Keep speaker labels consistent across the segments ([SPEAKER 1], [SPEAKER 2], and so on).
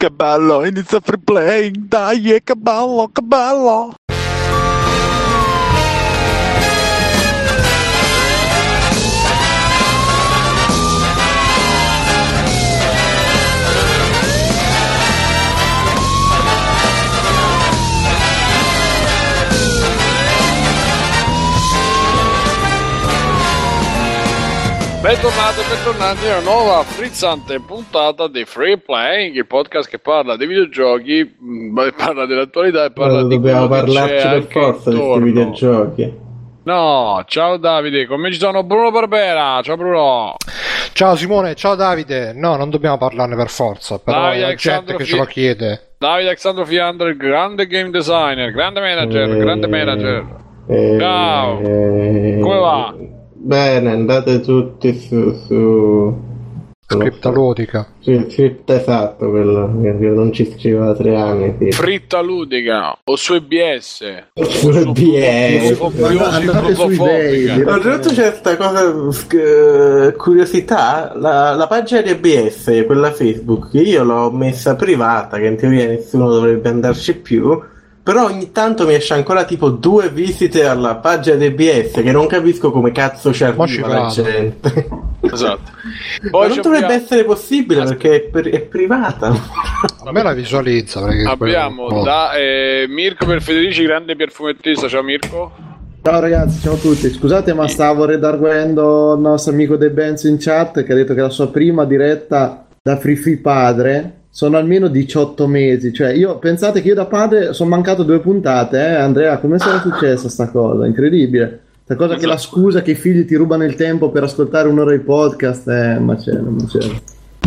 [SPEAKER 1] Che bello, inizia free playing, dai, che bello, che bello.
[SPEAKER 2] Bentornati a una nuova frizzante puntata di Free Playing, il podcast che parla dei videogiochi, parla dell'attualità e parla di quello che c'è
[SPEAKER 3] per forza di questi videogiochi.
[SPEAKER 2] No, ciao Davide, con me ci sono Bruno Barbera, ciao Bruno.
[SPEAKER 4] Ciao Simone, ciao Davide. No, non dobbiamo parlarne per forza, però
[SPEAKER 2] Davide
[SPEAKER 4] la gente che ce lo chiede.
[SPEAKER 2] Davide Alessandro Fiandro, il grande game designer, grande manager. Ciao, come va?
[SPEAKER 3] Bene, andate tutti su
[SPEAKER 4] Criptaludica.
[SPEAKER 3] Sì, esatto, quello che non ci scriveva da 3 anni. Sì.
[SPEAKER 2] Fritta ludica o su EBS.
[SPEAKER 3] Su EBS.
[SPEAKER 5] Andate su eBay.
[SPEAKER 3] Oltretutto c'è questa cosa, curiosità, la pagina di EBS, quella Facebook, io l'ho messa privata, che in teoria nessuno dovrebbe andarci più. Però ogni tanto mi esce ancora tipo 2 visite alla pagina di EBS che non capisco come cazzo ci arriva la gente.
[SPEAKER 2] Esatto.
[SPEAKER 3] Poi non dovrebbe essere possibile perché è privata.
[SPEAKER 4] A me la visualizza.
[SPEAKER 2] Abbiamo da Mirko per Federici, grande perfumettista. Ciao Mirko.
[SPEAKER 5] Ciao ragazzi, ciao a tutti. Scusate, ma stavo redarguendo il nostro amico De Benzo in chat che ha detto che la sua prima diretta da Free padre sono almeno 18 mesi, cioè pensate che io da padre sono mancato 2 puntate, Andrea, come sarà successa sta cosa? Incredibile. Sta cosa che la scusa che i figli ti rubano il tempo per ascoltare un'ora di podcast è un macello.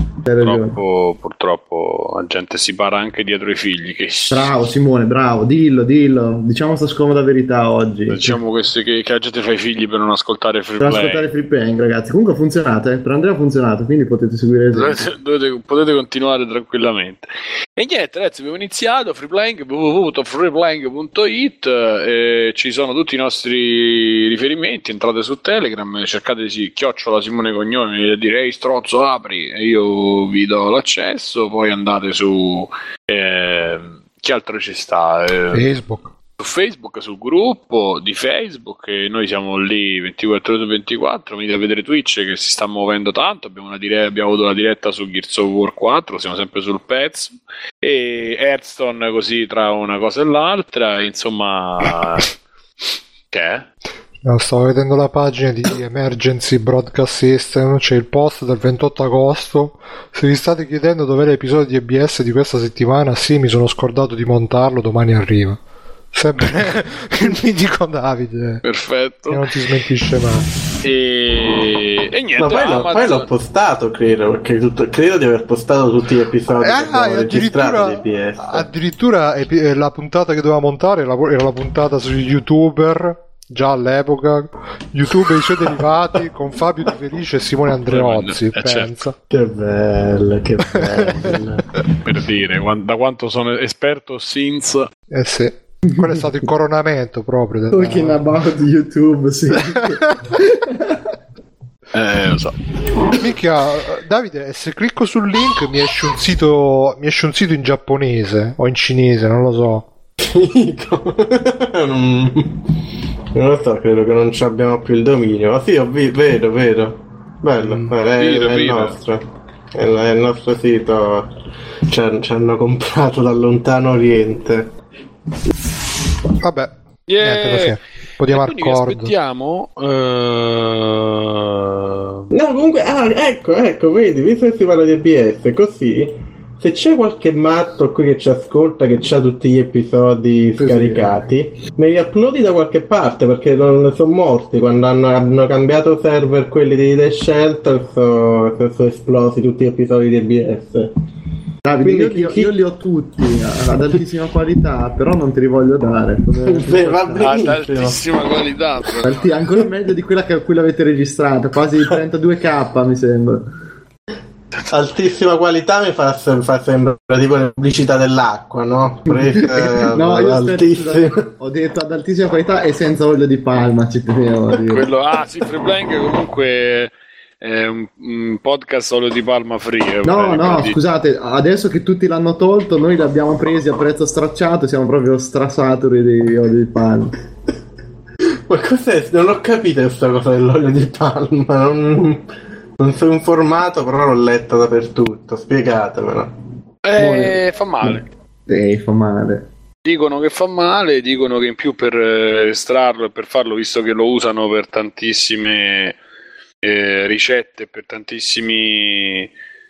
[SPEAKER 2] Purtroppo la gente si para anche dietro i figli.
[SPEAKER 5] Bravo Simone, bravo, dillo, diciamo sta scomoda verità oggi.
[SPEAKER 2] Diciamo che la gente fa i figli per non ascoltare Free Play.
[SPEAKER 5] Per ascoltare Free Play, ragazzi. Comunque ha funzionato, per Andrea ha funzionato, quindi potete seguire
[SPEAKER 2] potete continuare tranquillamente. E niente ragazzi, abbiamo iniziato Free Playing, www.freeplaying.it, ci sono tutti i nostri riferimenti, entrate su Telegram, cercateci @ Simone Cognomi, direi strozzo apri e io vi do l'accesso, poi andate su chi altro ci sta?
[SPEAKER 4] Facebook.
[SPEAKER 2] Su Facebook, sul gruppo di Facebook, e noi siamo lì 24 ore su 24. Venite a vedere Twitch che si sta muovendo tanto. Abbiamo avuto la diretta su Gears of War 4, siamo sempre sul pezzo, e Hearthstone così tra una cosa e l'altra, insomma. Che è?
[SPEAKER 4] No, stavo vedendo la pagina di Emergency Broadcast System, c'è il post del 28 agosto. Se vi state chiedendo dov'è l'episodio di EBS di questa settimana, sì, mi sono scordato di montarlo, domani arriva. Sempre il mitico Davide.
[SPEAKER 2] Perfetto.
[SPEAKER 4] Che non ti smentisce mai.
[SPEAKER 2] E niente.
[SPEAKER 3] Ma poi l'ho postato, credo di aver postato tutti gli episodi registrati di EBS.
[SPEAKER 4] Addirittura la puntata che doveva montare era la puntata sugli YouTuber. Già all'epoca, YouTube e i suoi derivati con Fabio Di Felice e Simone Andreozzi. Pensa.
[SPEAKER 3] Certo. Che bello.
[SPEAKER 2] Per dire da quanto sono esperto since.
[SPEAKER 4] Sì, quello è stato il coronamento proprio.
[SPEAKER 5] Talking about YouTube, sì.
[SPEAKER 2] Lo so.
[SPEAKER 4] Minchia, Davide, se clicco sul link mi esce un sito in giapponese o in cinese, non lo so.
[SPEAKER 3] Non lo so, credo che non ci abbiamo più il dominio. Ma sì, vedo. Bello, è il nostro. È il nostro sito. Ci hanno comprato dal lontano oriente.
[SPEAKER 4] Vabbè. Niente, così. Un po' di Amarcord.
[SPEAKER 2] Aspettiamo.
[SPEAKER 3] No, comunque, ecco, vedi, visto che si parla di EBS, così. Se c'è qualche matto qui che ci ascolta, che c'ha tutti gli episodi scaricati, me li uploadi da qualche parte, perché non sono morti quando hanno cambiato server quelli di The Shelter, sono esplosi tutti gli episodi di EBS.
[SPEAKER 5] Io li ho tutti ad altissima qualità, però non te li voglio dare.
[SPEAKER 2] Ad altissima qualità,
[SPEAKER 5] ancora meglio di quella a cui l'avete registrata, quasi 32k mi sembra.
[SPEAKER 3] Altissima qualità mi fa sembrare tipo le pubblicità dell'acqua, no?
[SPEAKER 5] No, io ho detto ad altissima qualità e senza olio di palma, ci tenevo a dire.
[SPEAKER 2] Quello, sì, Free Blank comunque è un podcast solo di Palma Free.
[SPEAKER 5] No, scusate, adesso che tutti l'hanno tolto, noi li abbiamo presi a prezzo stracciato e siamo proprio strasaturi di olio di palma.
[SPEAKER 3] Ma cos'è? Non ho capito questa cosa dell'olio di palma. Non sono informato, però l'ho letta dappertutto. Spiegatemelo.
[SPEAKER 2] Fa male.
[SPEAKER 5] Fa male.
[SPEAKER 2] Dicono che fa male, dicono che in più per estrarlo e per farlo, visto che lo usano per tantissime ricette, per tantissimi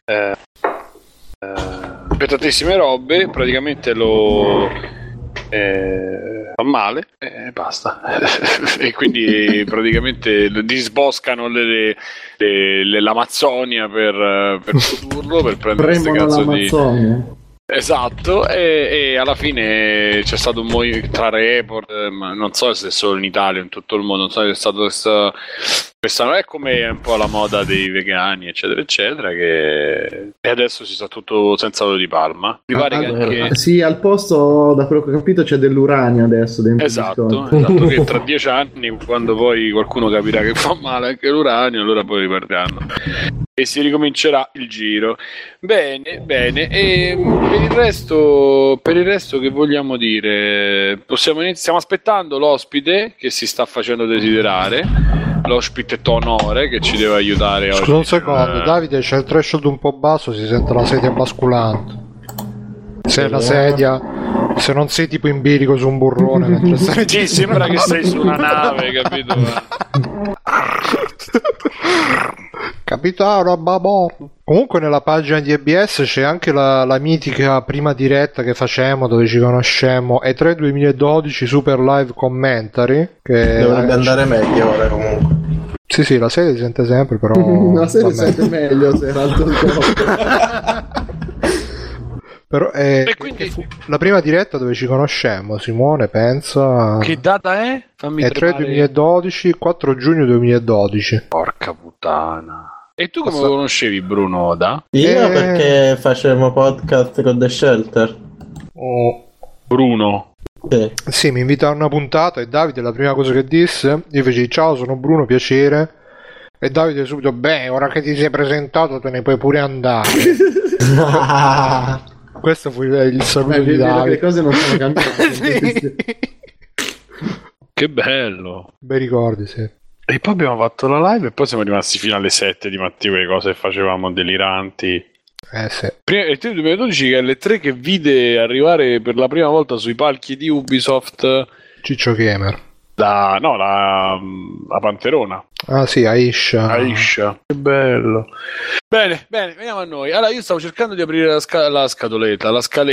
[SPEAKER 2] per tantissime robe, praticamente lo fa male e basta. E quindi praticamente disboscano l'Amazzonia per produrlo, per prendere queste cazzo di... Esatto, e alla fine c'è stato un movimento tra report, ma non so se è solo in Italia o in tutto il mondo, non so se è stato questa non è come un po' la moda dei vegani eccetera eccetera, che e adesso si sta tutto senza olio di palma. Mi pare che anche...
[SPEAKER 5] Sì, al posto, da quello che ho capito, c'è dell'uranio adesso dentro.
[SPEAKER 2] Esatto, che tra 10 anni, quando poi qualcuno capirà che fa male anche l'uranio, allora poi ripartiranno e si ricomincerà il giro. Bene, e per il resto che vogliamo dire? Stiamo aspettando l'ospite che si sta facendo desiderare, l'ospite Tonore che ci deve aiutare oggi.
[SPEAKER 4] Scusa un secondo, Davide, c'è il threshold un po' basso, si sente la sedia basculante. Se la sedia, se non sei tipo in bilico su un burrone mentre stai...
[SPEAKER 2] Sì, sembra che sei su una nave, capito?
[SPEAKER 4] Capitano Babò. Comunque nella pagina di EBS c'è anche la mitica prima diretta che facemmo, dove ci conoscemmo, E3 2012 Super Live Commentary, che
[SPEAKER 3] dovrebbe andare meglio ora comunque.
[SPEAKER 4] Sì, la serie si sente sempre, però
[SPEAKER 5] la serie si sente meglio se era alto il
[SPEAKER 4] però quindi... la prima diretta dove ci conoscemmo, Simone, pensa...
[SPEAKER 2] Che data è? Fammi
[SPEAKER 4] E3 2012, 4 giugno 2012.
[SPEAKER 2] Porca puttana. E tu come lo conoscevi, Bruno Oda?
[SPEAKER 3] Io perché facevamo podcast con The Shelter.
[SPEAKER 2] Bruno?
[SPEAKER 4] Sì, mi invitarono a una puntata e Davide la prima cosa che disse, io feci ciao, sono Bruno, piacere, e Davide subito, beh, ora che ti sei presentato te ne puoi pure andare. Questo fu il saluto di Davide.
[SPEAKER 5] Le cose non sono cambiate.
[SPEAKER 2] Sì. Che bello.
[SPEAKER 4] Bei ricordi, sì.
[SPEAKER 2] E poi abbiamo fatto la live e poi siamo rimasti fino alle 7 di mattina, quelle cose che facevamo deliranti.
[SPEAKER 4] Sì.
[SPEAKER 2] Prima, il 2012 che è le 3 che vide arrivare per la prima volta sui palchi di Ubisoft
[SPEAKER 4] Ciccio Gamer.
[SPEAKER 2] la Panterona.
[SPEAKER 4] Ah sì, Aisha.
[SPEAKER 2] Che bello. Bene, veniamo a noi. Allora io stavo cercando di aprire la scaletta,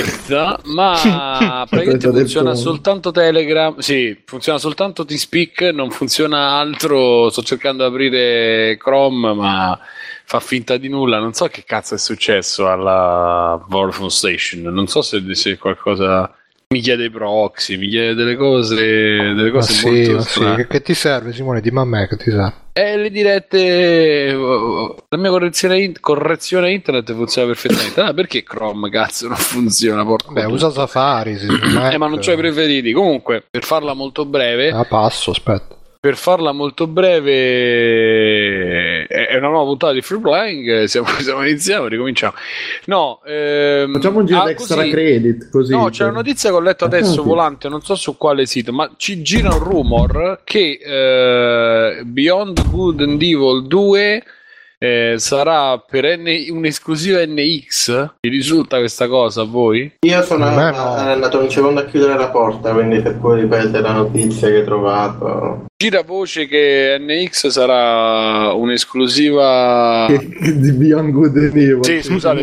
[SPEAKER 2] ma praticamente funziona soltanto Telegram. Sì, funziona soltanto TeamSpeak, non funziona altro. Sto cercando di aprire Chrome, ma fa finta di nulla. Non so che cazzo è successo alla Vodafone Station. Non so se qualcosa... Mi chiede i proxy, mi chiede delle cose molto strane.
[SPEAKER 4] Sì. Che ti serve, Simone? Dimmi a me che ti serve.
[SPEAKER 2] Le dirette, la mia correzione internet funziona perfettamente. Perché Chrome cazzo non funziona?
[SPEAKER 4] Usa Safari,
[SPEAKER 2] ma non c'ho i preferiti. Comunque, per farla molto breve,
[SPEAKER 4] passo, aspetta.
[SPEAKER 2] Per farla molto breve, è una nuova puntata di Free Playing. Iniziamo, ricominciamo. No,
[SPEAKER 5] facciamo un giro extra credit. Così.
[SPEAKER 2] No, c'è una notizia che ho letto adesso volante, non so su quale sito, ma ci gira un rumor che Beyond Good and Evil 2 sarà per un'esclusiva NX. Vi risulta questa cosa a voi?
[SPEAKER 3] Io sono andato un secondo a chiudere la porta, quindi se puoi ripetere la notizia che hai trovato.
[SPEAKER 2] Gira voce che NX sarà un'esclusiva
[SPEAKER 5] di Beyond Good and Evil.
[SPEAKER 2] Sì, scusate,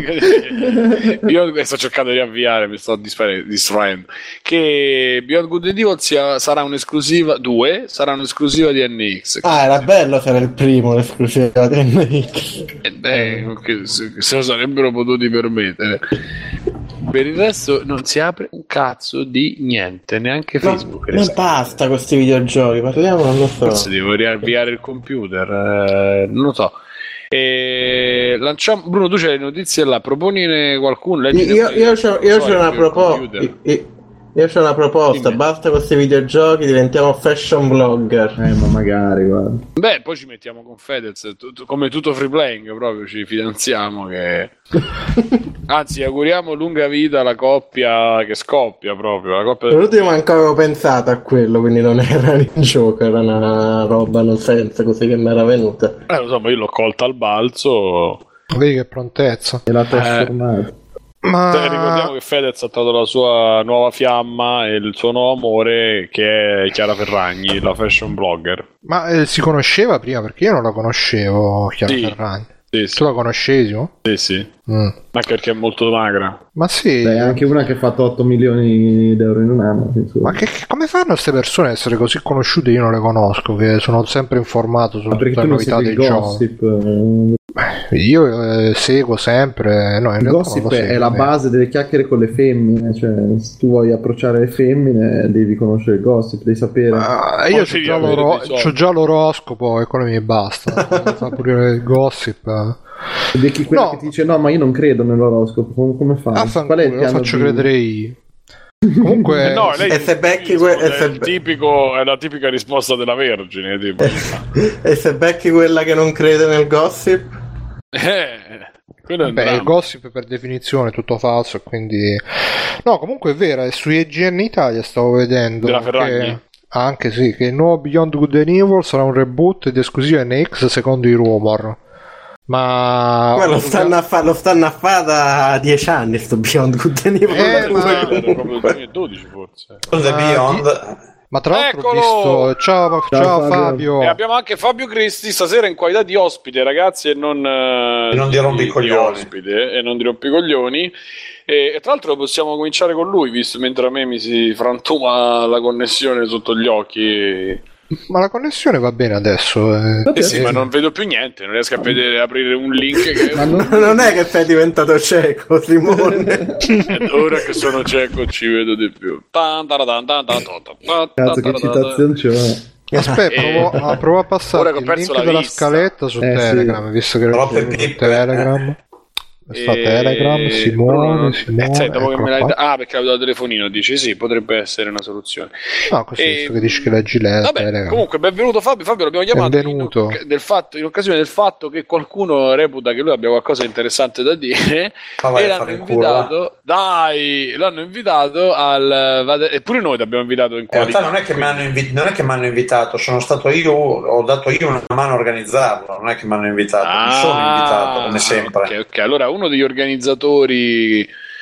[SPEAKER 2] sto cercando di avviare, mi sto distraendo. Che Beyond Good and Evil sarà un'esclusiva 2, sarà un'esclusiva di NX.
[SPEAKER 3] Era bello se era il primo l'esclusiva di NX.
[SPEAKER 2] Se lo sarebbero potuti permettere. Per il resto non si apre un cazzo di niente, neanche Facebook.
[SPEAKER 3] Ma basta con questi videogiochi, parliamo, non lo so.
[SPEAKER 2] Forse devo riavviare il computer, non lo so. Lanciamo, Bruno, tu c'hai le notizie là, proponine qualcuno?
[SPEAKER 3] Io c'ho una proposta. Io c'ho una proposta,
[SPEAKER 2] Dimmi.
[SPEAKER 3] basta con questi videogiochi, diventiamo fashion blogger.
[SPEAKER 5] Ma magari, guarda.
[SPEAKER 2] Beh, poi ci mettiamo con Fedez, come tutto free playing, proprio ci fidanziamo che... Anzi, auguriamo lunga vita alla coppia che scoppia proprio, la coppia...
[SPEAKER 3] L'ultimo manco avevo pensato a quello, quindi non era un gioco, era una roba non senso così che mi era venuta.
[SPEAKER 2] Lo so, ma io l'ho colta al balzo.
[SPEAKER 4] Vedi che prontezza.
[SPEAKER 5] E l'ha trasformato.
[SPEAKER 2] Ricordiamo che Fedez ha trovato la sua nuova fiamma e il suo nuovo amore, che è Chiara Ferragni, la fashion blogger.
[SPEAKER 4] Ma si conosceva prima? Perché io non la conoscevo, Chiara
[SPEAKER 2] Sì.
[SPEAKER 4] Ferragni.
[SPEAKER 2] Sì,
[SPEAKER 4] Tu la conoscevi? No?
[SPEAKER 2] sì. Anche perché è molto magra.
[SPEAKER 4] Ma sì.
[SPEAKER 5] Beh, anche una che ha fatto 8 milioni d'euro in un anno. Insomma.
[SPEAKER 4] Ma come fanno queste persone ad essere così conosciute? Io non le conosco, che sono sempre informato
[SPEAKER 5] Ma
[SPEAKER 4] sulle
[SPEAKER 5] perché
[SPEAKER 4] tutte
[SPEAKER 5] tu
[SPEAKER 4] le
[SPEAKER 5] non
[SPEAKER 4] novità
[SPEAKER 5] segui il
[SPEAKER 4] dei giochi.
[SPEAKER 5] gossip?
[SPEAKER 4] Io seguo sempre. No, in
[SPEAKER 5] Il
[SPEAKER 4] realtà non
[SPEAKER 5] gossip
[SPEAKER 4] lo
[SPEAKER 5] è
[SPEAKER 4] seguo,
[SPEAKER 5] la base delle chiacchiere con le femmine, cioè se tu vuoi approcciare le femmine devi conoscere il gossip, devi sapere.
[SPEAKER 4] Io
[SPEAKER 2] Poi devi avere dei soldi.
[SPEAKER 4] c'ho già l'oroscopo e quello mi basta. Fa pure il gossip.
[SPEAKER 5] E becchi quella
[SPEAKER 4] No.
[SPEAKER 5] che ti dice no, ma io non credo nell'oroscopo, come fai? Qual è il
[SPEAKER 4] Lo
[SPEAKER 5] piano
[SPEAKER 4] faccio
[SPEAKER 5] B?
[SPEAKER 4] credere io. Comunque,
[SPEAKER 2] No, lei
[SPEAKER 3] E se becchi
[SPEAKER 2] è la tipica risposta della Vergine, tipo.
[SPEAKER 3] E se becchi quella che non crede nel gossip?
[SPEAKER 2] Quello è un
[SPEAKER 4] beh, il
[SPEAKER 2] dramma.
[SPEAKER 4] gossip per definizione è tutto falso, quindi no, comunque è vera, e su IGN Italia stavo vedendo
[SPEAKER 2] Della Ferragni?
[SPEAKER 4] anche sì, che il nuovo Beyond Good and Evil sarà un reboot ed esclusivo NX secondo i rumor. Ma
[SPEAKER 3] Lo stanno a fare da 10 anni sto Beyond Good and Evil.
[SPEAKER 4] ma-
[SPEAKER 2] Era proprio il 2012 forse.
[SPEAKER 6] The Beyond.
[SPEAKER 4] Ma tra l'altro
[SPEAKER 2] Eccolo!
[SPEAKER 4] ho visto ciao
[SPEAKER 5] Fabio.
[SPEAKER 4] Fabio.
[SPEAKER 2] E abbiamo anche Fabio Cristi stasera in qualità di ospite, ragazzi, e non
[SPEAKER 6] di rompicoglioni.
[SPEAKER 2] di ospite, e non di rompicoglioni. E tra l'altro possiamo cominciare con lui, visto mentre a me mi si frantuma la connessione sotto gli occhi.
[SPEAKER 4] Ma la connessione va bene adesso.
[SPEAKER 2] Sì, ma non vedo più niente, non riesco a vedere, aprire un link che...
[SPEAKER 5] Ma non-
[SPEAKER 3] Non è che sei diventato cieco, Simone.
[SPEAKER 2] Ora che sono cieco ci vedo di più.
[SPEAKER 5] Cazzo, che citazione c'è.
[SPEAKER 4] Aspetta, provo a passare
[SPEAKER 2] ora che ho
[SPEAKER 4] il
[SPEAKER 2] perso
[SPEAKER 4] link
[SPEAKER 2] la
[SPEAKER 4] della
[SPEAKER 2] vista.
[SPEAKER 4] scaletta su
[SPEAKER 5] Sì.
[SPEAKER 4] Telegram, visto che
[SPEAKER 6] Troppe
[SPEAKER 4] lo su
[SPEAKER 6] pippe.
[SPEAKER 4] Telegram. Sta Telegram, Simone.
[SPEAKER 2] sai, dopo che
[SPEAKER 4] eccolo
[SPEAKER 2] me l'hai
[SPEAKER 4] qua.
[SPEAKER 2] perché l'avevo dato telefonino, dici sì, potrebbe essere una soluzione.
[SPEAKER 4] No, così,
[SPEAKER 2] E-
[SPEAKER 4] visto che dici che leggi le
[SPEAKER 2] Vabbè,
[SPEAKER 4] Telegram.
[SPEAKER 2] comunque benvenuto Fabio. Fabio l'abbiamo chiamato
[SPEAKER 4] Benvenuto.
[SPEAKER 2] in occasione del fatto che qualcuno reputa che lui abbia qualcosa di interessante da dire
[SPEAKER 6] Ma vai
[SPEAKER 2] e
[SPEAKER 6] a
[SPEAKER 2] l'hanno
[SPEAKER 6] fare il culo, va.
[SPEAKER 2] invitato, l'hanno invitato eppure noi ti abbiamo invitato in
[SPEAKER 6] In realtà
[SPEAKER 2] qualità.
[SPEAKER 6] non è che mi hanno invitato, sono stato io, ho dato io una mano a organizzarlo, non è che mi hanno invitato, mi sono invitato come sempre.
[SPEAKER 2] Ok. Allora, uno degli organizzatori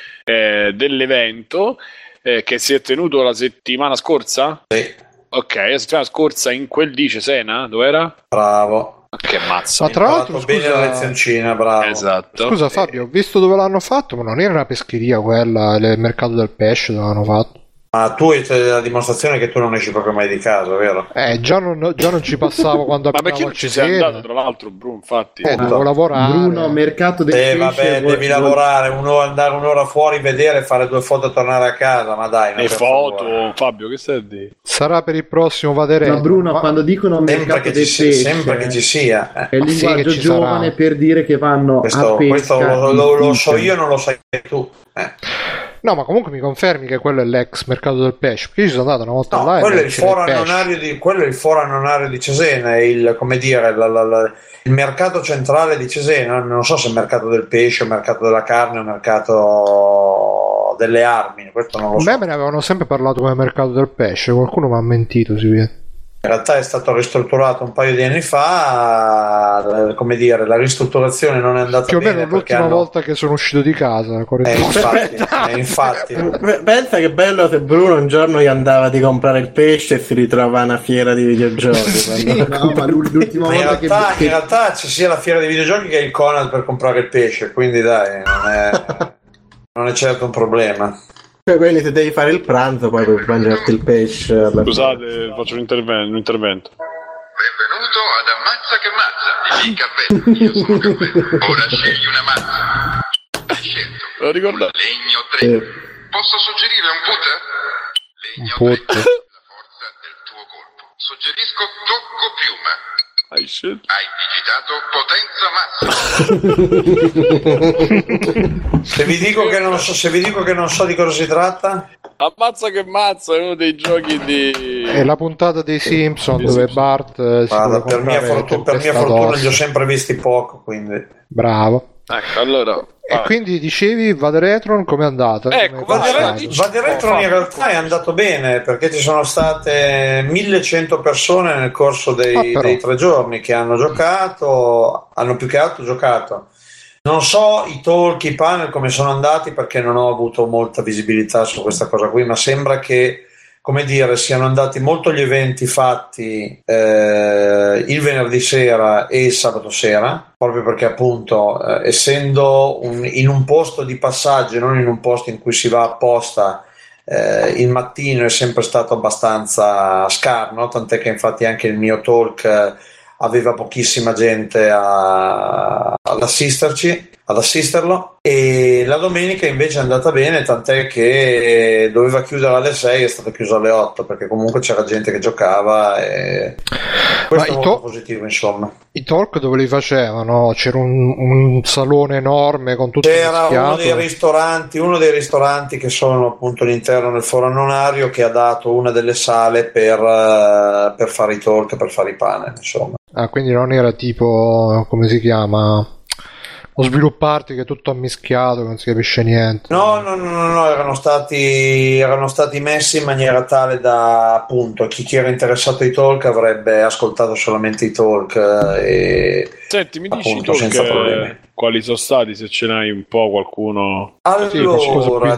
[SPEAKER 2] dell'evento che si è tenuto la settimana scorsa?
[SPEAKER 6] Sì,
[SPEAKER 2] Ok, la settimana scorsa in quel di Cesena, dove era?
[SPEAKER 6] bravo.
[SPEAKER 2] Che mazza.
[SPEAKER 4] Ma tra
[SPEAKER 6] Ho
[SPEAKER 4] l'altro,
[SPEAKER 6] fatto bene la
[SPEAKER 4] scusa,
[SPEAKER 6] lezioncina, bravo.
[SPEAKER 2] Esatto.
[SPEAKER 4] scusa Fabio, ho visto dove l'hanno fatto, ma non era una pescheria quella, il mercato del pesce dove l'hanno fatto.
[SPEAKER 6] Ma tu hai la dimostrazione che tu non esci proprio mai di casa, vero?
[SPEAKER 4] Già non ci passavo quando
[SPEAKER 2] Ma perché
[SPEAKER 4] abitavo
[SPEAKER 2] non
[SPEAKER 4] a
[SPEAKER 2] ci sei
[SPEAKER 4] Cesena.
[SPEAKER 2] andato, tra l'altro, Bruno, infatti?
[SPEAKER 4] Devo lavorare.
[SPEAKER 5] Bruno, mercato del pesce.
[SPEAKER 6] Vabbè, devi lavorare, andare un'ora fuori, vedere, fare 2 foto e tornare a casa, ma dai.
[SPEAKER 2] Le
[SPEAKER 6] per
[SPEAKER 2] foto,
[SPEAKER 6] favore.
[SPEAKER 2] Fabio, che stai a dire?
[SPEAKER 4] Sarà per il prossimo Vaderello.
[SPEAKER 5] Ma Bruno, quando dicono
[SPEAKER 6] Sempre
[SPEAKER 5] mercato
[SPEAKER 6] che
[SPEAKER 5] del
[SPEAKER 6] ci sia,
[SPEAKER 5] pesce,
[SPEAKER 6] sempre che ci sia.
[SPEAKER 5] è il
[SPEAKER 4] Sì,
[SPEAKER 5] linguaggio
[SPEAKER 4] che ci
[SPEAKER 5] giovane
[SPEAKER 4] sarà.
[SPEAKER 5] per dire che vanno a
[SPEAKER 6] Questo
[SPEAKER 5] pesca.
[SPEAKER 6] lo so io, non lo sai tu.
[SPEAKER 4] No, ma comunque mi confermi che quello è l'ex mercato del pesce? Perché io ci sono andato una volta
[SPEAKER 6] No,
[SPEAKER 4] là e
[SPEAKER 6] quello è
[SPEAKER 4] non
[SPEAKER 6] il
[SPEAKER 4] c'era
[SPEAKER 6] foro
[SPEAKER 4] pesce.
[SPEAKER 6] annonario quello è il foro annonario di Cesena, è il, come dire, il mercato centrale di Cesena. Non so se è il mercato del pesce, o mercato della carne, o mercato delle armi, questo non lo
[SPEAKER 4] A
[SPEAKER 6] so.
[SPEAKER 4] me ne avevano sempre parlato come mercato del pesce, qualcuno mi ha mentito, si vede.
[SPEAKER 6] In realtà è stato ristrutturato un paio di anni fa, come dire, la ristrutturazione non è andata
[SPEAKER 4] Più o
[SPEAKER 6] bene
[SPEAKER 4] meno
[SPEAKER 6] perché
[SPEAKER 4] l'ultima
[SPEAKER 6] hanno...
[SPEAKER 4] volta che sono uscito di casa.
[SPEAKER 6] infatti.
[SPEAKER 3] Pensa che bello se Bruno un giorno gli andava di comprare il pesce e si ritrova a una fiera di videogiochi.
[SPEAKER 5] No, ma l'ultima
[SPEAKER 6] Ma in
[SPEAKER 5] volta
[SPEAKER 6] realtà c'è sia la fiera dei videogiochi che il Conad per comprare il pesce, quindi dai, non è certo un problema.
[SPEAKER 3] Quindi se devi fare il pranzo poi puoi mangiarti il pesce.
[SPEAKER 2] Scusate, faccio un intervento.
[SPEAKER 7] Benvenuto ad Ammazza che Mazza di Caffè. Io sono Caffè. Ora scegli una mazza. Hai scelto.
[SPEAKER 2] Lo ricordate?
[SPEAKER 7] Legno 3. Posso suggerire un put? Legno
[SPEAKER 4] Un put.
[SPEAKER 7] 3. La forza del tuo colpo. Suggerisco tocco piuma.
[SPEAKER 2] Hai scelto.
[SPEAKER 7] Hai digitato potenza massima.
[SPEAKER 6] Se vi dico che non so di cosa si tratta,
[SPEAKER 2] Ammazza che mazza, è uno dei giochi di...
[SPEAKER 4] È la puntata dei Simpson
[SPEAKER 2] Sì,
[SPEAKER 4] dove
[SPEAKER 2] sì.
[SPEAKER 4] Bart si
[SPEAKER 6] guarda,
[SPEAKER 4] vuole
[SPEAKER 6] per mia
[SPEAKER 4] comprare
[SPEAKER 6] fortuna
[SPEAKER 4] Tempesta
[SPEAKER 6] li ho
[SPEAKER 4] DOS.
[SPEAKER 6] sempre visti poco, quindi
[SPEAKER 4] Bravo.
[SPEAKER 2] Ecco, allora...
[SPEAKER 4] E quindi dicevi Vaderetron com'è andata?
[SPEAKER 2] Ecco,
[SPEAKER 4] Come è
[SPEAKER 2] vai,
[SPEAKER 4] passato?
[SPEAKER 2] vai.
[SPEAKER 6] Vaderetron in realtà è andato bene perché ci sono state 1100 persone nel corso dei 3 giorni che hanno giocato, hanno più che altro giocato. Non so i talk, i panel come sono andati perché non ho avuto molta visibilità su questa cosa qui, ma sembra che, come dire, siano andati molto gli eventi fatti il venerdì sera e il sabato sera, proprio perché appunto essendo in un posto di passaggio e non in un posto in cui si va apposta, il mattino è sempre stato abbastanza scarno, tant'è che infatti anche il mio talk aveva pochissima gente ad assisterlo, e la domenica invece è andata bene, tant'è che doveva chiudere alle 6, è stato chiuso alle 8 perché comunque c'era gente che giocava e questo è molto positivo, insomma.
[SPEAKER 4] I talk dove li facevano? C'era un salone enorme con tutto
[SPEAKER 6] c'era
[SPEAKER 4] mischiato.
[SPEAKER 6] uno dei ristoranti che sono appunto all'interno del Foro Annonario che ha dato una delle sale per fare i talk, per fare i panel, insomma.
[SPEAKER 4] Ah, quindi non era tipo, come si chiama, lo svilupparti che è tutto ammischiato, che non si capisce niente.
[SPEAKER 6] No, erano stati messi in maniera tale da, appunto, chi era interessato ai talk avrebbe ascoltato solamente i talk e
[SPEAKER 2] Senti, mi dici
[SPEAKER 6] appunto,
[SPEAKER 2] tu
[SPEAKER 6] senza problemi.
[SPEAKER 2] quali sono stati, se ce n'hai un po' qualcuno?
[SPEAKER 6] Allora,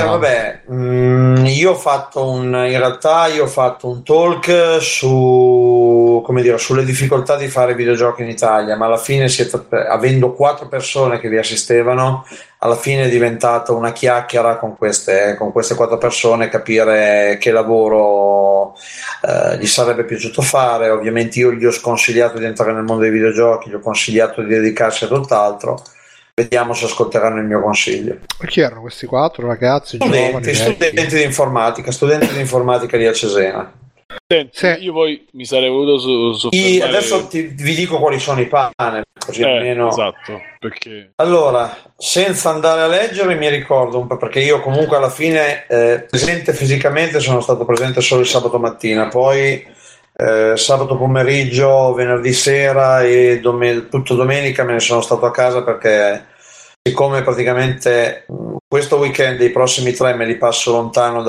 [SPEAKER 6] io ho fatto in realtà io ho fatto un talk su, come dire, sulle difficoltà di fare videogiochi in Italia, ma alla fine avendo 4 persone che vi assistevano, alla fine è diventata una chiacchiera con queste 4 persone, capire che lavoro gli sarebbe piaciuto fare. Ovviamente io gli ho sconsigliato di entrare nel mondo dei videogiochi, gli ho consigliato di dedicarsi a tutt'altro. Vediamo se ascolteranno il mio consiglio.
[SPEAKER 4] Chi erano questi 4 ragazzi?
[SPEAKER 6] Studenti di informatica lì a Cesena.
[SPEAKER 2] Senti, io poi mi sarei voluto soffermare...
[SPEAKER 6] Adesso vi dico quali sono i panel, così almeno...
[SPEAKER 2] Esatto, perché...
[SPEAKER 6] Allora, senza andare a leggere, mi ricordo un po', perché io comunque alla fine presente fisicamente sono stato presente solo il sabato mattina, poi sabato pomeriggio, venerdì sera e tutto domenica me ne sono stato a casa perché siccome praticamente questo weekend i prossimi 3 me li passo lontano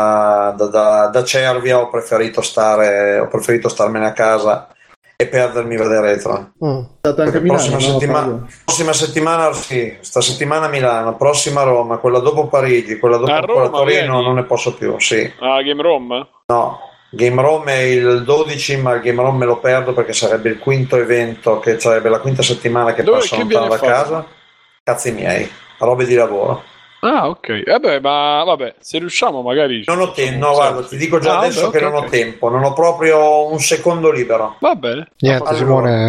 [SPEAKER 6] da Cervia, ho preferito starmene a casa e perdermi Vaderetron.
[SPEAKER 5] Stato anche a Milano,
[SPEAKER 6] prossima settimana sì, sta settimana a Milano, prossima Roma, quella dopo Parigi, quella dopo quella Torino, non ne posso più, sì.
[SPEAKER 2] Game Rome?
[SPEAKER 6] No, Game Rome è il 12, ma il Game Rome me lo perdo perché sarebbe il quinto evento, che sarebbe la quinta settimana che passo lontano da casa. Cazzi miei, robe di lavoro.
[SPEAKER 2] Ah, ok. Vabbè, se riusciamo magari...
[SPEAKER 6] Non ho tempo, no, guarda, ti dico già adesso che non ho tempo, non ho proprio un secondo libero.
[SPEAKER 2] Va bene.
[SPEAKER 4] Niente,
[SPEAKER 6] allora,
[SPEAKER 4] Simone...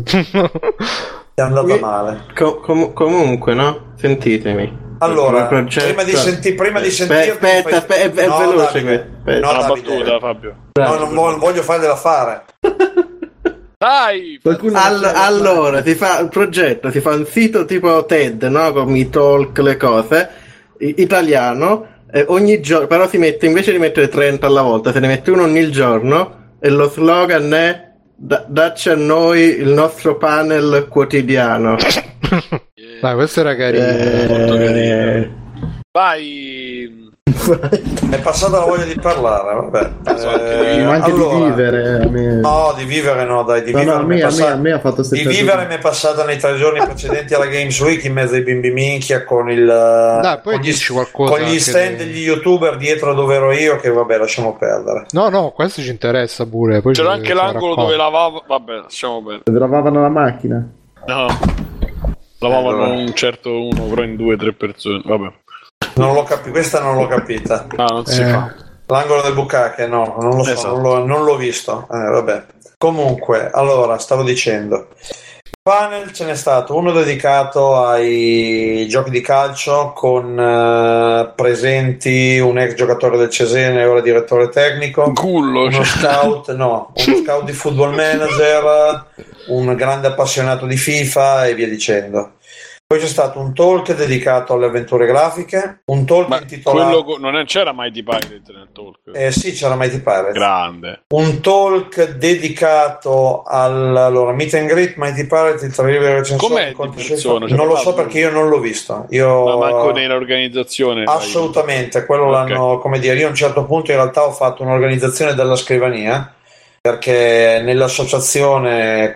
[SPEAKER 6] è andata male.
[SPEAKER 8] Comunque, no? Sentitemi.
[SPEAKER 6] Allora, prima di sentirti...
[SPEAKER 8] Aspetta, è veloce.
[SPEAKER 2] Una battuta, Fabio.
[SPEAKER 6] No, non voglio fare dell'affare.
[SPEAKER 2] Dai!
[SPEAKER 8] Allora, si fa un progetto, si fa un sito tipo TED, no? Con i talk, le cose, italiano, ogni giorno, però si mette, invece di mettere 30 alla volta, se ne mette uno ogni giorno, e lo slogan è dacci a noi il nostro panel quotidiano.
[SPEAKER 4] Dai, questo era carino.
[SPEAKER 2] Molto carino. Vai!
[SPEAKER 6] È passata la voglia di parlare, vabbè.
[SPEAKER 5] Ma anche allora, di vivere.
[SPEAKER 6] No, di vivere no, dai, di vivere.
[SPEAKER 5] A me ha fatto
[SPEAKER 6] di vivere mi è passata nei 3 giorni precedenti alla Games Week in mezzo ai bimbi minchia con
[SPEAKER 4] poi dici qualcosa
[SPEAKER 6] con gli stand degli youtuber dietro dove ero io, che vabbè, lasciamo perdere.
[SPEAKER 4] No, questo ci interessa pure. Poi
[SPEAKER 2] c'era anche l'angolo dove lavavo, vabbè, lasciamo perdere.
[SPEAKER 5] Dove lavavano la macchina?
[SPEAKER 2] No, lavavano un certo uno, però in 2-3 persone, vabbè.
[SPEAKER 6] Non l'ho capito, questa non l'ho capita.
[SPEAKER 2] No, non si fa.
[SPEAKER 6] L'angolo del bucache, no, non lo so, non l'ho visto. Vabbè. Comunque, allora, stavo dicendo, Panel ce n'è stato uno dedicato ai giochi di calcio con presenti un ex giocatore del Cesena e ora direttore tecnico, uno scout di Football Manager, un grande appassionato di FIFA e via dicendo. Poi c'è stato un talk dedicato alle avventure grafiche, un talk intitolato...
[SPEAKER 2] non c'era Mighty Pirate nel talk?
[SPEAKER 6] Sì, c'era Mighty Pirate.
[SPEAKER 2] Grande.
[SPEAKER 6] Un talk dedicato al meet and greet Mighty Pirate, il trailer recensore.
[SPEAKER 2] Com'è di persona?
[SPEAKER 6] Non lo so perché io non l'ho visto.
[SPEAKER 2] Ma manco nell'organizzazione?
[SPEAKER 6] Assolutamente, quello l'hanno, come dire, io a un certo punto in realtà ho fatto un'organizzazione della scrivania, perché nell'associazione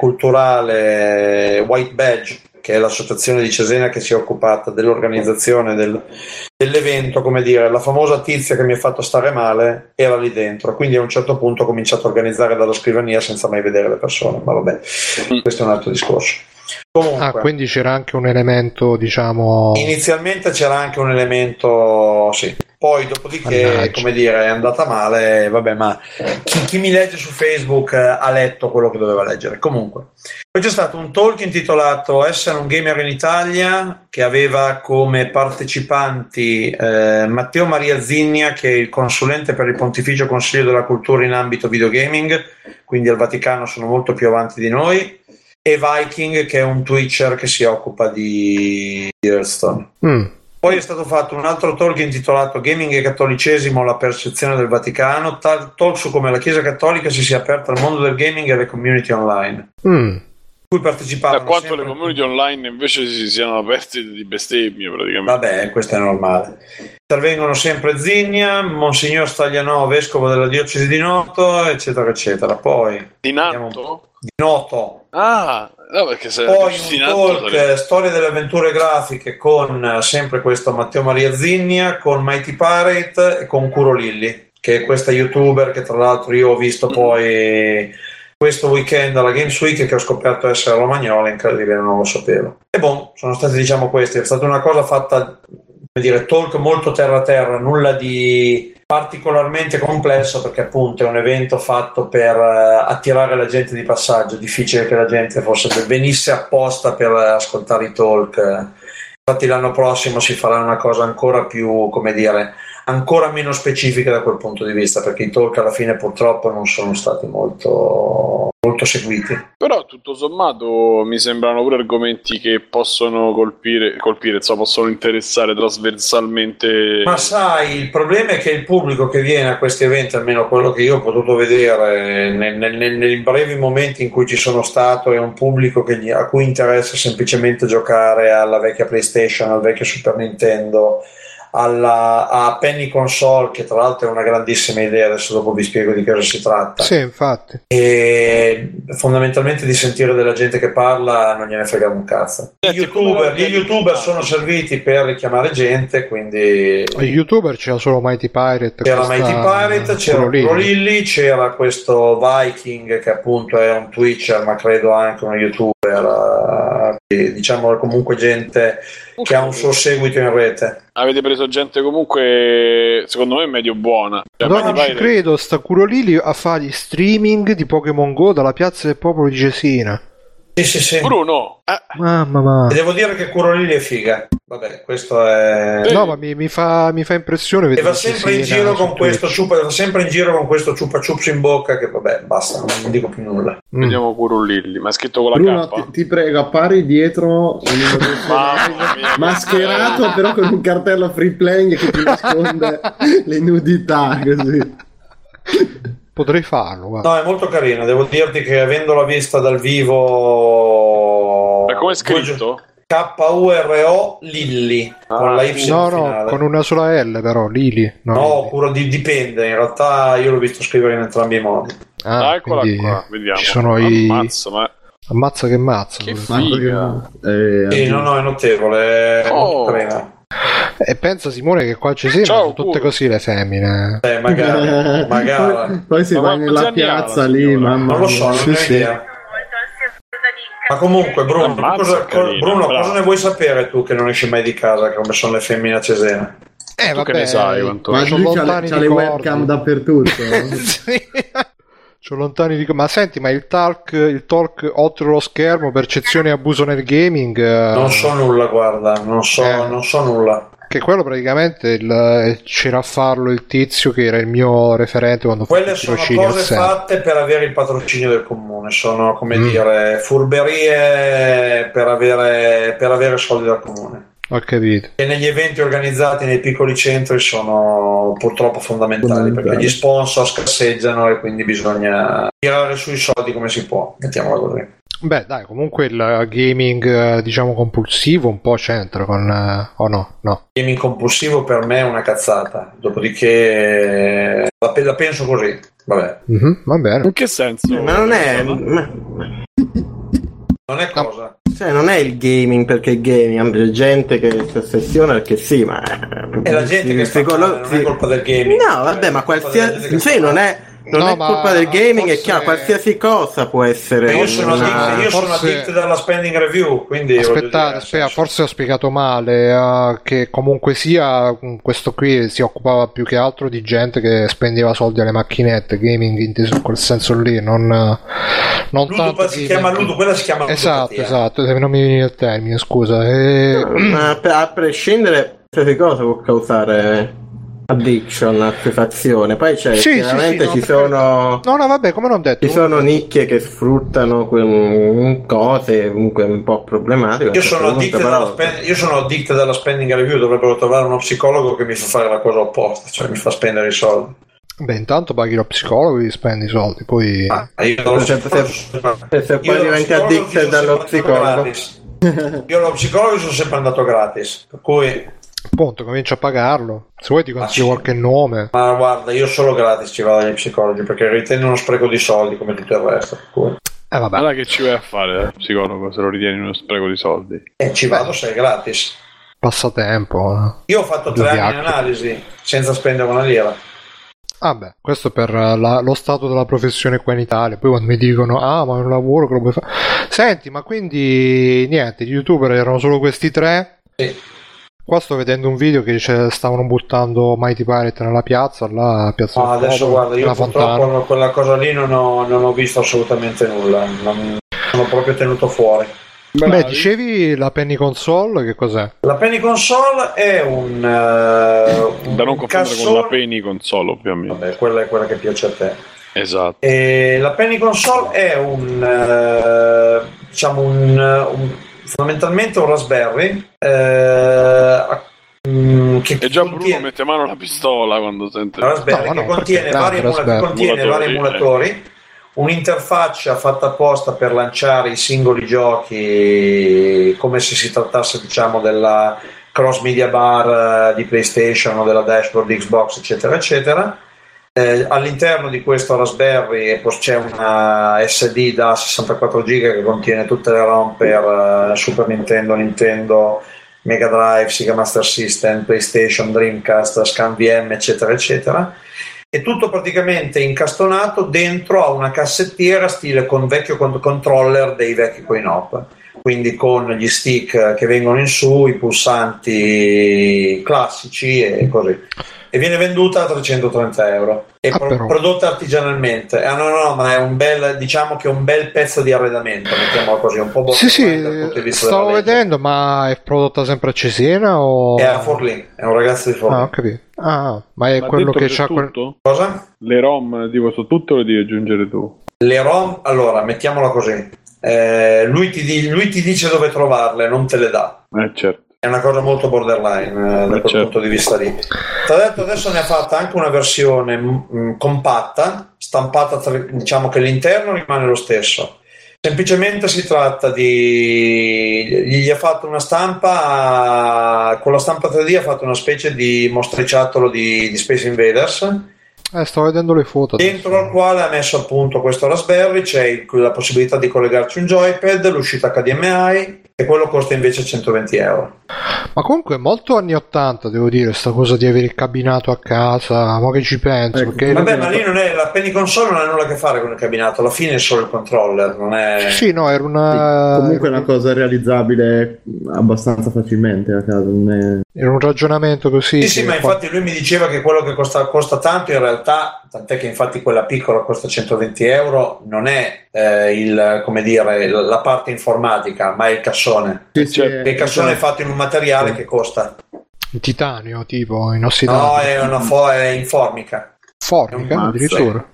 [SPEAKER 6] culturale White Badge, che è l'associazione di Cesena che si è occupata dell'organizzazione dell'evento, come dire, la famosa tizia che mi ha fatto stare male era lì dentro, quindi a un certo punto ho cominciato a organizzare dalla scrivania senza mai vedere le persone, ma vabbè, questo è un altro discorso. Comunque,
[SPEAKER 4] quindi c'era anche un elemento, diciamo...
[SPEAKER 6] Inizialmente c'era anche un elemento, sì. Poi dopodiché, come dire, è andata male, vabbè, ma chi mi legge su Facebook ha letto quello che doveva leggere. Comunque, poi c'è stato un talk intitolato Essere un gamer in Italia, che aveva come partecipanti Matteo Maria Zinnia, che è il consulente per il Pontificio Consiglio della Cultura in ambito videogaming, quindi al Vaticano sono molto più avanti di noi, e Viking, che è un Twitcher che si occupa di Hearthstone. Poi è stato fatto un altro talk intitolato Gaming e Cattolicesimo, la percezione del Vaticano, talk su come la Chiesa Cattolica si sia aperta al mondo del gaming e alle community online. Cui partecipavano
[SPEAKER 2] da quanto le community online invece si siano aperte di bestemmie praticamente.
[SPEAKER 6] Vabbè, questo è normale. Intervengono sempre Zinnia, Monsignor Staglianò, vescovo della diocesi di Noto, eccetera eccetera. Poi
[SPEAKER 2] di Noto?
[SPEAKER 6] Di Noto.
[SPEAKER 2] No, perché
[SPEAKER 6] poi un talk storia delle avventure grafiche con sempre questo Matteo Maria Zinnia, con Mighty Pirate e con Curo Lilli, che è questa youtuber che tra l'altro io ho visto poi questo weekend alla Games Week, che ho scoperto essere romagnola, incredibile, non lo sapevo. E sono stati, diciamo, questi. È stata una cosa fatta, come dire, talk molto terra, nulla di particolarmente complesso, perché appunto è un evento fatto per attirare la gente di passaggio. Difficile che la gente forse venisse apposta per ascoltare i talk. Infatti l'anno prossimo si farà una cosa ancora più, come dire, ancora meno specifica da quel punto di vista, perché i talk alla fine purtroppo non sono stati molto seguiti.
[SPEAKER 2] Però tutto sommato mi sembrano pure argomenti che possono colpire, insomma, possono interessare trasversalmente.
[SPEAKER 6] Ma sai, il problema è che il pubblico che viene a questi eventi, almeno quello che io ho potuto vedere nei brevi momenti in cui ci sono stato, è un pubblico a cui interessa semplicemente giocare alla vecchia PlayStation, al vecchio Super Nintendo, a Penny Console, che tra l'altro è una grandissima idea, adesso dopo vi spiego di cosa si tratta.
[SPEAKER 4] Sì, infatti.
[SPEAKER 6] E fondamentalmente di sentire della gente che parla non gliene frega un cazzo. Gli youtuber sono serviti per richiamare gente, quindi
[SPEAKER 4] gli youtuber c'era solo Mighty Pirate,
[SPEAKER 6] c'era Curo Lilli, c'era questo Viking che appunto è un Twitcher ma credo anche uno youtuber, diciamo comunque gente che ha un suo seguito in rete.
[SPEAKER 2] Avete preso gente comunque secondo me medio buona.
[SPEAKER 4] Non ci credo, sta Curo Lilli a fare gli streaming di Pokémon Go dalla piazza del popolo di Cesena.
[SPEAKER 6] Sì.
[SPEAKER 2] Bruno,
[SPEAKER 4] mamma.
[SPEAKER 6] E devo dire che Curo Lilli è figa. Vabbè, questo è.
[SPEAKER 4] No, ma mi fa impressione vedere.
[SPEAKER 6] E va sempre in giro con questo ciupa chups in bocca, che vabbè, basta, non dico più nulla.
[SPEAKER 2] Vediamo Curo Lilli, ma è scritto con la
[SPEAKER 5] Bruno,
[SPEAKER 2] K.
[SPEAKER 5] ti prego, appari dietro mascherato, però con un cartello free playing che ti nasconde le nudità, così.
[SPEAKER 4] Potrei farlo, guarda.
[SPEAKER 6] No, è molto carino, devo dirti che avendola vista dal vivo.
[SPEAKER 2] Ma come è scritto?
[SPEAKER 6] K-U-R-O Lilli con la Y finale.
[SPEAKER 4] Con una sola L però, Lili.
[SPEAKER 6] Dipende, in realtà io l'ho visto scrivere in entrambi i modi.
[SPEAKER 2] Eccola qua, vediamo.
[SPEAKER 4] Ci sono Ammazza che mazza.
[SPEAKER 2] Che figa.
[SPEAKER 6] Sì, no, è notevole, è molto carina.
[SPEAKER 4] E pensa Simone che qua a Cesena sono tutte così le femmine.
[SPEAKER 6] Magari.
[SPEAKER 5] Poi si vai nella piazza lì, mamma.
[SPEAKER 6] Non lo so, non ho idea. Ma comunque Bruno, cosa ne vuoi sapere tu che non esci mai di casa, come sono le femmine a Cesena?
[SPEAKER 2] Tu che ne sai quanto?
[SPEAKER 5] Ma lui c'ha le webcam dappertutto.
[SPEAKER 4] Sì. C'ho lontani di... Ma senti, ma il talk oltre lo schermo, percezione e abuso nel gaming...
[SPEAKER 6] Non so nulla, guarda, non so nulla.
[SPEAKER 4] Che quello praticamente c'era a farlo il tizio che era il mio referente quando
[SPEAKER 6] quelle sono cose fatte per avere il patrocinio del comune, sono come dire furberie per avere soldi dal comune.
[SPEAKER 4] Ho capito.
[SPEAKER 6] E negli eventi organizzati nei piccoli centri sono purtroppo fondamentali perché gli sponsor scarseggiano e quindi bisogna tirare sui soldi come si può, mettiamola così.
[SPEAKER 4] Beh, dai, comunque il gaming, diciamo, compulsivo un po' c'entra con... o no? No.
[SPEAKER 6] Il gaming compulsivo per me è una cazzata, dopodiché la penso così, vabbè.
[SPEAKER 4] Va bene.
[SPEAKER 2] In che senso?
[SPEAKER 8] Ma non è...
[SPEAKER 6] Non è cosa.
[SPEAKER 8] Cioè, non è il gaming perché è gaming, c'è gente che si ossessiona perché sì, ma...
[SPEAKER 6] È la gente che sta male, non è colpa del gaming.
[SPEAKER 8] No, vabbè, ma qualsiasi... Sì, non è colpa del gaming, è chiaro, qualsiasi cosa può essere.
[SPEAKER 6] Io sono addicted dalla spending review, quindi
[SPEAKER 4] aspetta, forse ho spiegato male, che comunque sia questo qui si occupava più che altro di gente che spendeva soldi alle macchinette, gaming inteso in quel senso lì, non
[SPEAKER 6] Ludo,
[SPEAKER 4] tanto
[SPEAKER 6] si chiama Ludo, quella si chiama
[SPEAKER 4] esatto, non mi viene il termine, scusa.
[SPEAKER 8] Ma a prescindere qualsiasi cosa può causare addiction, assuefazione. Poi c'è chiaramente ci sono
[SPEAKER 4] vabbè, come non detto,
[SPEAKER 8] ci sono nicchie che sfruttano cose comunque un po' problematiche.
[SPEAKER 6] Io sono addicted dalla spending review, dovrebbero trovare uno psicologo che mi fa fare la cosa opposta, cioè mi fa spendere i soldi.
[SPEAKER 4] Beh, intanto paghi lo psicologo e spendi i soldi, poi
[SPEAKER 8] se poi diventi addicted dallo psicologo.
[SPEAKER 6] Io lo psicologo sono sempre andato gratis, per cui
[SPEAKER 4] appunto comincio a pagarlo. Se vuoi ti consiglio qualche nome.
[SPEAKER 6] Ma guarda, io solo gratis ci vado agli psicologi perché ritengo uno spreco di soldi come tutto il resto, per cui
[SPEAKER 4] vabbè.
[SPEAKER 2] Allora che ci vai a fare psicologo se lo ritieni uno spreco di soldi?
[SPEAKER 6] Ci vado se è gratis.
[SPEAKER 4] Passatempo.
[SPEAKER 6] Io ho fatto 3 anni in analisi senza spendere una lira.
[SPEAKER 4] Beh, questo per lo stato della professione qua in Italia. Poi quando mi dicono ma è un lavoro che lo puoi fare. Senti, ma quindi niente, gli youtuber erano solo questi 3?
[SPEAKER 6] Sì.
[SPEAKER 4] Qua sto vedendo un video che stavano buttando Mighty Pirate nella piazza, là a Piazza del
[SPEAKER 6] adesso
[SPEAKER 4] Popolo,
[SPEAKER 6] guarda, io purtroppo quella cosa lì non ho visto assolutamente nulla, non sono proprio tenuto fuori.
[SPEAKER 4] Beh, dicevi la Penny Console, che cos'è?
[SPEAKER 6] La Penny Console è un
[SPEAKER 2] da non confondere con la Penny Console, ovviamente.
[SPEAKER 6] Vabbè, quella è quella che piace a te.
[SPEAKER 2] Esatto.
[SPEAKER 6] E la Penny Console è fondamentalmente un Raspberry che
[SPEAKER 2] e già Bruno mette mano alla pistola quando sente
[SPEAKER 6] Raspberry che contiene vari emulatori, un'interfaccia fatta apposta per lanciare i singoli giochi come se si trattasse, diciamo, della cross media bar di PlayStation o della dashboard di Xbox, eccetera eccetera. All'interno di questo Raspberry c'è una SD da 64 giga che contiene tutte le ROM per Super Nintendo, Mega Drive, Sega Master System, PlayStation, Dreamcast, ScanVM, eccetera eccetera, e tutto praticamente incastonato dentro a una cassettiera stile con vecchio controller dei vecchi coin-op, quindi con gli stick che vengono in su, i pulsanti classici e così. E viene venduta a 330 euro. È prodotta artigianalmente. Ma è un bel, diciamo che è un bel pezzo di arredamento, mettiamola così, un po'
[SPEAKER 4] sì, stavo vedendo, ma è prodotta sempre a Cesena o...
[SPEAKER 6] È a Forlì, è un ragazzo di Forlì.
[SPEAKER 4] Ho capito. Ma è quello che c'ha
[SPEAKER 6] Cosa?
[SPEAKER 2] Le ROM dico su tutto, lo devi aggiungere tu?
[SPEAKER 6] Le ROM, allora, mettiamola così. Lui ti dice dove trovarle, non te le dà.
[SPEAKER 2] Certo.
[SPEAKER 6] È una cosa molto borderline da quel punto di vista lì. Tra l'altro adesso ne ha fatta anche una versione compatta, stampata, diciamo che l'interno rimane lo stesso. Semplicemente si tratta gli ha fatto una stampa, con la stampa 3D ha fatto una specie di mostriciattolo di Space Invaders.
[SPEAKER 4] Sto vedendo le foto.
[SPEAKER 6] Dentro al quale ha messo appunto questo Raspberry, c'è la possibilità di collegarci un joypad, l'uscita HDMI, e quello costa invece 120 euro.
[SPEAKER 4] Ma comunque è molto anni 80, devo dire, sta cosa di avere il cabinato a casa, ma che ci penso, perché...
[SPEAKER 6] Vabbè, ma lì non è, la Penny Console non ha nulla a che fare con il cabinato, alla fine è solo il controller, non è...
[SPEAKER 4] Sì, no, era una...
[SPEAKER 5] Comunque è una cosa realizzabile abbastanza facilmente a casa, non è...
[SPEAKER 4] Era un ragionamento così.
[SPEAKER 6] Sì, ma infatti lui mi diceva che quello che costa tanto in realtà, tant'è che infatti quella piccola costa 120 euro, non è come dire, la parte informatica, ma è il cassone.
[SPEAKER 5] Sì, sì,
[SPEAKER 6] il cassone è fatto in un materiale che costa.
[SPEAKER 4] In titanio, tipo, inossidabile.
[SPEAKER 6] No, è in formica.
[SPEAKER 4] Formica, addirittura.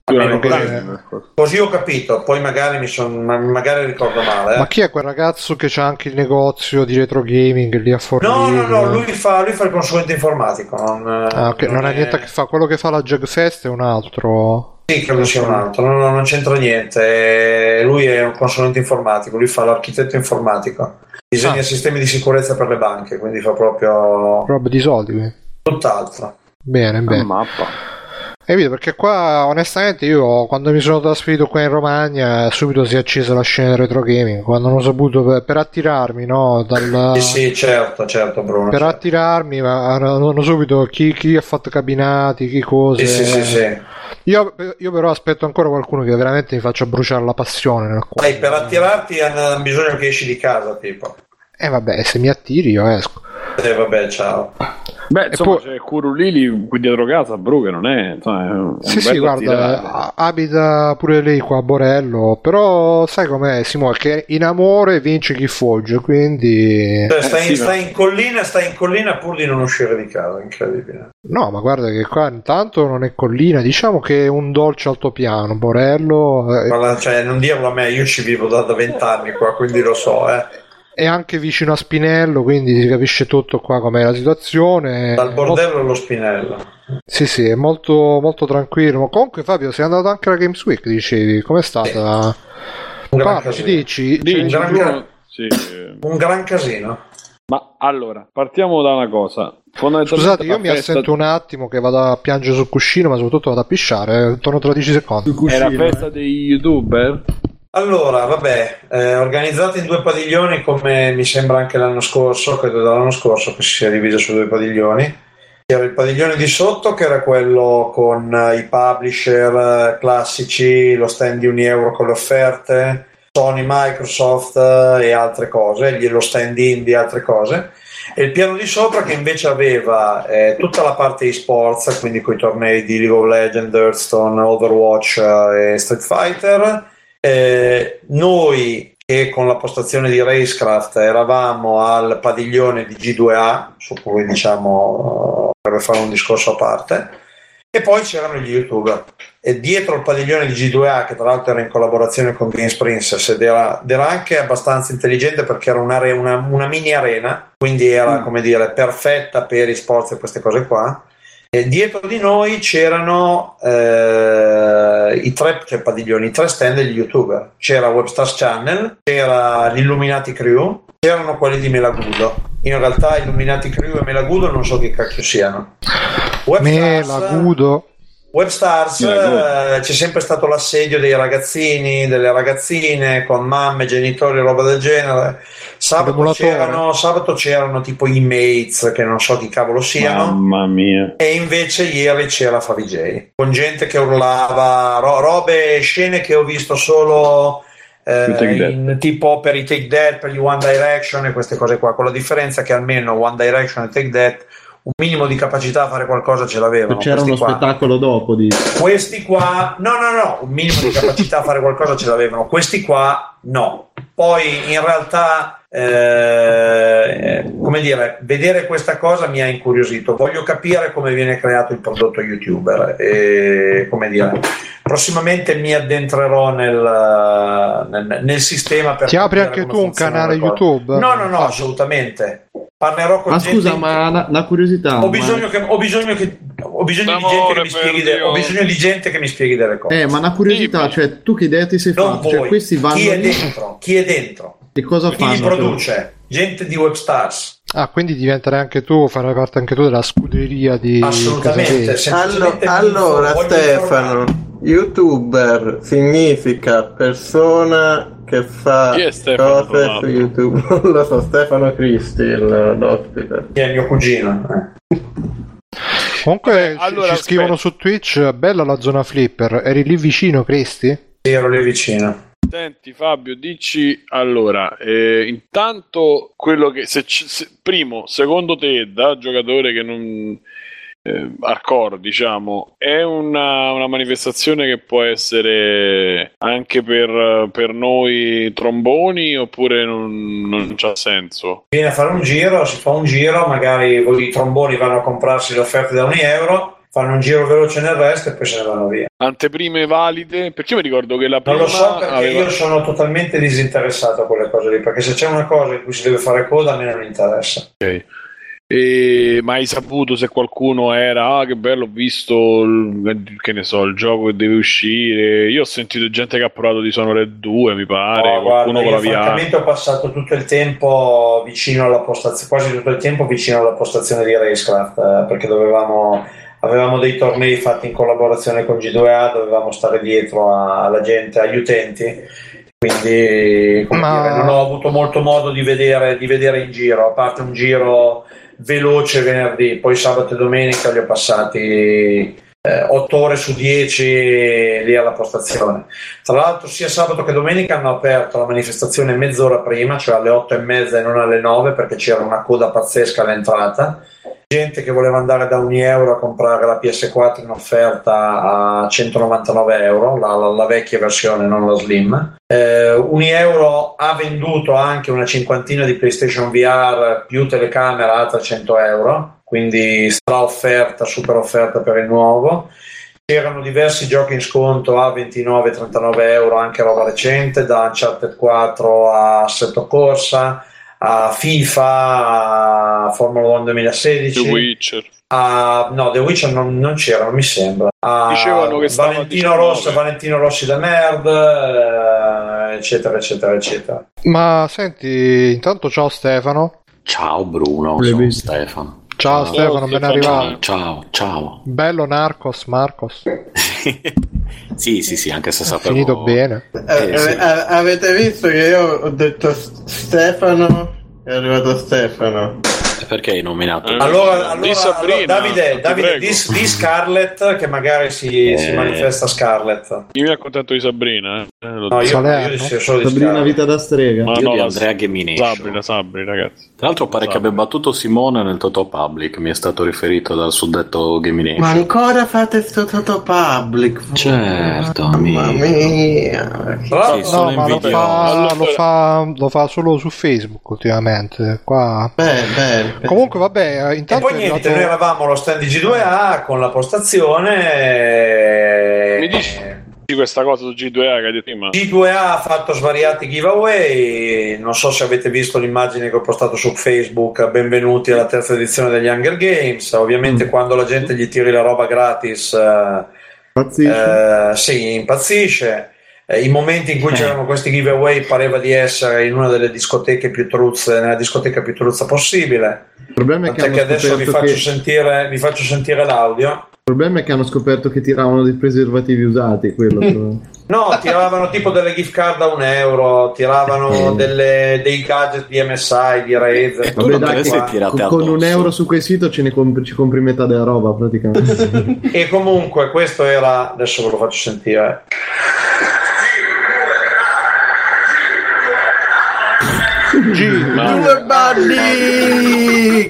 [SPEAKER 6] Così ho capito, poi magari magari ricordo male.
[SPEAKER 4] Ma chi è quel ragazzo che c'ha anche il negozio di retro gaming lì a Forlì?
[SPEAKER 6] No, lui fa il consulente informatico.
[SPEAKER 4] Okay. Non ha niente a che fare. Quello che fa la Jugfest è un altro.
[SPEAKER 6] Sì, credo sia un altro. Non c'entra niente. Lui è un consulente informatico, lui fa l'architetto informatico. Disegna sistemi di sicurezza per le banche, quindi fa proprio
[SPEAKER 4] roba di soldi.
[SPEAKER 6] Tutt'altro.
[SPEAKER 4] Bene.
[SPEAKER 2] Mappa.
[SPEAKER 4] Capito? Perché qua onestamente io quando mi sono trasferito qua in Romagna subito si è accesa la scena del retro gaming, quando non ho saputo per attirarmi, no?
[SPEAKER 6] Sì, certo Bruno.
[SPEAKER 4] Per attirarmi, ma hanno subito chi ha fatto cabinati, chi cose.
[SPEAKER 6] Sì.
[SPEAKER 4] Io però aspetto ancora qualcuno che veramente mi faccia bruciare la passione nel cuore.
[SPEAKER 6] Per attirarti hanno bisogno che esci di casa, tipo.
[SPEAKER 4] Vabbè, se mi attiri io esco.
[SPEAKER 6] Vabbè, ciao.
[SPEAKER 2] Beh, insomma, c'è Curulili qui dietro casa, Bru, che non è... Insomma,
[SPEAKER 4] sì, guarda, abita pure lei qua a Borello, però sai com'è, Simone, che in amore vince chi fugge, quindi...
[SPEAKER 6] Stai in collina pur di non uscire di casa, incredibile.
[SPEAKER 4] No, ma guarda che qua intanto non è collina, diciamo che è un dolce altopiano, Borello...
[SPEAKER 6] Cioè, non dirlo a me, io ci vivo da 20 anni qua, quindi lo so,
[SPEAKER 4] È anche vicino a Spinello, quindi si capisce tutto qua com'è la situazione.
[SPEAKER 6] Dal bordello allo Spinello.
[SPEAKER 4] Sì, è molto, molto tranquillo. Comunque Fabio, sei andato anche alla Games Week, dicevi, com'è stata?
[SPEAKER 6] Un gran casino.
[SPEAKER 2] Ma allora, partiamo da una cosa.
[SPEAKER 4] Scusate, io mi assento un attimo che vado a piangere sul cuscino, ma soprattutto vado a pisciare, torno tra 10 secondi.
[SPEAKER 2] È la festa degli YouTuber?
[SPEAKER 6] Allora, organizzati in 2 padiglioni come mi sembra anche l'anno scorso, credo dall'anno scorso che si sia diviso su 2 padiglioni. C'era il padiglione di sotto che era quello con i publisher classici, lo stand di €1 con le offerte, Sony, Microsoft e altre cose, lo stand indie e altre cose. E il piano di sopra che invece aveva tutta la parte e-sports, quindi con i tornei di League of Legends, Hearthstone, Overwatch e Street Fighter. Noi che con la postazione di Racecraft eravamo al padiglione di G2A, su cui diciamo per fare un discorso a parte, e poi c'erano gli YouTuber, e dietro il padiglione di G2A, che tra l'altro era in collaborazione con Games Princess ed era anche abbastanza intelligente perché era una mini arena, quindi era come dire perfetta per i sport e queste cose qua. E dietro di noi c'erano i 3 padiglioni, i 3 stand degli YouTuber. C'era Webstars Channel, c'era l'Illuminati Crew, c'erano quelli di Melagudo. In realtà Illuminati Crew e Melagudo non so che cacchio siano. Webstars c'è sempre stato l'assedio dei ragazzini, delle ragazzine con mamme, genitori, roba del genere. Sabato c'erano tipo i mates che non so chi cavolo siano.
[SPEAKER 2] Mamma mia.
[SPEAKER 6] E invece ieri c'era Favij con gente che urlava, robe, scene che ho visto solo tipo per i Take That, per gli One Direction e queste cose qua, con la differenza che almeno One Direction e Take That un minimo di capacità a fare qualcosa ce l'avevano.
[SPEAKER 5] C'era uno spettacolo dopo di
[SPEAKER 6] questi qua no, un minimo di capacità a fare qualcosa ce l'avevano, questi qua no. Poi in realtà come dire, vedere questa cosa mi ha incuriosito, voglio capire come viene creato il prodotto YouTuber e come dire, prossimamente mi addentrerò nel sistema per
[SPEAKER 4] ti apri anche tu un canale YouTube?
[SPEAKER 6] No, assolutamente. Parlerò con gente.
[SPEAKER 5] Scusa, ma una curiosità.
[SPEAKER 6] Ho bisogno di gente che mi spieghi delle cose.
[SPEAKER 5] Ma una curiosità, cioè tu che idea ti sei fatto? Cioè, questi vanno
[SPEAKER 6] chi è dentro?
[SPEAKER 5] E cosa
[SPEAKER 6] chi
[SPEAKER 5] fanno?
[SPEAKER 6] Chi li produce? Gente di Webstars.
[SPEAKER 4] Quindi diventerai anche tu, farai parte anche tu della scuderia di...
[SPEAKER 6] Assolutamente.
[SPEAKER 8] Allora Stefano, YouTuber significa persona che fa
[SPEAKER 2] Chi è Stefano,
[SPEAKER 8] cose
[SPEAKER 2] tra
[SPEAKER 8] su
[SPEAKER 2] l'altro?
[SPEAKER 8] YouTube. Non lo so, Stefano Cristi, l'ospite.
[SPEAKER 6] Chi è mio cugino?
[SPEAKER 4] Comunque
[SPEAKER 2] allora,
[SPEAKER 4] ci scrivono su Twitch, bella la zona flipper, eri lì vicino Cristi?
[SPEAKER 6] Sì, ero lì vicino.
[SPEAKER 2] Senti Fabio, dici allora, intanto quello che primo, secondo te, da giocatore che non hardcore, diciamo, è una manifestazione che può essere anche per noi tromboni, oppure non c'ha senso?
[SPEAKER 6] Viene a fare un giro, si fa un giro, magari i tromboni vanno a comprarsi le offerte da €1, fanno un giro veloce nel resto e poi se ne vanno via.
[SPEAKER 2] Anteprime valide? Perché io mi ricordo che la prima
[SPEAKER 6] Non lo so, perché io sono totalmente disinteressato a quelle cose lì, perché se c'è una cosa in cui si deve fare coda a me non interessa.
[SPEAKER 2] Ok. Ma hai saputo se qualcuno era che bello, ho visto che ne so, il gioco che deve uscire? Io ho sentito gente che ha provato Dishonored 2, mi pare,
[SPEAKER 6] No,
[SPEAKER 2] qualcuno
[SPEAKER 6] guarda,
[SPEAKER 2] con la
[SPEAKER 6] io
[SPEAKER 2] VR.
[SPEAKER 6] francamente ho passato tutto il tempo vicino alla postazione, quasi tutto il tempo vicino alla postazione di Racecraft, perché avevamo dei tornei fatti in collaborazione con G2A, dovevamo stare dietro alla gente, agli utenti, quindi non ho avuto molto modo di vedere in giro, a parte un giro veloce venerdì, poi sabato e domenica li ho passati 8 ore su 10 lì alla postazione. Tra l'altro sia sabato che domenica hanno aperto la manifestazione mezz'ora prima, cioè alle 8:30 e non alle 9, perché c'era una coda pazzesca all'entrata, gente che voleva andare da €1 a comprare la PS4 in offerta a €199, la vecchia versione, non la Slim. €1 ha venduto anche una cinquantina di PlayStation VR più telecamera a €300, quindi super offerta per il nuovo. C'erano diversi giochi in sconto a €29-39, anche roba recente, da Uncharted 4 a Assetto Corsa, a FIFA, a Formula 1 2016,
[SPEAKER 2] The Witcher.
[SPEAKER 6] No, The Witcher non c'era, non mi sembra.
[SPEAKER 2] Dicevano che stava
[SPEAKER 6] Valentino Rossi da Nerd, eccetera, eccetera, eccetera.
[SPEAKER 4] Ma senti, intanto ciao Stefano.
[SPEAKER 9] Ciao Bruno, sono Stefano.
[SPEAKER 4] Ciao Stefano, ben arrivato.
[SPEAKER 9] Ciao.
[SPEAKER 4] Bello Marcos.
[SPEAKER 9] Sì, anche se sapevo.
[SPEAKER 4] Finito bene.
[SPEAKER 9] Sì.
[SPEAKER 8] Avete visto che io ho detto Stefano? È arrivato Stefano.
[SPEAKER 9] Perché hai nominato?
[SPEAKER 6] Allora,
[SPEAKER 2] di Sabrina,
[SPEAKER 6] Davide, di Scarlett, che magari si manifesta Scarlett.
[SPEAKER 2] Io mi accontento di Sabrina.
[SPEAKER 6] No, io solo di
[SPEAKER 5] Sabrina
[SPEAKER 6] Scarlett.
[SPEAKER 5] vita da strega.
[SPEAKER 2] Ma
[SPEAKER 9] Io
[SPEAKER 2] no,
[SPEAKER 9] di Andrea Gemination.
[SPEAKER 2] Sabri, ragazzi.
[SPEAKER 9] Tra l'altro pare che abbia battuto Simone nel Toto Public, mi è stato riferito dal suddetto Gemination.
[SPEAKER 8] Ma ancora fate sto Toto Public?
[SPEAKER 9] Certo,
[SPEAKER 8] mamma mia.
[SPEAKER 9] Sì, sono
[SPEAKER 4] No, ma lo fa solo su Facebook ultimamente. Qua.
[SPEAKER 8] Bene.
[SPEAKER 4] Comunque vabbè,
[SPEAKER 6] E
[SPEAKER 4] intanto
[SPEAKER 6] poi niente, noi eravamo allo stand di G2A con la postazione.
[SPEAKER 2] Mi dici questa cosa su G2A che hai detto prima?
[SPEAKER 6] G2A ha fatto svariati giveaway, non so se avete visto l'immagine che ho postato su Facebook, benvenuti alla terza edizione degli Hunger Games. Ovviamente quando la gente gli tiri la roba gratis impazzisce. I momenti in cui c'erano questi giveaway pareva di essere in una delle discoteche più truzze, nella discoteca più truzza possibile.
[SPEAKER 5] Il problema è che,
[SPEAKER 6] adesso vi faccio sentire l'audio.
[SPEAKER 5] Il problema è che hanno scoperto che tiravano dei preservativi usati, quello.
[SPEAKER 6] No, tiravano tipo delle gift card a €1, tiravano dei gadget di MSI, di Razer.
[SPEAKER 5] Vabbè, dai, con €1 su quel sito ci compri metà della roba praticamente.
[SPEAKER 6] E comunque questo era, adesso ve lo faccio sentire.
[SPEAKER 8] Due balli!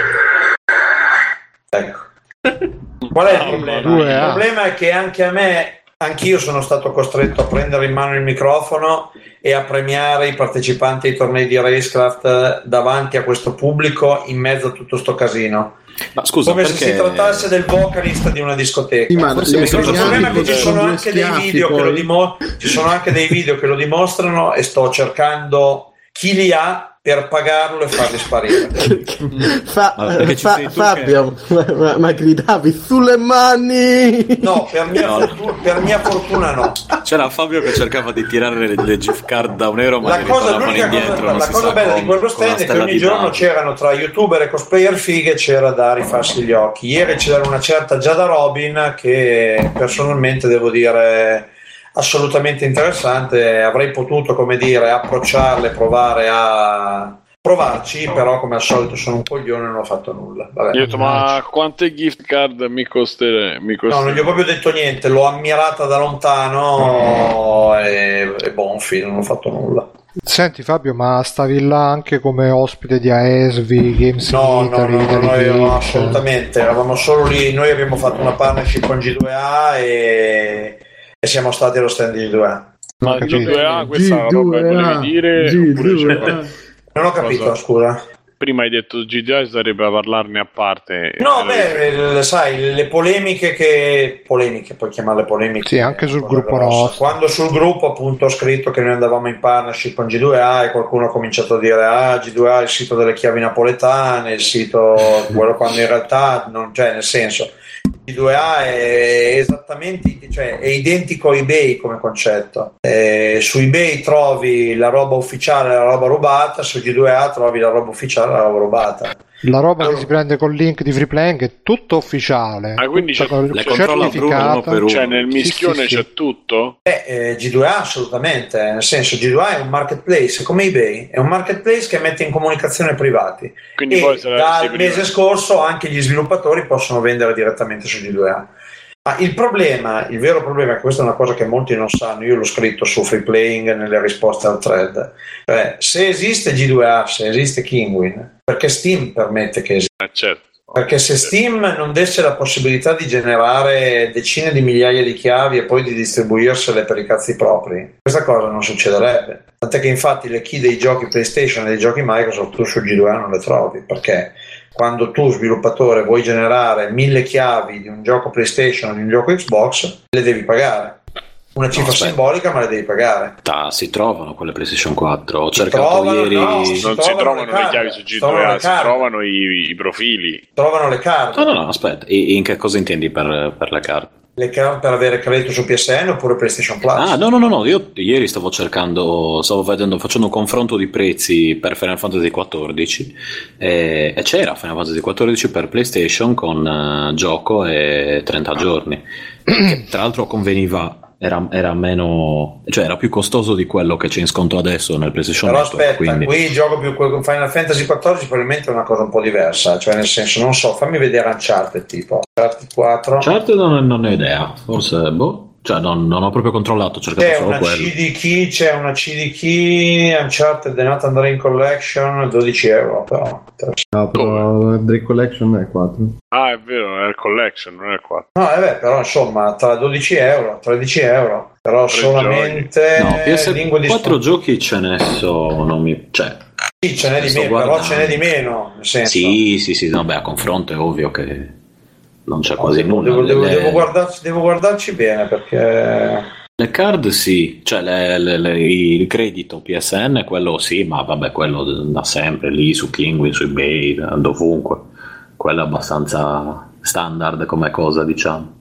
[SPEAKER 6] Ecco. Qual è il problema? Il problema è che anch'io sono stato costretto a prendere in mano il microfono e a premiare i partecipanti ai tornei di Racecraft davanti a questo pubblico in mezzo a tutto sto casino.
[SPEAKER 9] Ma scusa,
[SPEAKER 6] come
[SPEAKER 9] perché...
[SPEAKER 6] se si trattasse del vocalist di una discoteca.
[SPEAKER 5] Sì, ma
[SPEAKER 6] il problema è che ci sono anche dei video che lo dimostrano e sto cercando chi li ha per pagarlo e farli sparire.
[SPEAKER 8] Fabio, ma gridavi sulle mani?
[SPEAKER 6] No, per mia fortuna no.
[SPEAKER 9] C'era Fabio che cercava di tirare le gift card da €1, ma
[SPEAKER 6] la cosa bella di quello stand è che ogni giorno c'erano tra youtuber e cosplayer fighe, c'era da rifarsi gli occhi. Ieri c'era una certa Giada Robin che personalmente devo dire assolutamente interessante. Avrei potuto, come dire, approcciarle, provare a provarci, però come al solito sono un coglione e non ho fatto nulla. Vabbè.
[SPEAKER 2] Io ho detto, ma quante gift card mi costerebbe?
[SPEAKER 6] No, non gli ho proprio detto niente, l'ho ammirata da lontano e bonfi, non ho fatto nulla.
[SPEAKER 4] Senti Fabio, ma stavi là anche come ospite di AESVI, Games
[SPEAKER 6] No,
[SPEAKER 4] in Italy,
[SPEAKER 6] no, assolutamente, eravamo solo lì, noi abbiamo fatto una partnership con G2A e siamo stati allo stand di G2A.
[SPEAKER 2] Ma G2A, questa è una roba che volevi dire?
[SPEAKER 6] Non ho capito, scusa.
[SPEAKER 2] Prima hai detto G2A, sarebbe a parlarne a parte.
[SPEAKER 6] No, sai, le polemiche puoi chiamarle polemiche.
[SPEAKER 4] Sì, anche sul gruppo nostro.
[SPEAKER 6] Quando sul gruppo appunto ho scritto che noi andavamo in partnership con G2A e qualcuno ha cominciato a dire G2A è il sito delle chiavi napoletane, il sito quello, quando in realtà non c'è, nel senso G2A è esattamente, cioè è identico a eBay come concetto. Su eBay trovi la roba ufficiale e la roba rubata, su G2A trovi la roba ufficiale e la roba rubata.
[SPEAKER 4] La roba che si prende col link di Freeplaying è tutto ufficiale.
[SPEAKER 2] Quindi
[SPEAKER 9] le controlla Bruno uno per uno.
[SPEAKER 2] Cioè nel mischione
[SPEAKER 4] sì.
[SPEAKER 2] c'è tutto?
[SPEAKER 6] G2A assolutamente, nel senso G2A è un marketplace come eBay, è un marketplace che mette in comunicazione privati.
[SPEAKER 2] Quindi
[SPEAKER 6] e
[SPEAKER 2] poi
[SPEAKER 6] dal mese scorso anche gli sviluppatori possono vendere direttamente su G2A. Ma il vero problema, e questa è una cosa che molti non sanno, io l'ho scritto su Freeplaying nelle risposte al thread, se esiste G2A, se esiste Kinguin, perché Steam permette che esista.
[SPEAKER 2] Certo.
[SPEAKER 6] Perché se Steam non desse la possibilità di generare decine di migliaia di chiavi e poi di distribuirsele per i cazzi propri, questa cosa non succederebbe. Tant'è che infatti le key dei giochi PlayStation e dei giochi Microsoft tu su G2A non le trovi, perché quando tu sviluppatore vuoi generare 1000 chiavi di un gioco PlayStation o di un gioco Xbox, le devi pagare. Una cifra simbolica, ma le devi pagare.
[SPEAKER 9] Si trovano quelle PlayStation 4. Ho cercato ieri.
[SPEAKER 2] Non si trovano le chiavi su G2A, si trovano i profili.
[SPEAKER 6] Trovano le carte.
[SPEAKER 9] No, aspetta. E in che cosa intendi per le carte?
[SPEAKER 6] Le carte per avere credito su PSN oppure PlayStation Plus?
[SPEAKER 9] No. Io ieri stavo facendo un confronto di prezzi per Final Fantasy XIV e c'era Final Fantasy XIV per PlayStation con gioco e 30 giorni. Che tra l'altro conveniva. Era meno, cioè era più costoso di quello che c'è in sconto adesso nel PlayStation
[SPEAKER 6] Però
[SPEAKER 9] Network,
[SPEAKER 6] aspetta,
[SPEAKER 9] quindi...
[SPEAKER 6] qui gioco più Final Fantasy XIV probabilmente è una cosa un po' diversa, cioè nel senso, non so, fammi vedere Uncharted tipo Uncharted 4.
[SPEAKER 9] Uncharted non ho idea, forse cioè non ho proprio controllato, ho cercato solo quello.
[SPEAKER 6] C'è una CD key Uncharted The Nathan Drake Collection, €12 però.
[SPEAKER 5] No, però Drake Collection è 4.
[SPEAKER 2] Ah, è vero, è il Collection, non è il 4.
[SPEAKER 6] No, però insomma, tra €12, €13, però solamente
[SPEAKER 9] no, PS4 giochi ce ne sono,
[SPEAKER 6] sì, ce n'è di meno, però ce n'è di meno, nel senso.
[SPEAKER 9] Sì, no, beh, a confronto è ovvio che non c'è quasi nulla.
[SPEAKER 6] Devo guardarci bene, perché
[SPEAKER 9] le card sì, cioè il credito PSN, quello sì, ma vabbè, quello da sempre lì su Kinguin, su eBay, dovunque. Quello è abbastanza standard come cosa, diciamo.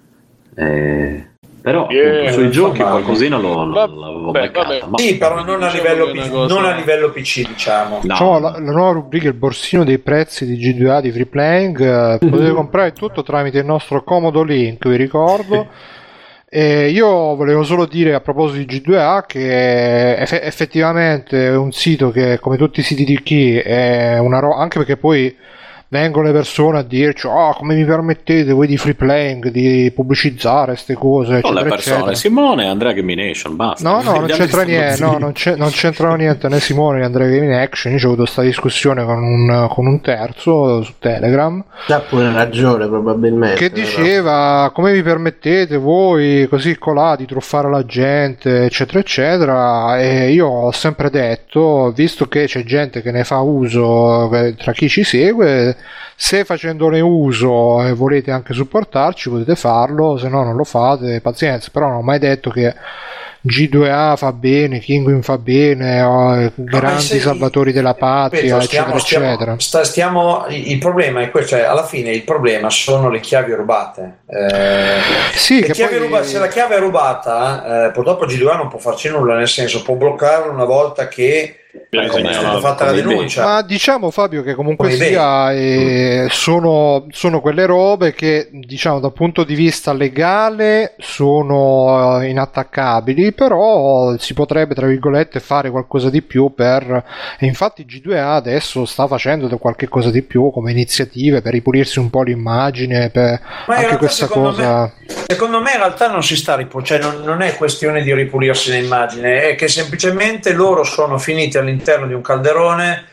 [SPEAKER 9] Però appunto, sui giochi qualcosina l'avevo beccata.
[SPEAKER 6] Sì, però non a livello PC, diciamo.
[SPEAKER 4] No. La nuova rubrica, il borsino dei prezzi di G2A di Freeplaying, potete comprare tutto tramite il nostro comodo link, vi ricordo. E io volevo solo dire a proposito di G2A che effettivamente è un sito che, come tutti i siti di chi, è una anche perché poi vengono le persone a dirci come mi permettete voi di Freeplaying di pubblicizzare queste cose, eccetera,
[SPEAKER 9] le persone, eccetera. Simone e Andrea Gaming Nation, basta.
[SPEAKER 4] No, non c'entra niente, non c'entrano niente né Simone né Andrea Gaming Action. Io ho avuto questa discussione con un terzo su Telegram,
[SPEAKER 8] c'ha pure ragione probabilmente,
[SPEAKER 4] che diceva come vi permettete voi così colà di truffare la gente, eccetera eccetera. E io ho sempre detto, visto che c'è gente che ne fa uso tra chi ci segue, se facendone uso e volete anche supportarci potete farlo, se no non lo fate, pazienza. Però non ho mai detto che G2A fa bene, Kinguin fa bene, grandi salvatori della patria, eccetera eccetera.
[SPEAKER 6] Il problema è questo, cioè alla fine il problema sono le chiavi rubate.
[SPEAKER 4] Sì,
[SPEAKER 6] se la chiave è rubata, purtroppo G2A non può farci nulla, nel senso può bloccarlo una volta che è stata fatta la denuncia.
[SPEAKER 4] Ma diciamo, Fabio, che comunque
[SPEAKER 6] Come
[SPEAKER 4] sia sono quelle robe che, diciamo, dal punto di vista legale sono inattaccabili, però si potrebbe, tra virgolette, fare qualcosa di più e infatti G2A adesso sta facendo qualche cosa di più come iniziative per ripulirsi un po' l'immagine, per
[SPEAKER 6] Ma
[SPEAKER 4] anche questa cosa.
[SPEAKER 6] Secondo me in realtà non si sta cioè non è questione di ripulirsi l'immagine, è che semplicemente loro sono finiti all'interno di un calderone,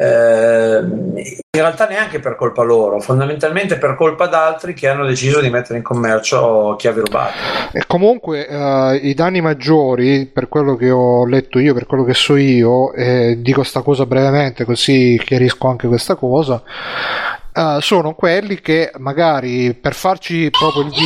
[SPEAKER 6] in realtà neanche per colpa loro, fondamentalmente per colpa d'altri che hanno deciso di mettere in commercio chiavi rubate.
[SPEAKER 4] E comunque i danni maggiori, per quello che ho letto io, per quello che so io, dico sta cosa brevemente così chiarisco anche questa cosa, sono quelli che magari per farci proprio il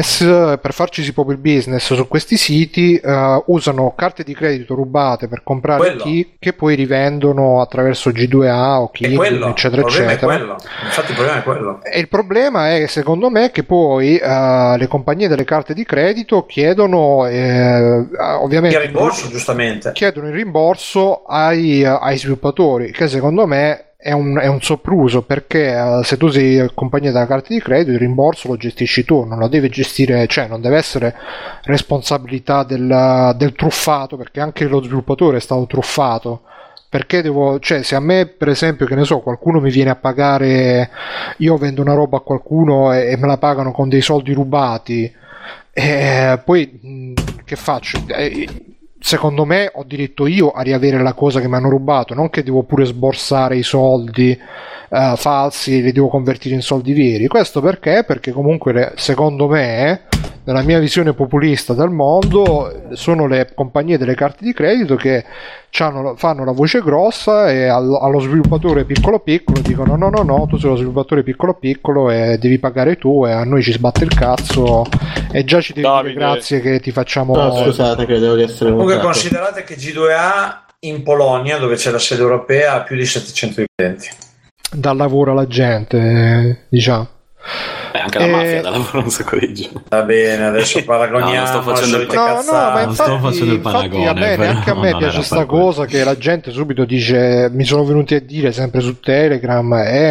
[SPEAKER 4] business su questi siti usano carte di credito rubate per comprare key che poi rivendono attraverso G2A o key, eccetera eccetera.
[SPEAKER 6] Infatti il problema è quello.
[SPEAKER 4] E il problema è, secondo me, che poi le compagnie delle carte di credito chiedono ovviamente
[SPEAKER 6] il rimborso, giustamente
[SPEAKER 4] chiedono il rimborso ai sviluppatori, che secondo me è un sopruso, perché se tu sei compagnia della carta di credito il rimborso lo gestisci tu, non lo devi gestire, cioè non deve essere responsabilità del truffato, perché anche lo sviluppatore è stato truffato. Perché cioè se a me per esempio, che ne so, qualcuno mi viene a pagare, io vendo una roba a qualcuno e me la pagano con dei soldi rubati, poi che faccio? Secondo me ho diritto io a riavere la cosa che mi hanno rubato, non che devo pure sborsare i soldi falsi e li devo convertire in soldi veri. Questo perché comunque secondo me, nella mia visione populista del mondo, sono le compagnie delle carte di credito che fanno la voce grossa e allo sviluppatore piccolo dicono no, tu sei lo sviluppatore piccolo e devi pagare tu, e a noi ci sbatte il cazzo e già ci devi dire grazie che ti facciamo.
[SPEAKER 3] No, scusate, credevo di essere
[SPEAKER 6] comunque considerate che G2A in Polonia, dove c'è la sede europea, ha più di 700 dipendenti.
[SPEAKER 4] Dà lavoro alla gente, diciamo.
[SPEAKER 9] Anche la mafia dà lavoro un sacco di gente.
[SPEAKER 6] Va bene, adesso paragoniamo.
[SPEAKER 9] Sto facendo il
[SPEAKER 4] paragone. Anche a me piace sta cosa che la gente subito dice, mi sono venuti a dire sempre su Telegram,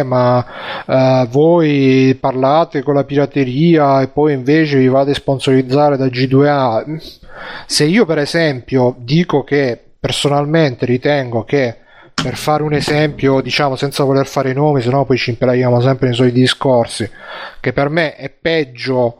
[SPEAKER 4] ma voi parlate con la pirateria e poi invece vi vate a sponsorizzare da G2A. Se io per esempio dico che personalmente ritengo che, per fare un esempio, diciamo senza voler fare i nomi, sennò poi ci impelaghiamo sempre nei soliti discorsi, che per me è peggio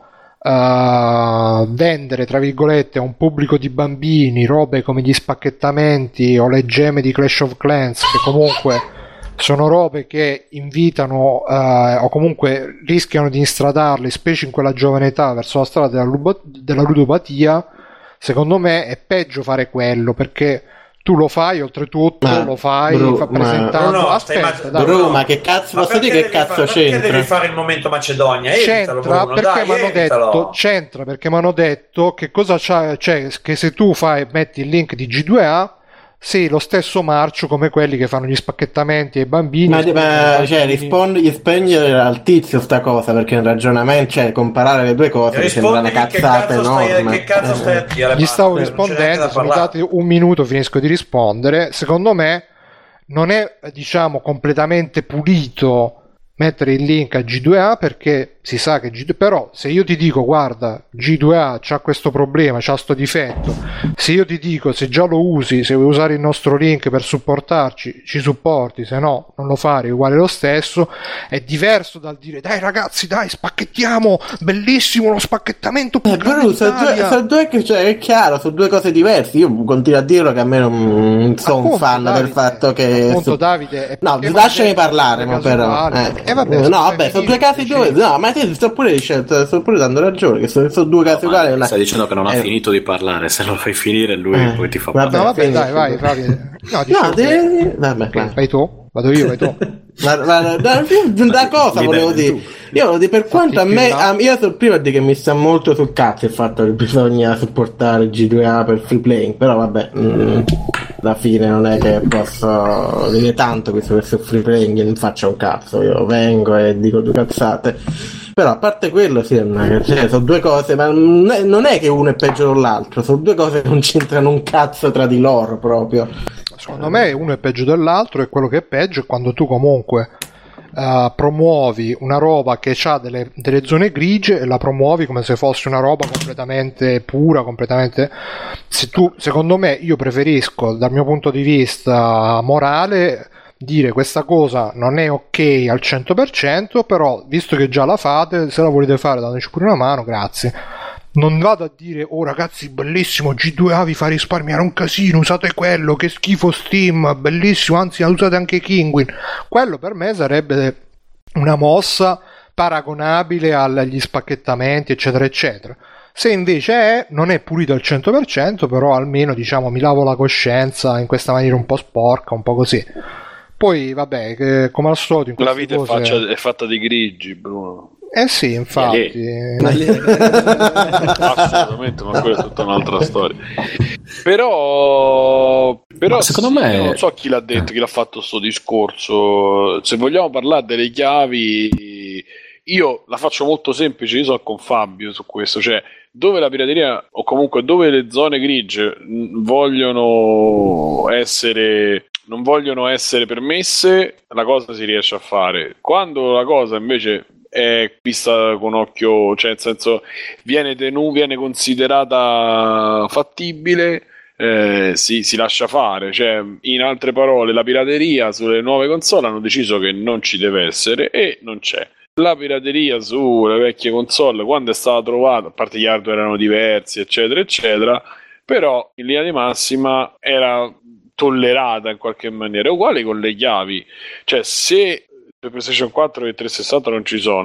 [SPEAKER 4] vendere, tra virgolette, a un pubblico di bambini robe come gli spacchettamenti o le gemme di Clash of Clans, che comunque sono robe che invitano o comunque rischiano di instradarli, specie in quella giovane età, verso la strada della ludopatia. Secondo me è peggio fare quello, perché tu lo fai, oltretutto lo fai presentando.
[SPEAKER 3] Ma che cazzo, posso dire che cazzo c'entra?
[SPEAKER 6] Perché devi fare il momento Macedonia?
[SPEAKER 4] C'entra perché mi hanno detto che cosa c'è, che se tu metti il link di G2A sei lo stesso marcio come quelli che fanno gli spacchettamenti ai bambini.
[SPEAKER 3] Gli spegnere al tizio sta cosa, perché in ragionamento, cioè comparare le due cose mi sembra una cazzata enorme.
[SPEAKER 6] Che cazzo stai a dire?
[SPEAKER 4] Gli stavo rispondendo, se mi date un minuto finisco di rispondere. Secondo me non è, diciamo, completamente pulito mettere il link a G2A, perché si sa che però se io ti dico guarda G2A c'ha questo problema, c'ha sto difetto, se io ti dico se già lo usi, se vuoi usare il nostro link per supportarci, ci supporti, se no non lo fare uguale lo stesso, è diverso dal dire dai ragazzi, dai spacchettiamo, bellissimo lo spacchettamento.
[SPEAKER 3] Però sono due, cioè, è chiaro, sono due cose diverse. Io continuo a dirlo che a me non sono un fan del fatto che
[SPEAKER 4] appunto Davide
[SPEAKER 3] lasciami parlare, ma però sono due casi dove ma ti sto pure dando ragione, che sono due casi uguali.
[SPEAKER 9] Stai dicendo che non ha finito di parlare, se lo fai finire lui poi ti fa parlare.
[SPEAKER 4] Vai vai tu, vado io, vai tu.
[SPEAKER 3] Da cosa volevo dire? Io volevo dire, per quanto a me io sono prima di che mi sta molto sul cazzo il fatto che bisogna supportare G2A per free playing, però vabbè, alla fine non è che posso dire tanto questo free playing, non faccio un cazzo, io vengo e dico due cazzate. Però a parte quello sono due cose, ma non è che uno è peggio dell'altro, sono due cose che non c'entrano un cazzo tra di loro proprio.
[SPEAKER 4] Secondo me uno è peggio dell'altro, e quello che è peggio è quando tu comunque promuovi una roba che ha delle zone grigie e la promuovi come se fosse una roba completamente pura, completamente... Secondo me, io preferisco, dal mio punto di vista morale, dire questa cosa non è ok al 100%, però visto che già la fate, se la volete fare dateci pure una mano, grazie. Non vado a dire oh ragazzi bellissimo G2A vi fa risparmiare un casino, usate quello, che schifo Steam, bellissimo, anzi usate anche Kinguin. Quello per me sarebbe una mossa paragonabile agli spacchettamenti eccetera eccetera. Se invece non è pulito al 100%, però almeno diciamo mi lavo la coscienza in questa maniera un po' sporca, un po' così. Poi vabbè, come al solito in
[SPEAKER 2] la vita
[SPEAKER 4] cose...
[SPEAKER 2] è fatta di grigi, Bruno.
[SPEAKER 4] Eh sì, infatti.
[SPEAKER 2] Assolutamente, ma quella è tutta un'altra storia. Però
[SPEAKER 9] secondo me
[SPEAKER 2] non so chi l'ha detto, chi l'ha fatto sto discorso. Se vogliamo parlare delle chiavi, io la faccio molto semplice, io sono con Fabio su questo, cioè dove la pirateria o comunque dove le zone grigie non vogliono essere permesse, la cosa si riesce a fare. Quando la cosa invece è vista con occhio, cioè nel senso viene considerata fattibile, si lascia fare. Cioè, in altre parole, la pirateria sulle nuove console hanno deciso che non ci deve essere e non c'è. La pirateria sulle vecchie console, quando è stata trovata, a parte gli hardware erano diversi eccetera eccetera, però in linea di massima era tollerata in qualche maniera. È uguale con le chiavi, cioè se per PlayStation 4 e 360 non ci sono,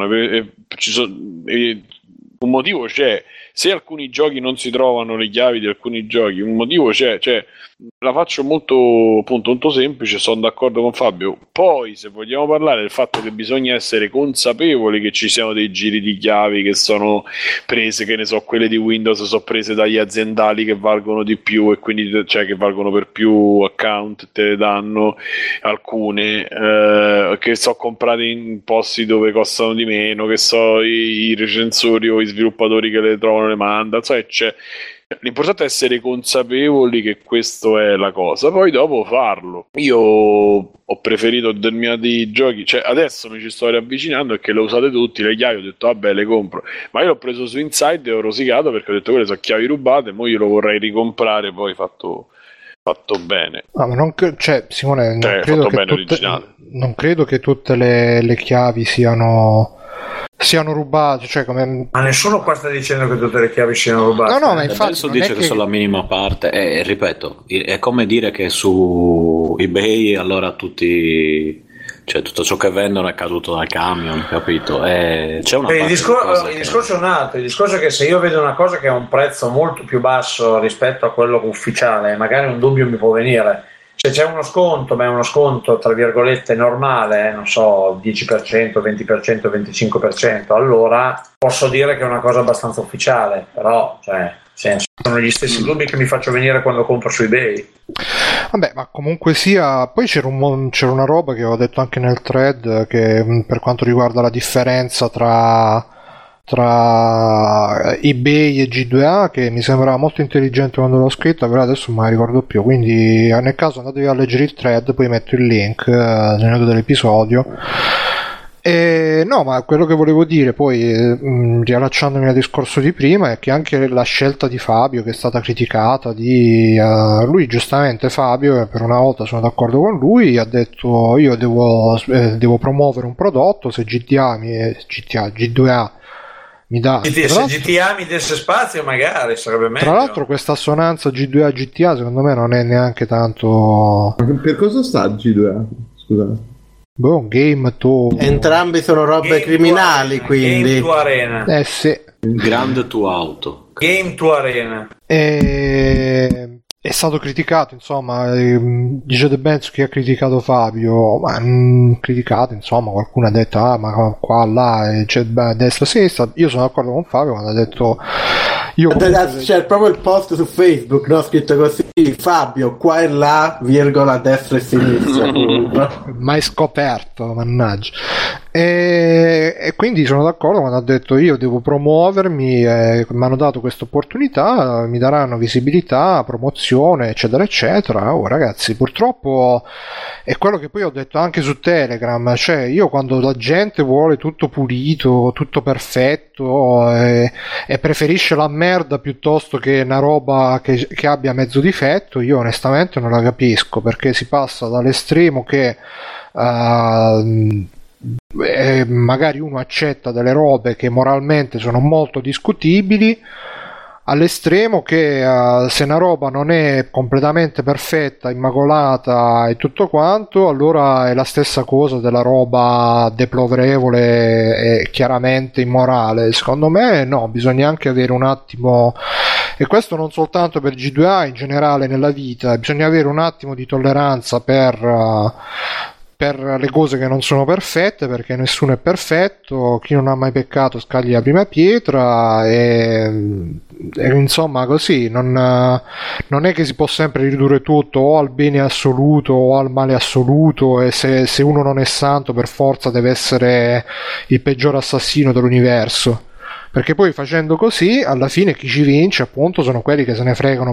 [SPEAKER 2] un motivo c'è. Se alcuni giochi non si trovano le chiavi di alcuni giochi, un motivo c'è. Cioè, la faccio molto semplice, sono d'accordo con Fabio. Poi se vogliamo parlare del fatto che bisogna essere consapevoli che ci siano dei giri di chiavi che sono prese, che ne so, quelle di Windows sono prese dagli aziendali che valgono di più e quindi cioè che valgono per più account, te le danno alcune che so comprate in posti dove costano di meno, che so i recensori o i sviluppatori che le trovano le manda, cioè l'importante è essere consapevoli che questo è la cosa, poi dopo farlo. Io ho preferito determinati giochi, cioè adesso mi ci sto riavvicinando perché le usate tutti, le chiavi, ho detto vabbè le compro, ma io l'ho preso su Inside e ho rosicato perché ho detto quelle sono chiavi rubate, mo io lo vorrei ricomprare poi fatto bene.
[SPEAKER 4] Ma non cioè Simone, non credo che tutte le chiavi siano rubate, cioè come...
[SPEAKER 6] Ma nessuno qua sta dicendo che tutte le chiavi siano rubate.
[SPEAKER 4] No, ma infatti
[SPEAKER 9] adesso dice che sono la minima parte e ripeto, è come dire che su eBay allora tutti, cioè tutto ciò che vendono è caduto dal camion, capito? C'è una
[SPEAKER 6] il discorso è un altro. Il discorso è che se io vedo una cosa che ha un prezzo molto più basso rispetto a quello ufficiale, magari un dubbio mi può venire. Se c'è uno sconto, ma è uno sconto tra virgolette normale, non so, 10%, 20%, 25%, allora posso dire che è una cosa abbastanza ufficiale, però cioè, sono gli stessi dubbi che mi faccio venire quando compro su eBay.
[SPEAKER 4] Vabbè, ma comunque sia, poi c'era una roba che avevo detto anche nel thread, che per quanto riguarda la differenza tra eBay e G2A, che mi sembrava molto intelligente quando l'ho scritta, però adesso non me la ricordo più, quindi nel caso andatevi a leggere il thread, poi metto il link nelle note dell'episodio. No, ma quello che volevo dire poi, riallacciandomi al discorso di prima, è che anche la scelta di Fabio, che è stata criticata, lui giustamente, Fabio, per una volta sono d'accordo con lui, ha detto io devo promuovere un prodotto, se G2A mi dà,
[SPEAKER 6] se GTA mi desse spazio magari sarebbe meglio.
[SPEAKER 4] Tra l'altro questa assonanza G2A GTA secondo me non è neanche tanto...
[SPEAKER 5] Per cosa sta G2A? Scusate.
[SPEAKER 4] Game to...
[SPEAKER 8] Entrambi sono robe criminali, quindi
[SPEAKER 6] Game to Arena.
[SPEAKER 4] Sì.
[SPEAKER 9] Grand to Auto.
[SPEAKER 6] Game to Arena.
[SPEAKER 4] È stato criticato, insomma, dice The Benz che ha criticato Fabio, ma criticato, insomma, qualcuno ha detto ma qua, là, c'è destra, sinistra. Io sono d'accordo con Fabio quando ha detto
[SPEAKER 8] c'è proprio il post su Facebook, no? Scritto così: Fabio, qua e là, virgola, destra e sinistra.
[SPEAKER 4] Mai scoperto, mannaggia. E quindi sono d'accordo quando ha detto io devo promuovermi, mi hanno dato questa opportunità, mi daranno visibilità, promozione, eccetera eccetera. Oh, ragazzi, purtroppo è quello che poi ho detto anche su Telegram, cioè io quando la gente vuole tutto pulito, tutto perfetto e preferisce la merda piuttosto che una roba che abbia mezzo difetto, io onestamente non la capisco, perché si passa dall'estremo che magari uno accetta delle robe che moralmente sono molto discutibili, all'estremo che se una roba non è completamente perfetta, immacolata e tutto quanto, allora è la stessa cosa della roba deplorevole e chiaramente immorale. Secondo me no, bisogna anche avere un attimo, e questo non soltanto per G2A, in generale nella vita, bisogna avere un attimo di tolleranza per le cose che non sono perfette, perché nessuno è perfetto, chi non ha mai peccato scagli la prima pietra e insomma così non è che si può sempre ridurre tutto o al bene assoluto o al male assoluto, e se uno non è santo per forza deve essere il peggior assassino dell'universo, perché poi facendo così alla fine chi ci vince appunto sono quelli che se ne fregano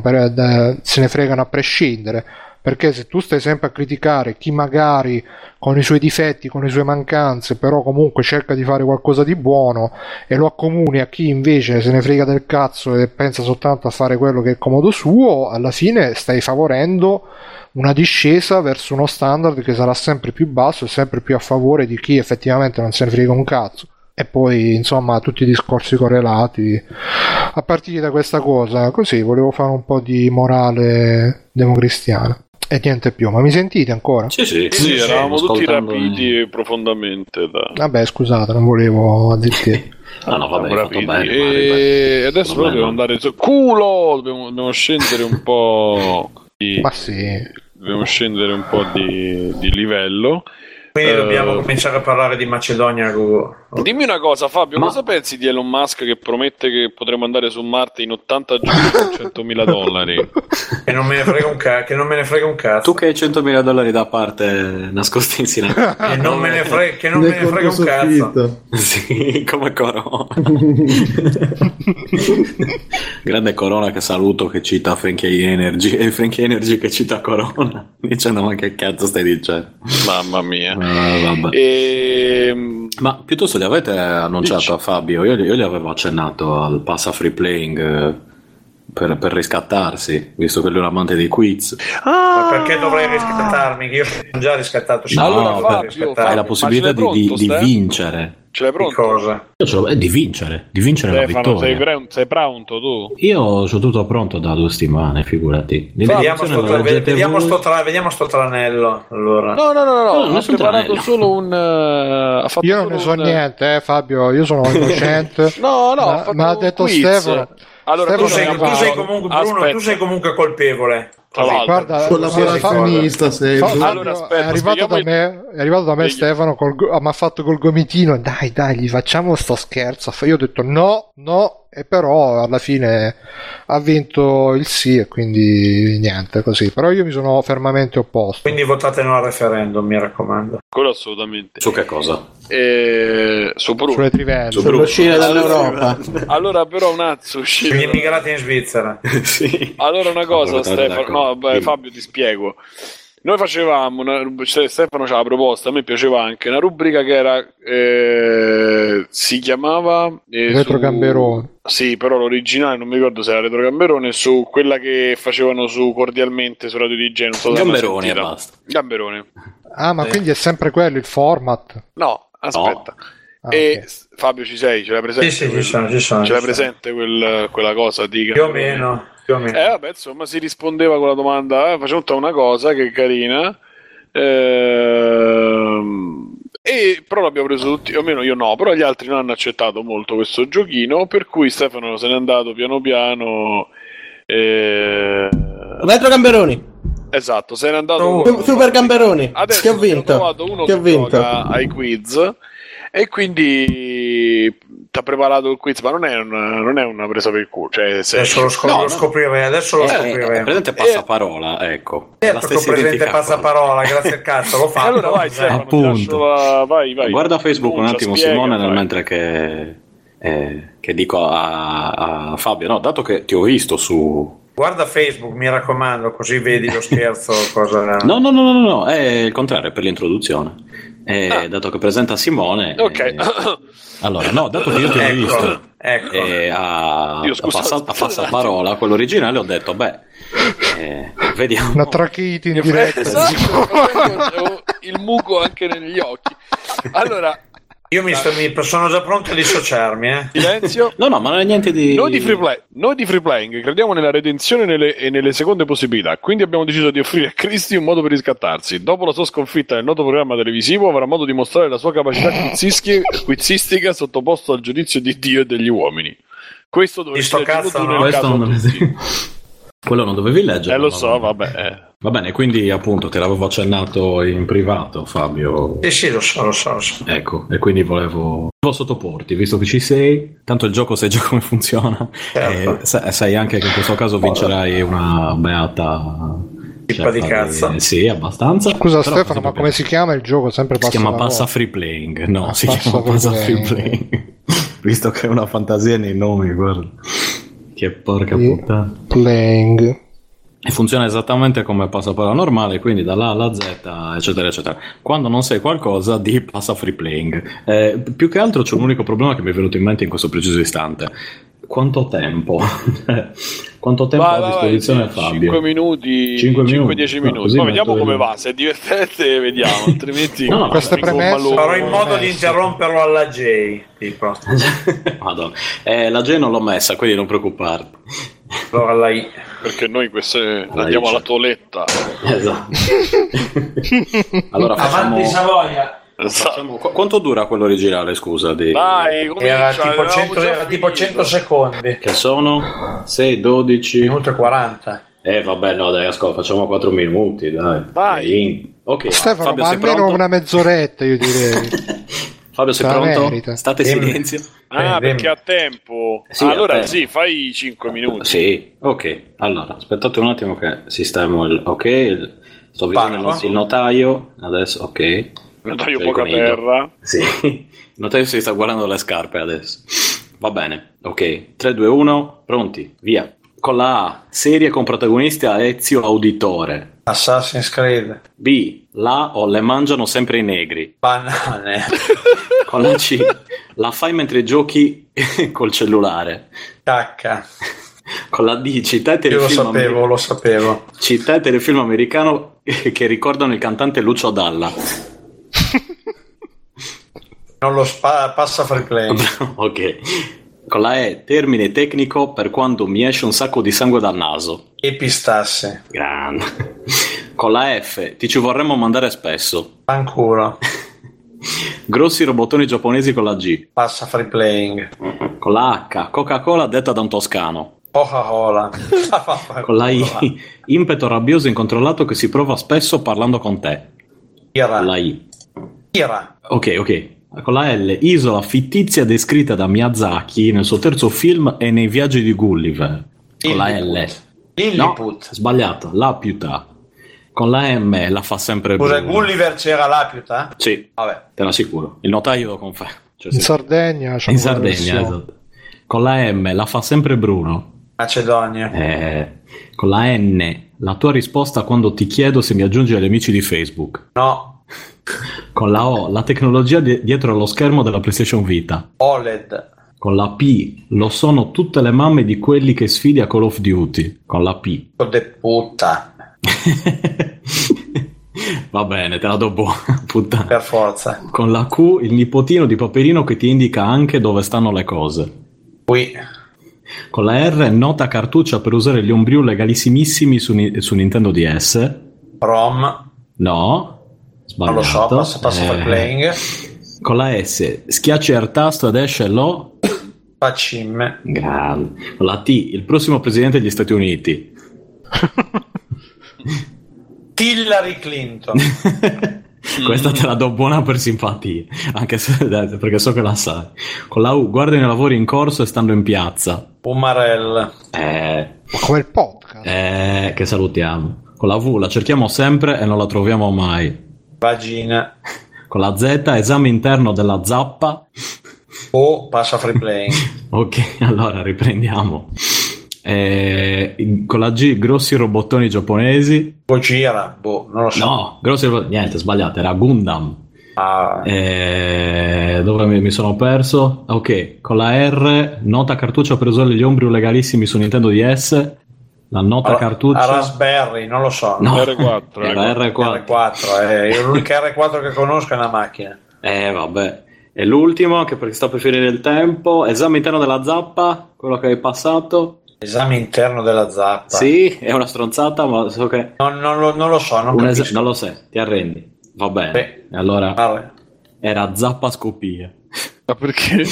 [SPEAKER 4] a prescindere. Perché se tu stai sempre a criticare chi magari con i suoi difetti, con le sue mancanze, però comunque cerca di fare qualcosa di buono e lo accomuni a chi invece se ne frega del cazzo e pensa soltanto a fare quello che è comodo suo, alla fine stai favorendo una discesa verso uno standard che sarà sempre più basso e sempre più a favore di chi effettivamente non se ne frega un cazzo. E poi insomma tutti i discorsi correlati a partire da questa cosa. Così volevo fare un po' di morale democristiana e niente più. Ma mi sentite ancora?
[SPEAKER 2] Sì, eravamo tutti rapiti profondamente
[SPEAKER 4] vabbè, scusate, non volevo addirittura.
[SPEAKER 9] No, vabbè,
[SPEAKER 2] e adesso però dobbiamo andare su culo, dobbiamo scendere un po'
[SPEAKER 4] ma sì,
[SPEAKER 2] dobbiamo scendere un po' di livello.
[SPEAKER 6] Quindi dobbiamo cominciare a parlare di Macedonia.
[SPEAKER 2] Dimmi una cosa, Fabio, cosa pensi di Elon Musk che promette che potremo andare su Marte in 80 giorni con $100.000?
[SPEAKER 6] Che non me ne frega un cazzo.
[SPEAKER 9] Tu che hai $100.000 da parte nascosti in silenzio.
[SPEAKER 6] Che non me ne frega un cazzo.
[SPEAKER 9] Sì, come Corona. Grande Corona che saluto, che cita Frankie Energy, e Frankie Energy che cita Corona dicendo ma che cazzo stai dicendo,
[SPEAKER 2] mamma mia.
[SPEAKER 9] Vabbè. Ma piuttosto li avete annunciato a Fabio? Io gli avevo accennato al Passa Free Playing per riscattarsi, visto che lui è un amante dei quiz.
[SPEAKER 6] Ma perché dovrei riscattarmi? Che io sono già riscattato.
[SPEAKER 2] Allora
[SPEAKER 9] hai la possibilità di vincere.
[SPEAKER 2] Ce l'hai pronto?
[SPEAKER 6] Cosa?
[SPEAKER 9] Io ce l'ho, di vincere la vittoria.
[SPEAKER 2] Sei pronto tu?
[SPEAKER 9] Io ho tutto pronto da 2 settimane, figurati.
[SPEAKER 6] Vediamo sto tranello. Allora.
[SPEAKER 2] No, ho preparato solo un.
[SPEAKER 4] Io non ne so niente, Fabio. Io sono innocente.
[SPEAKER 2] ma
[SPEAKER 4] ha detto
[SPEAKER 2] quiz.
[SPEAKER 4] Stefano.
[SPEAKER 6] Allora, tu sei comunque Bruno, tu sei comunque colpevole.
[SPEAKER 4] Guarda,
[SPEAKER 5] con la professionista sei.
[SPEAKER 2] Allora, aspetta,
[SPEAKER 4] è arrivato da me Stefano mi ha fatto col gomitino, dai gli facciamo sto scherzo. Io ho detto no, e però alla fine ha vinto il sì e quindi niente, così. Però io mi sono fermamente opposto.
[SPEAKER 6] Quindi votate no al referendum, mi raccomando.
[SPEAKER 2] Quello assolutamente.
[SPEAKER 9] Su che cosa?
[SPEAKER 4] Sulle trivelle.
[SPEAKER 5] Sull'uscire dall'Europa.
[SPEAKER 2] Allora però un attimo,
[SPEAKER 6] gli immigrati in Svizzera.
[SPEAKER 9] Sì.
[SPEAKER 2] Allora una cosa, Stefano, Fabio ti spiego. Noi facevamo Stefano c'ha la proposta, a me piaceva anche una rubrica che era si chiamava
[SPEAKER 4] Retrogamberone.
[SPEAKER 2] Sì, però l'originale non mi ricordo se era Retrogamberone, su quella che facevano su Cordialmente su Radio DJ, non so.
[SPEAKER 9] Gamberone e basta.
[SPEAKER 2] Gamberone.
[SPEAKER 4] Ah, ma quindi è sempre quello il format?
[SPEAKER 2] No, aspetta.
[SPEAKER 4] No.
[SPEAKER 2] E
[SPEAKER 4] Okay.
[SPEAKER 2] Fabio ci sei? Ce l'hai presente?
[SPEAKER 6] Sì, ci sono.
[SPEAKER 2] Ce l'hai presente quella cosa di
[SPEAKER 6] più o meno.
[SPEAKER 2] Vabbè, insomma, si rispondeva con la domanda, facciamo tutta una cosa che è carina, e però l'abbiamo preso tutti, o almeno io no, però gli altri non hanno accettato molto questo giochino, per cui Stefano se n'è andato piano piano.
[SPEAKER 8] Retro Gamberoni.
[SPEAKER 2] Esatto, se n'è andato.
[SPEAKER 8] Super Gamberoni.
[SPEAKER 2] Adesso
[SPEAKER 8] che ho vinto.
[SPEAKER 2] Ho trovato uno che gioca ai quiz. E quindi ti ha preparato il quiz, ma non è una presa per il culo. Cioè,
[SPEAKER 6] Adesso lo scopriremo. Adesso lo scopriremo.
[SPEAKER 9] Presente passaparola, ecco.
[SPEAKER 6] Certo che ho presente passaparola, grazie al cazzo, lo fa.
[SPEAKER 2] Allora vai, Stefano,
[SPEAKER 9] appunto.
[SPEAKER 2] Vai.
[SPEAKER 9] Guarda Facebook un attimo,
[SPEAKER 2] spiega,
[SPEAKER 9] Simone,
[SPEAKER 2] vai.
[SPEAKER 9] mentre che dico a Fabio, no, dato che ti ho visto su...
[SPEAKER 6] Guarda Facebook, mi raccomando, così vedi lo scherzo. Cosa...
[SPEAKER 9] No, è il contrario, è per l'introduzione. Dato che presenta Simone...
[SPEAKER 2] Ok.
[SPEAKER 9] Allora, no, dato che io ti ho visto a passaparola, quello originale, ho detto, vediamo.
[SPEAKER 4] Una trachite in diretta.
[SPEAKER 2] Esatto, il muco anche negli occhi. Allora...
[SPEAKER 6] Io sono già pronto a dissociarmi,
[SPEAKER 2] Silenzio.
[SPEAKER 9] No, ma non è niente di...
[SPEAKER 2] Noi di Free Playing crediamo nella redenzione e nelle seconde possibilità, quindi abbiamo deciso di offrire a Cristi un modo per riscattarsi. Dopo la sua sconfitta nel noto programma televisivo avrà modo di mostrare la sua capacità quizistica sottoposto al giudizio di Dio e degli uomini. Questo dovreste nel caso
[SPEAKER 9] quello non dovevi leggere.
[SPEAKER 2] Lo so, vabbè.
[SPEAKER 9] Va bene, quindi appunto te l'avevo accennato in privato, Fabio.
[SPEAKER 6] Sì, lo so.
[SPEAKER 9] Ecco, e quindi volevo sottoporti, visto che ci sei, tanto il gioco sai già come funziona,
[SPEAKER 6] certo.
[SPEAKER 9] Sai anche che in questo caso vincerai una beata
[SPEAKER 6] pippa di cazzo.
[SPEAKER 9] Sì, abbastanza.
[SPEAKER 4] Scusa Stefano, ma come si chiama il gioco? Sempre
[SPEAKER 9] si chiama Passa Free Playing. No, si chiama Passa Free Playing. Visto che è una fantasia nei nomi, guarda. Che porca puttana.
[SPEAKER 4] Playing.
[SPEAKER 9] E funziona esattamente come passaparola normale, quindi dalla A alla Z, eccetera, eccetera. Quando non sai qualcosa, di passa Free Playing. Più che altro c'è un unico problema che mi è venuto in mente in questo preciso istante. Quanto tempo? Quanto tempo a disposizione Fabio?
[SPEAKER 2] 5 minuti, 5-10 minuti. Poi vediamo come va, se è divertente vediamo, altrimenti
[SPEAKER 4] queste premesse
[SPEAKER 6] farò in modo di interromperlo alla J, tipo.
[SPEAKER 9] Madonna. La J non l'ho messa, quindi non preoccuparti.
[SPEAKER 6] Allora la I.
[SPEAKER 2] Perché noi queste andiamo alla toletta.
[SPEAKER 9] Esatto. Allora
[SPEAKER 6] Avanti Savoia.
[SPEAKER 9] Quanto dura quello originale, scusa?
[SPEAKER 2] Dai,
[SPEAKER 6] era tipo 100 secondi.
[SPEAKER 9] Che sono? 6, 12
[SPEAKER 6] minuti e 40.
[SPEAKER 9] Vabbè, no, dai, ascolta, facciamo 4 minuti, dai. Ok,
[SPEAKER 4] Stefano,
[SPEAKER 9] Fabio,
[SPEAKER 4] ma
[SPEAKER 9] sei
[SPEAKER 4] almeno
[SPEAKER 9] pronto?
[SPEAKER 4] una mezz'oretta, io direi.
[SPEAKER 9] Fabio, sei pronto? State in silenzio.
[SPEAKER 2] Perché ha tempo.
[SPEAKER 9] Sì,
[SPEAKER 2] allora sì, fai 5 minuti.
[SPEAKER 9] Sì, ok. Allora, aspettate un attimo che sistemo sto vedendo il notaio. Adesso, ok.
[SPEAKER 2] Il notaio poca terra.
[SPEAKER 9] Sì, il notaio si sta guardando le scarpe adesso. Va bene, ok. 3, 2, 1, pronti, via. Con la A, serie con protagonista Ezio Auditore.
[SPEAKER 6] Assassin's Creed.
[SPEAKER 9] B, la o le mangiano sempre i negri.
[SPEAKER 6] Banane.
[SPEAKER 9] Con la C, la fai mentre giochi col cellulare.
[SPEAKER 6] Cacca.
[SPEAKER 9] Con la D, città e telefilm.
[SPEAKER 6] Io lo sapevo.
[SPEAKER 9] Città e telefilm americano che ricordano il cantante Lucio Dalla.
[SPEAKER 6] Non lo passa Free Play.
[SPEAKER 9] Ok. Con la E, termine tecnico per quando mi esce un sacco di sangue dal naso.
[SPEAKER 6] Epistasse.
[SPEAKER 9] Grande. Con la F, ti ci vorremmo mandare spesso.
[SPEAKER 6] Fanculo.
[SPEAKER 9] Grossi robottoni giapponesi con la G.
[SPEAKER 6] Passa Free Playing.
[SPEAKER 9] Con la H, Coca-Cola detta da un toscano.
[SPEAKER 6] Coca-Cola.
[SPEAKER 9] Con la I, impeto rabbioso incontrollato che si prova spesso parlando con te.
[SPEAKER 6] Ira.
[SPEAKER 9] Con la I.
[SPEAKER 6] Ira.
[SPEAKER 9] Ok. Con la L, isola fittizia descritta da Miyazaki nel suo terzo film e nei viaggi di Gulliver. Con la L.
[SPEAKER 6] Lilliput.
[SPEAKER 9] No, sbagliato, l'Apiuta. Con la M la fa sempre
[SPEAKER 6] Scusa,
[SPEAKER 9] Bruno.
[SPEAKER 6] Gulliver c'era l'Apiuta?
[SPEAKER 9] Sì,
[SPEAKER 6] vabbè.
[SPEAKER 9] Te l'assicuro. Il notaio lo conferma. Cioè,
[SPEAKER 4] in Sardegna.
[SPEAKER 9] In Sardegna, esatto. Con la M la fa sempre Bruno.
[SPEAKER 6] Macedonia.
[SPEAKER 9] Con la N, la tua risposta quando ti chiedo se mi aggiungi agli amici di Facebook.
[SPEAKER 6] No.
[SPEAKER 9] Con la O, la tecnologia dietro allo schermo della PlayStation Vita.
[SPEAKER 6] OLED.
[SPEAKER 9] Con la P, lo sono tutte le mamme di quelli che sfidi a Call of Duty. Con la P.
[SPEAKER 6] De puta.
[SPEAKER 9] Va bene, te la do buona, puttana.
[SPEAKER 6] Per forza.
[SPEAKER 9] Con la Q, il nipotino di Paperino che ti indica anche dove stanno le cose.
[SPEAKER 6] Qui.
[SPEAKER 9] Con la R, nota cartuccia per usare gli ombriu legalissimissimi su Nintendo DS.
[SPEAKER 6] ROM.
[SPEAKER 9] No. Sbagliato.
[SPEAKER 6] Non lo so, passa per playing.
[SPEAKER 9] Con la S, schiacci il tasto ed esce lo
[SPEAKER 6] Facimme.
[SPEAKER 9] Grande. Con la T, il prossimo presidente degli Stati Uniti.
[SPEAKER 6] Hillary Clinton.
[SPEAKER 9] Questa te la do buona per simpatia, anche se perché so che la sai. Con la U, guardano i lavori in corso e stando in piazza.
[SPEAKER 6] Umarell.
[SPEAKER 4] Ma come il podcast.
[SPEAKER 9] Che salutiamo. Con la V la cerchiamo sempre e non la troviamo mai.
[SPEAKER 6] Vagina.
[SPEAKER 9] Con la Z, esame interno della zappa.
[SPEAKER 6] O passa free playing.
[SPEAKER 9] Ok, allora riprendiamo. Con la G, grossi robottoni giapponesi.
[SPEAKER 6] Gojira, non lo so.
[SPEAKER 9] No, grossi niente, sbagliato, era Gundam. Dove mi sono perso? Ok, con la R, nota cartuccia per usare gli ombri legalissimi su Nintendo DS. La nota cartuccia
[SPEAKER 6] a Raspberry, non lo so.
[SPEAKER 9] No,
[SPEAKER 2] R4.
[SPEAKER 9] Era
[SPEAKER 6] R4. Io l'unica R4 che conosco è una macchina.
[SPEAKER 9] Vabbè. E l'ultimo, che perché sta per finire il tempo, esame interno della zappa, quello che hai passato.
[SPEAKER 6] Esame interno della zappa.
[SPEAKER 9] Sì, è una stronzata, ma so che
[SPEAKER 6] non lo so, non
[SPEAKER 9] lo sai, ti arrendi. Va bene.
[SPEAKER 6] Sì.
[SPEAKER 9] Allora era zappascopia.
[SPEAKER 2] Ma perché?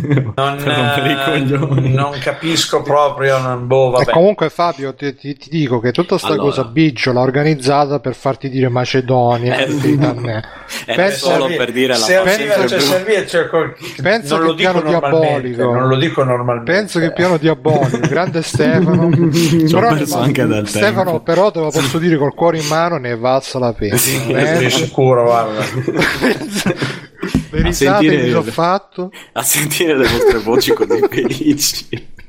[SPEAKER 6] Non capisco proprio. Vabbè.
[SPEAKER 4] E comunque Fabio ti dico che tutta sta cosa Biggio l'ha organizzata per farti dire Macedonia.
[SPEAKER 9] Solo per dire la
[SPEAKER 4] penso che il piano diabolico.
[SPEAKER 6] Non lo dico normalmente.
[SPEAKER 4] Penso che il piano diabolico, grande Stefano. Però Stefano, però te lo posso dire col cuore in mano, ne è valsa la pena.
[SPEAKER 6] Sì, sicuro, guarda.
[SPEAKER 4] Le risate che mi sono fatto
[SPEAKER 9] a sentire le vostre voci così felici.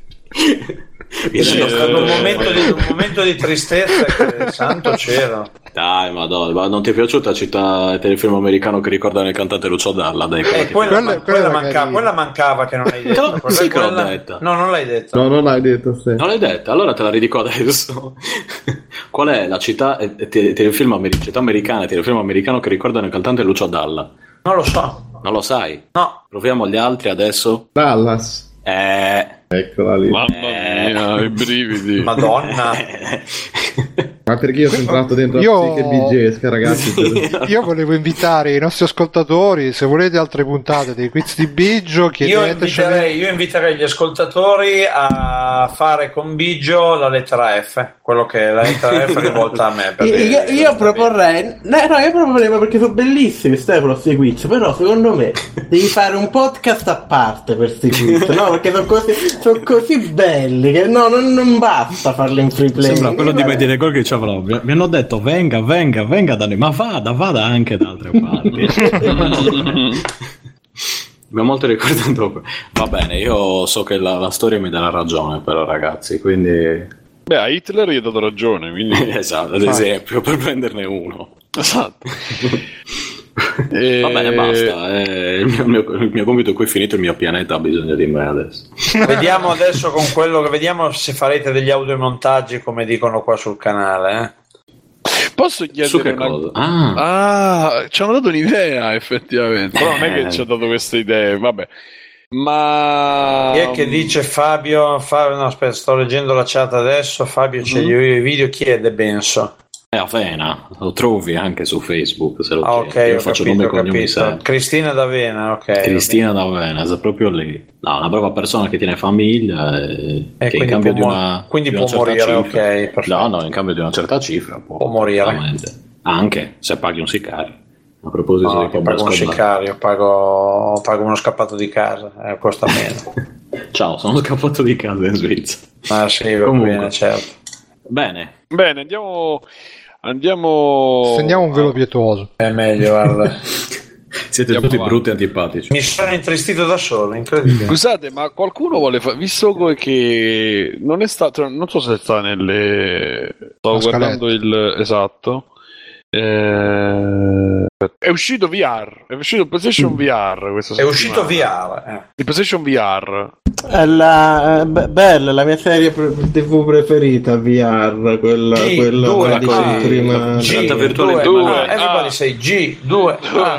[SPEAKER 6] È stato un momento di tristezza che santo cielo.
[SPEAKER 9] Dai, madonna, ma non ti è piaciuta Città telefilm americano che ricordano il cantante Lucio Dalla? Dai,
[SPEAKER 6] quella mancava che non hai detto.
[SPEAKER 9] Sì, che l'ho detta.
[SPEAKER 6] No, non l'hai detto.
[SPEAKER 5] No, non l'hai detto. Sì.
[SPEAKER 9] Non l'hai detta, allora te la ridico adesso. Qual è la città telefilm città americana, telefilm americano che ricordano il cantante Lucio Dalla?
[SPEAKER 6] Non lo so.
[SPEAKER 9] Non lo sai?
[SPEAKER 6] No.
[SPEAKER 9] Proviamo gli altri adesso.
[SPEAKER 5] Dallas. Eccola lì.
[SPEAKER 2] Mamma mia, i brividi.
[SPEAKER 6] Madonna.
[SPEAKER 5] Ma perché io sono entrato dentro la psiche bigesca, ragazzi?
[SPEAKER 4] Io volevo invitare i nostri ascoltatori, se volete altre puntate dei quiz di Biggio,
[SPEAKER 6] io inviterei gli ascoltatori a fare con Biggio la lettera F, quello che la lettera F rivolta a me.
[SPEAKER 8] Io proporrei, io proporrei perché sono bellissimi questi quiz, però secondo me devi fare un podcast a parte per questi quiz, no? Perché sono così belli che non basta farli in free play.
[SPEAKER 9] Sembra quello di Media Gol che ci avrò. Mi hanno detto venga da noi, ma vada anche da altre parti. Mi ha molto ricordato. Va bene, io so che la storia mi dà ragione, però ragazzi, quindi
[SPEAKER 2] beh, a Hitler gli ha dato ragione, quindi
[SPEAKER 9] esatto, ad esempio, per prenderne uno.
[SPEAKER 2] Esatto.
[SPEAKER 9] Va bene, basta. Il mio compito qui è finito, il mio pianeta ha bisogno di me adesso.
[SPEAKER 6] Vediamo adesso con quello che vediamo se farete degli audiomontaggi come dicono qua sul canale.
[SPEAKER 2] Posso chiedere
[SPEAKER 9] su che cosa?
[SPEAKER 2] Ci hanno dato un'idea effettivamente, però non è che ci ha dato queste idee, vabbè. Ma
[SPEAKER 6] chi è che dice Fabio? No, aspetta, sto leggendo la chat adesso. Fabio c'è i video, chi è De Benso?
[SPEAKER 9] È Avena, lo trovi anche su Facebook se lo
[SPEAKER 6] ok,
[SPEAKER 9] io faccio nome e cognomi.
[SPEAKER 6] Cristina D'Avena, ok.
[SPEAKER 9] Cristina D'Avena, è proprio lei. No, una brava persona che tiene famiglia che in cambio di una
[SPEAKER 6] quindi
[SPEAKER 9] di
[SPEAKER 6] può
[SPEAKER 9] una
[SPEAKER 6] morire,
[SPEAKER 9] cifra,
[SPEAKER 6] ok, perfetto.
[SPEAKER 9] No, in cambio di una certa cifra può
[SPEAKER 6] morire.
[SPEAKER 9] Anche se paghi un sicario. A proposito di
[SPEAKER 6] pago un sicario, pago uno scappato di casa, costa meno.
[SPEAKER 9] Ciao, sono scappato di casa in Svizzera.
[SPEAKER 6] Ah sì, va bene, certo.
[SPEAKER 9] Bene,
[SPEAKER 2] andiamo
[SPEAKER 4] stendiamo un velo pietoso.
[SPEAKER 6] È meglio, guarda.
[SPEAKER 9] Siete tutti brutti e antipatici.
[SPEAKER 6] Mi sono intristito da solo, incredibile.
[SPEAKER 2] Scusate, ma qualcuno vuole visto che non è stato, non so se sta nelle, stavo guardando esatto, è uscito VR, è uscito PlayStation VR questa settimana.
[SPEAKER 6] È uscito VR,
[SPEAKER 2] il PlayStation VR.
[SPEAKER 8] È bella, la mia serie TV preferita VR, quella di prima.
[SPEAKER 9] Realtà virtuale
[SPEAKER 6] 2. Everybody say G2.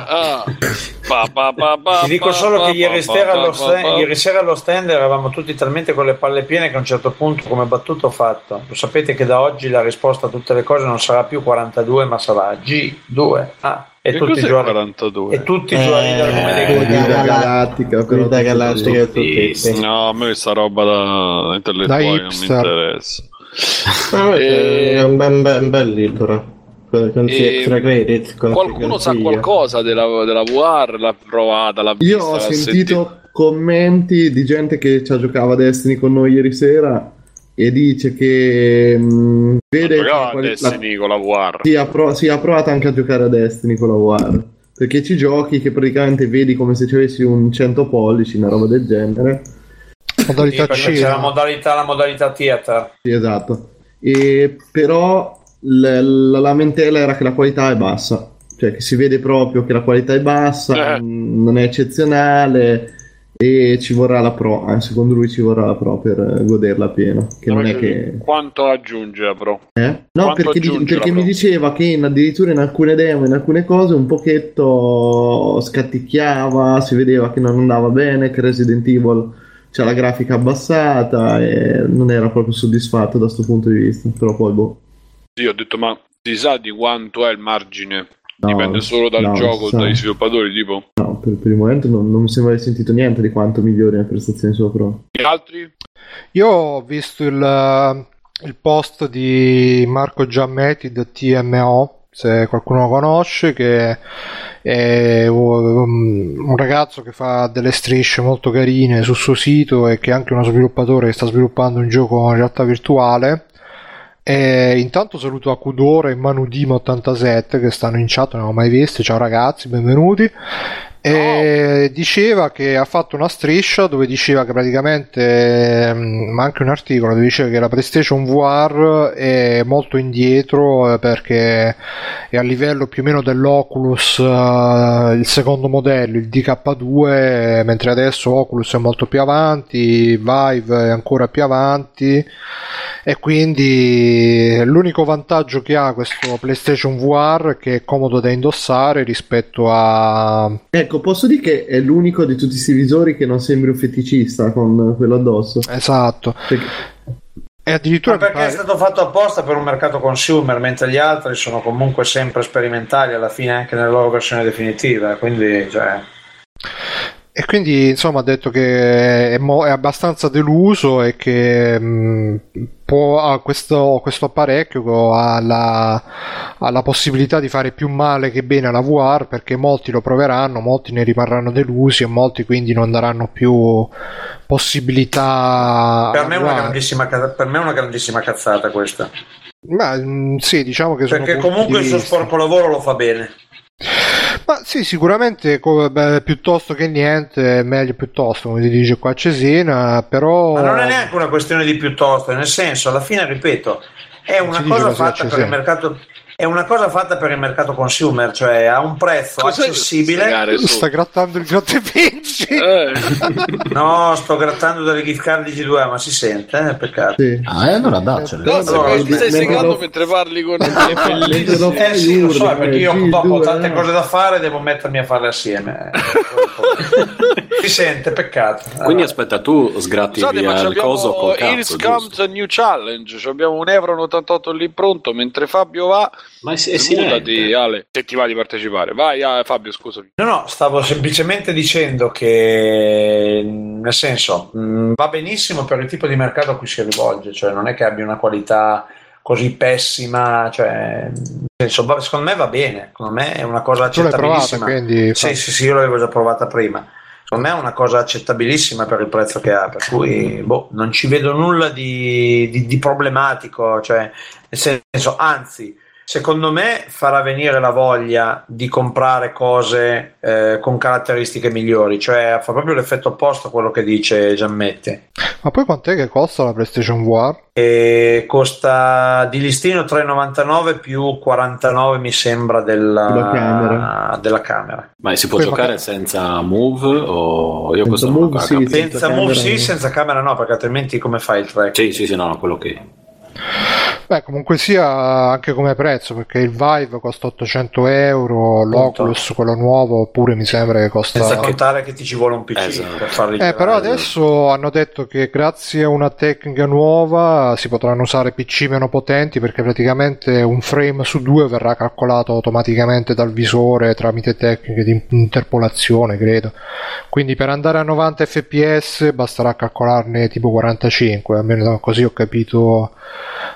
[SPEAKER 6] Ti dico solo che ieri sera allo stand eravamo tutti talmente con le palle piene che a un certo punto, come battuto, ho fatto: lo sapete che da oggi la risposta a tutte le cose non sarà più 42 ma sarà G2. E tutti i giorni
[SPEAKER 2] 42.
[SPEAKER 6] E tutti i giorni
[SPEAKER 5] Guida galattica,
[SPEAKER 2] no, a me questa roba da intellettuale non mi interessa.
[SPEAKER 8] È un bel libro.
[SPEAKER 3] con extra credit, con
[SPEAKER 2] qualcuno sa qualcosa della VR? L'ha provata? L'ha vista?
[SPEAKER 5] Io ho sentito commenti di gente che ci ha giocato a Destiny con noi ieri sera e dice che vede
[SPEAKER 2] che Destiny con la VR.
[SPEAKER 5] Sì, ha provato anche a giocare a Destiny con la VR, perché ci giochi che praticamente vedi come se ci avessi un 100 pollici, una roba del genere.
[SPEAKER 4] Modalità
[SPEAKER 6] c'è la modalità theater.
[SPEAKER 5] Sì, esatto. E però la lamentela era che la qualità è bassa, cioè che si vede proprio che la qualità è bassa, non è eccezionale e ci vorrà la Pro, secondo lui ci vorrà la Pro per goderla pieno, che non è che...
[SPEAKER 2] Quanto aggiunge la Pro?
[SPEAKER 5] No, perché mi diceva che addirittura in alcune demo, in alcune cose un pochetto scatticchiava, si vedeva che non andava bene, che Resident Evil c'ha la grafica abbassata e non era proprio soddisfatto da questo punto di vista, però poi
[SPEAKER 2] Sì, ho detto, ma si sa di quanto è il margine? Dipende solo dal gioco, dagli sviluppatori, tipo?
[SPEAKER 5] No, per il momento non mi sembra aver sentito niente di quanto migliori le prestazioni sulla Pro.
[SPEAKER 2] Gli altri?
[SPEAKER 4] Io ho visto il post di Marco Giammetti da TMO, se qualcuno lo conosce, che è un ragazzo che fa delle strisce molto carine sul suo sito e che è anche uno sviluppatore che sta sviluppando un gioco in realtà virtuale. E intanto saluto Akudora e Manudim87 che stanno in chat, non ho mai visto. Ciao ragazzi, benvenuti. E diceva che ha fatto una striscia dove diceva che praticamente, ma anche un articolo dove diceva che la PlayStation VR è molto indietro perché è a livello più o meno dell'Oculus, il secondo modello, il DK2, mentre adesso Oculus è molto più avanti, Vive è ancora più avanti, e quindi l'unico vantaggio che ha questo PlayStation VR è che è comodo da indossare rispetto a...
[SPEAKER 5] Ecco, posso dire che è l'unico di tutti questi visori che non sembri un feticista con quello addosso.
[SPEAKER 4] Esatto. E addirittura
[SPEAKER 6] perché è stato fatto apposta per un mercato consumer, mentre gli altri sono comunque sempre sperimentali alla fine anche nella loro versione definitiva, quindi
[SPEAKER 4] E quindi insomma ha detto che è abbastanza deluso e che questo apparecchio ha la possibilità di fare più male che bene alla VR, perché molti lo proveranno, molti ne rimarranno delusi e molti quindi non daranno più possibilità.
[SPEAKER 6] Per me è una grandissima cazzata questa.
[SPEAKER 4] Ma sì, diciamo che
[SPEAKER 6] perché comunque il suo sporco lavoro lo fa bene.
[SPEAKER 4] Ma sì, sicuramente piuttosto che niente è meglio piuttosto, come si dice qua a Cesena, però...
[SPEAKER 6] Ma non è neanche una questione di piuttosto, nel senso, alla fine, ripeto, è una cosa fatta per il mercato... È una cosa fatta per il mercato consumer, cioè a un prezzo accessibile.
[SPEAKER 4] Sta grattando il grattapenci.
[SPEAKER 6] No, sto grattando delle gift card di G2, ma si sente, peccato.
[SPEAKER 5] Sì.
[SPEAKER 9] Allora daccele.
[SPEAKER 2] Ti stai segando mentre parli con le
[SPEAKER 6] sì, lo so, perché io dopo ho tante cose da fare, devo mettermi a farle assieme. Si sente, peccato.
[SPEAKER 9] Quindi aspetta, tu sgratti via il coso col cazzo.
[SPEAKER 2] Here comes a new challenge. Abbiamo un €1,98 lì pronto, mentre Fabio va.
[SPEAKER 9] Ma mutati,
[SPEAKER 2] Ale, se ti va di partecipare. Vai, Fabio, scusami.
[SPEAKER 6] No, stavo semplicemente dicendo che, nel senso, va benissimo per il tipo di mercato a cui si rivolge, cioè non è che abbia una qualità così pessima, cioè, nel senso, secondo me va bene, secondo me è una cosa accettabilissima. Sì, io l'avevo già provata prima. Secondo me è una cosa accettabilissima per il prezzo che ha, per cui non ci vedo nulla di problematico, cioè, nel senso, anzi, secondo me farà venire la voglia di comprare cose con caratteristiche migliori, cioè fa proprio l'effetto opposto a quello che dice Giammetti.
[SPEAKER 4] Ma poi quant'è che costa la PlayStation VR?
[SPEAKER 6] E costa di listino $3,99 più $49 mi sembra della camera.
[SPEAKER 9] Ma si può giocare senza Move o io
[SPEAKER 6] senza
[SPEAKER 9] questo
[SPEAKER 6] Move, sì, senza Move
[SPEAKER 5] sì,
[SPEAKER 6] senza camera no, perché altrimenti come fai il track?
[SPEAKER 9] Sì, no, quello che...
[SPEAKER 4] Beh, comunque sia anche come prezzo, perché il Vive costa €800, l'Oculus quello nuovo pure mi sembra che costa,
[SPEAKER 6] senza contare che ti ci vuole un PC per farli
[SPEAKER 4] però adesso hanno detto che grazie a una tecnica nuova si potranno usare PC meno potenti, perché praticamente un frame su 2 verrà calcolato automaticamente dal visore tramite tecniche di interpolazione, credo. Quindi per andare a 90 fps basterà calcolarne tipo 45, almeno così ho capito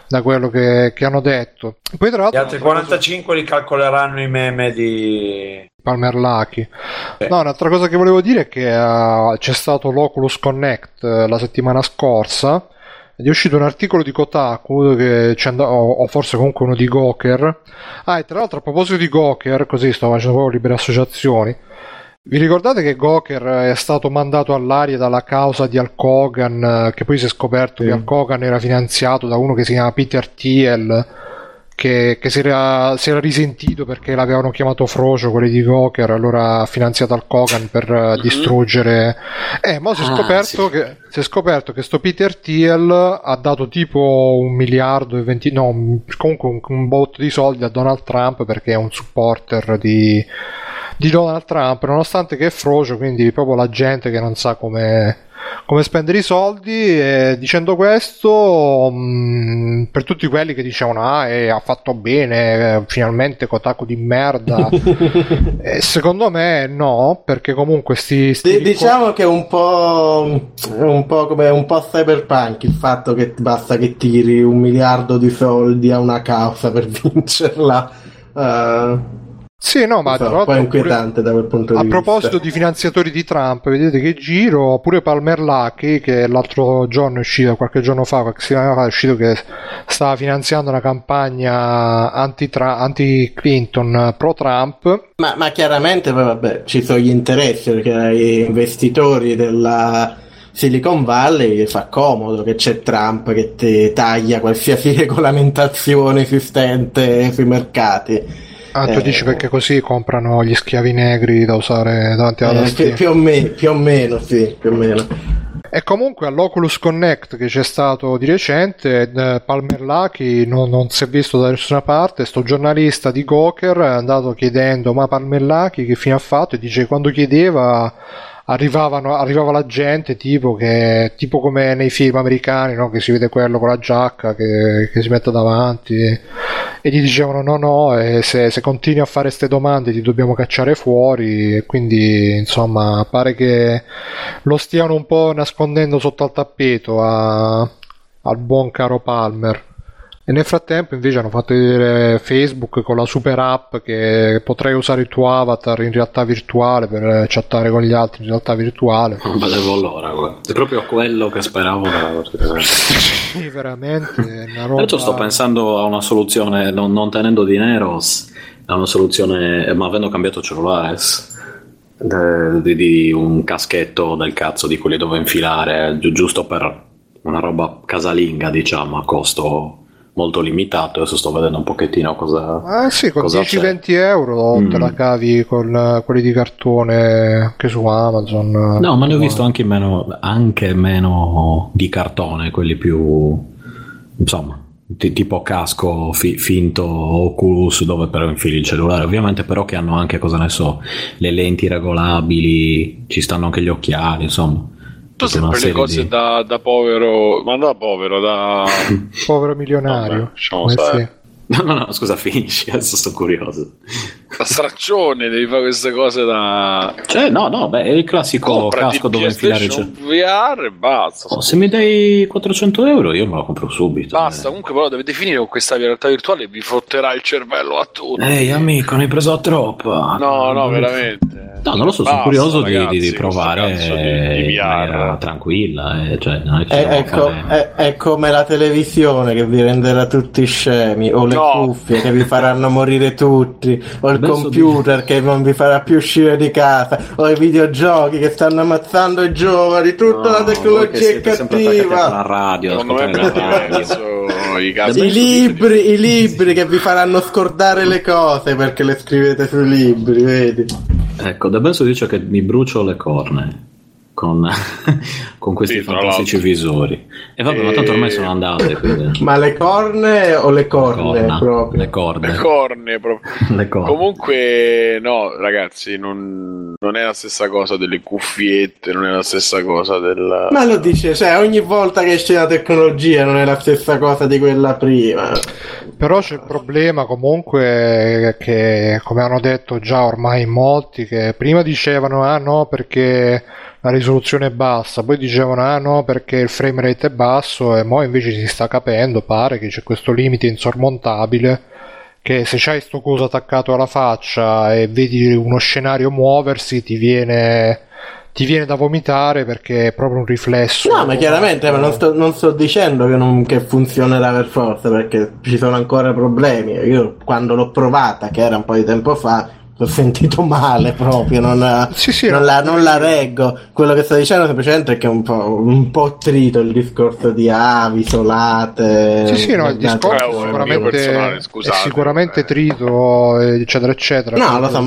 [SPEAKER 4] da quello che hanno detto. Poi tra
[SPEAKER 6] Gli
[SPEAKER 4] l'altro
[SPEAKER 6] altri 45 li calcoleranno i meme di
[SPEAKER 4] Palmer Lucky. No, un'altra cosa che volevo dire è che c'è stato l'Oculus Connect la settimana scorsa ed è uscito un articolo di Kotaku o forse comunque uno di Gawker. E tra l'altro a proposito di Gawker, così sto facendo proprio libere associazioni, vi ricordate che Gawker è stato mandato all'aria dalla causa di Hulk Hogan, che poi si è scoperto che Hulk Hogan era finanziato da uno che si chiama Peter Thiel, che si era risentito perché l'avevano chiamato Frocio, quelli di Gawker, allora ha finanziato Hulk Hogan per distruggere. Ma si è scoperto che sto Peter Thiel ha dato tipo 1 miliardo e 20, no, comunque un botto di soldi a Donald Trump perché è un supporter di Donald Trump, nonostante che è frocio, quindi proprio la gente che non sa come spendere i soldi. E dicendo questo, per tutti quelli che dicevano ha fatto bene, finalmente Kotaku di merda, secondo me no, perché comunque
[SPEAKER 8] diciamo che è un po' come un po' cyberpunk il fatto che basta che tiri 1 miliardo di soldi a una causa per vincerla.
[SPEAKER 4] Sì, no, ma
[SPEAKER 8] un po' inquietante da quel punto di vista.
[SPEAKER 4] A proposito di finanziatori di Trump, vedete che giro, pure Palmer Lucky, che l'altro giorno è uscito, qualche giorno fa, qualche settimana fa, è uscito che stava finanziando una campagna anti-Clinton pro-Trump.
[SPEAKER 8] Ma chiaramente poi vabbè, ci sono gli interessi, perché ai investitori della Silicon Valley fa comodo che c'è Trump che ti taglia qualsiasi regolamentazione esistente sui mercati.
[SPEAKER 4] Tu dici perché così comprano gli schiavi negri da usare davanti alla tastiera?
[SPEAKER 8] Più o meno, sì, più o meno.
[SPEAKER 4] E comunque all'Oculus Connect che c'è stato di recente, Palmer Lucky non si è visto da nessuna parte. Sto giornalista di Gawker è andato chiedendo ma Palmer Lucky che fine ha fatto, e dice quando chiedeva arrivava la gente tipo come nei film americani, no? Che si vede quello con la giacca che si mette davanti e gli dicevano no, e se continui a fare ste domande ti dobbiamo cacciare fuori. E quindi insomma pare che lo stiano un po' nascondendo sotto al tappeto al buon caro Palmer. E nel frattempo invece hanno fatto vedere Facebook con la super app che potrai usare il tuo avatar in realtà virtuale per chattare con gli altri in realtà virtuale.
[SPEAKER 9] Non vedevo l'ora, è proprio quello che speravo dalla partita.
[SPEAKER 4] Sì, veramente una roba.
[SPEAKER 9] Adesso sto pensando a una soluzione, non tenendo dinero, a una soluzione, ma avendo cambiato cellulare, di un caschetto del cazzo di quelli dove infilare, giusto per una roba casalinga, diciamo, a costo molto limitato. Adesso sto vedendo un pochettino cosa
[SPEAKER 4] sì, con
[SPEAKER 9] cosa
[SPEAKER 4] 10-20 euro te la cavi con quelli di cartone anche su Amazon.
[SPEAKER 9] No, ma ne ho visto anche meno di cartone, quelli più insomma tipo casco finto Oculus dove però infili il cellulare, ovviamente, però che hanno anche, cosa ne so, le lenti regolabili, ci stanno anche gli occhiali, insomma.
[SPEAKER 2] Tu sempre le cose da povero, ma da povero, da
[SPEAKER 4] povero milionario.
[SPEAKER 9] No, scusa, finisci, adesso sto curioso.
[SPEAKER 2] Da straccione devi fare queste cose da...
[SPEAKER 9] Cioè, no, è il classico casco dove infilare il
[SPEAKER 2] VR e basta.
[SPEAKER 9] Se mi dai 400 euro io me lo compro subito.
[SPEAKER 2] Basta, comunque però dovete finire con questa realtà virtuale e vi fotterà il cervello a tutti.
[SPEAKER 9] Ehi amico, ne hai preso troppo.
[SPEAKER 2] No, veramente.
[SPEAKER 9] No, non lo so, sono curioso
[SPEAKER 2] ragazzi,
[SPEAKER 9] di provare
[SPEAKER 2] di
[SPEAKER 9] in maniera tranquilla. Cioè, non
[SPEAKER 8] è come la televisione che vi renderà tutti scemi, o le cuffie che vi faranno morire tutti, o il computer che non vi farà più uscire di casa, o i videogiochi che stanno ammazzando i giovani, tutta la tecnologia è cattiva.
[SPEAKER 9] La radio,
[SPEAKER 8] i libri che vi faranno scordare le cose perché le scrivete sui libri, vedi?
[SPEAKER 9] Ecco, Da Benso dice che mi brucio le corna con questi fantastici visori. E vabbè, ma tanto ormai sono andate. Quindi.
[SPEAKER 8] Ma le corne o le corne? Proprio?
[SPEAKER 9] Le corne
[SPEAKER 2] proprio. Le corne. Comunque, no, ragazzi, non è la stessa cosa delle cuffiette, non è la stessa cosa del...
[SPEAKER 8] Ma lo dice, cioè, ogni volta che esce la tecnologia non è la stessa cosa di quella prima.
[SPEAKER 4] Però c'è il problema comunque che, come hanno detto già ormai molti, che prima dicevano no perché la risoluzione è bassa, poi dicevano ah no perché il frame rate è basso, e mo invece si sta capendo, pare che c'è questo limite insormontabile, che se c'hai sto coso attaccato alla faccia e vedi uno scenario muoversi ti viene da vomitare, perché è proprio un riflesso.
[SPEAKER 8] No, ma chiaramente ma non sto dicendo che funzionerà per forza, perché ci sono ancora problemi. Io quando l'ho provata, che era un po' di tempo fa, l'ho sentito male proprio, non la reggo. Quello che sto dicendo semplicemente è che è un po' trito il discorso di isolate.
[SPEAKER 4] No, il discorso è sicuramente trito, eccetera eccetera.
[SPEAKER 8] No, lo so,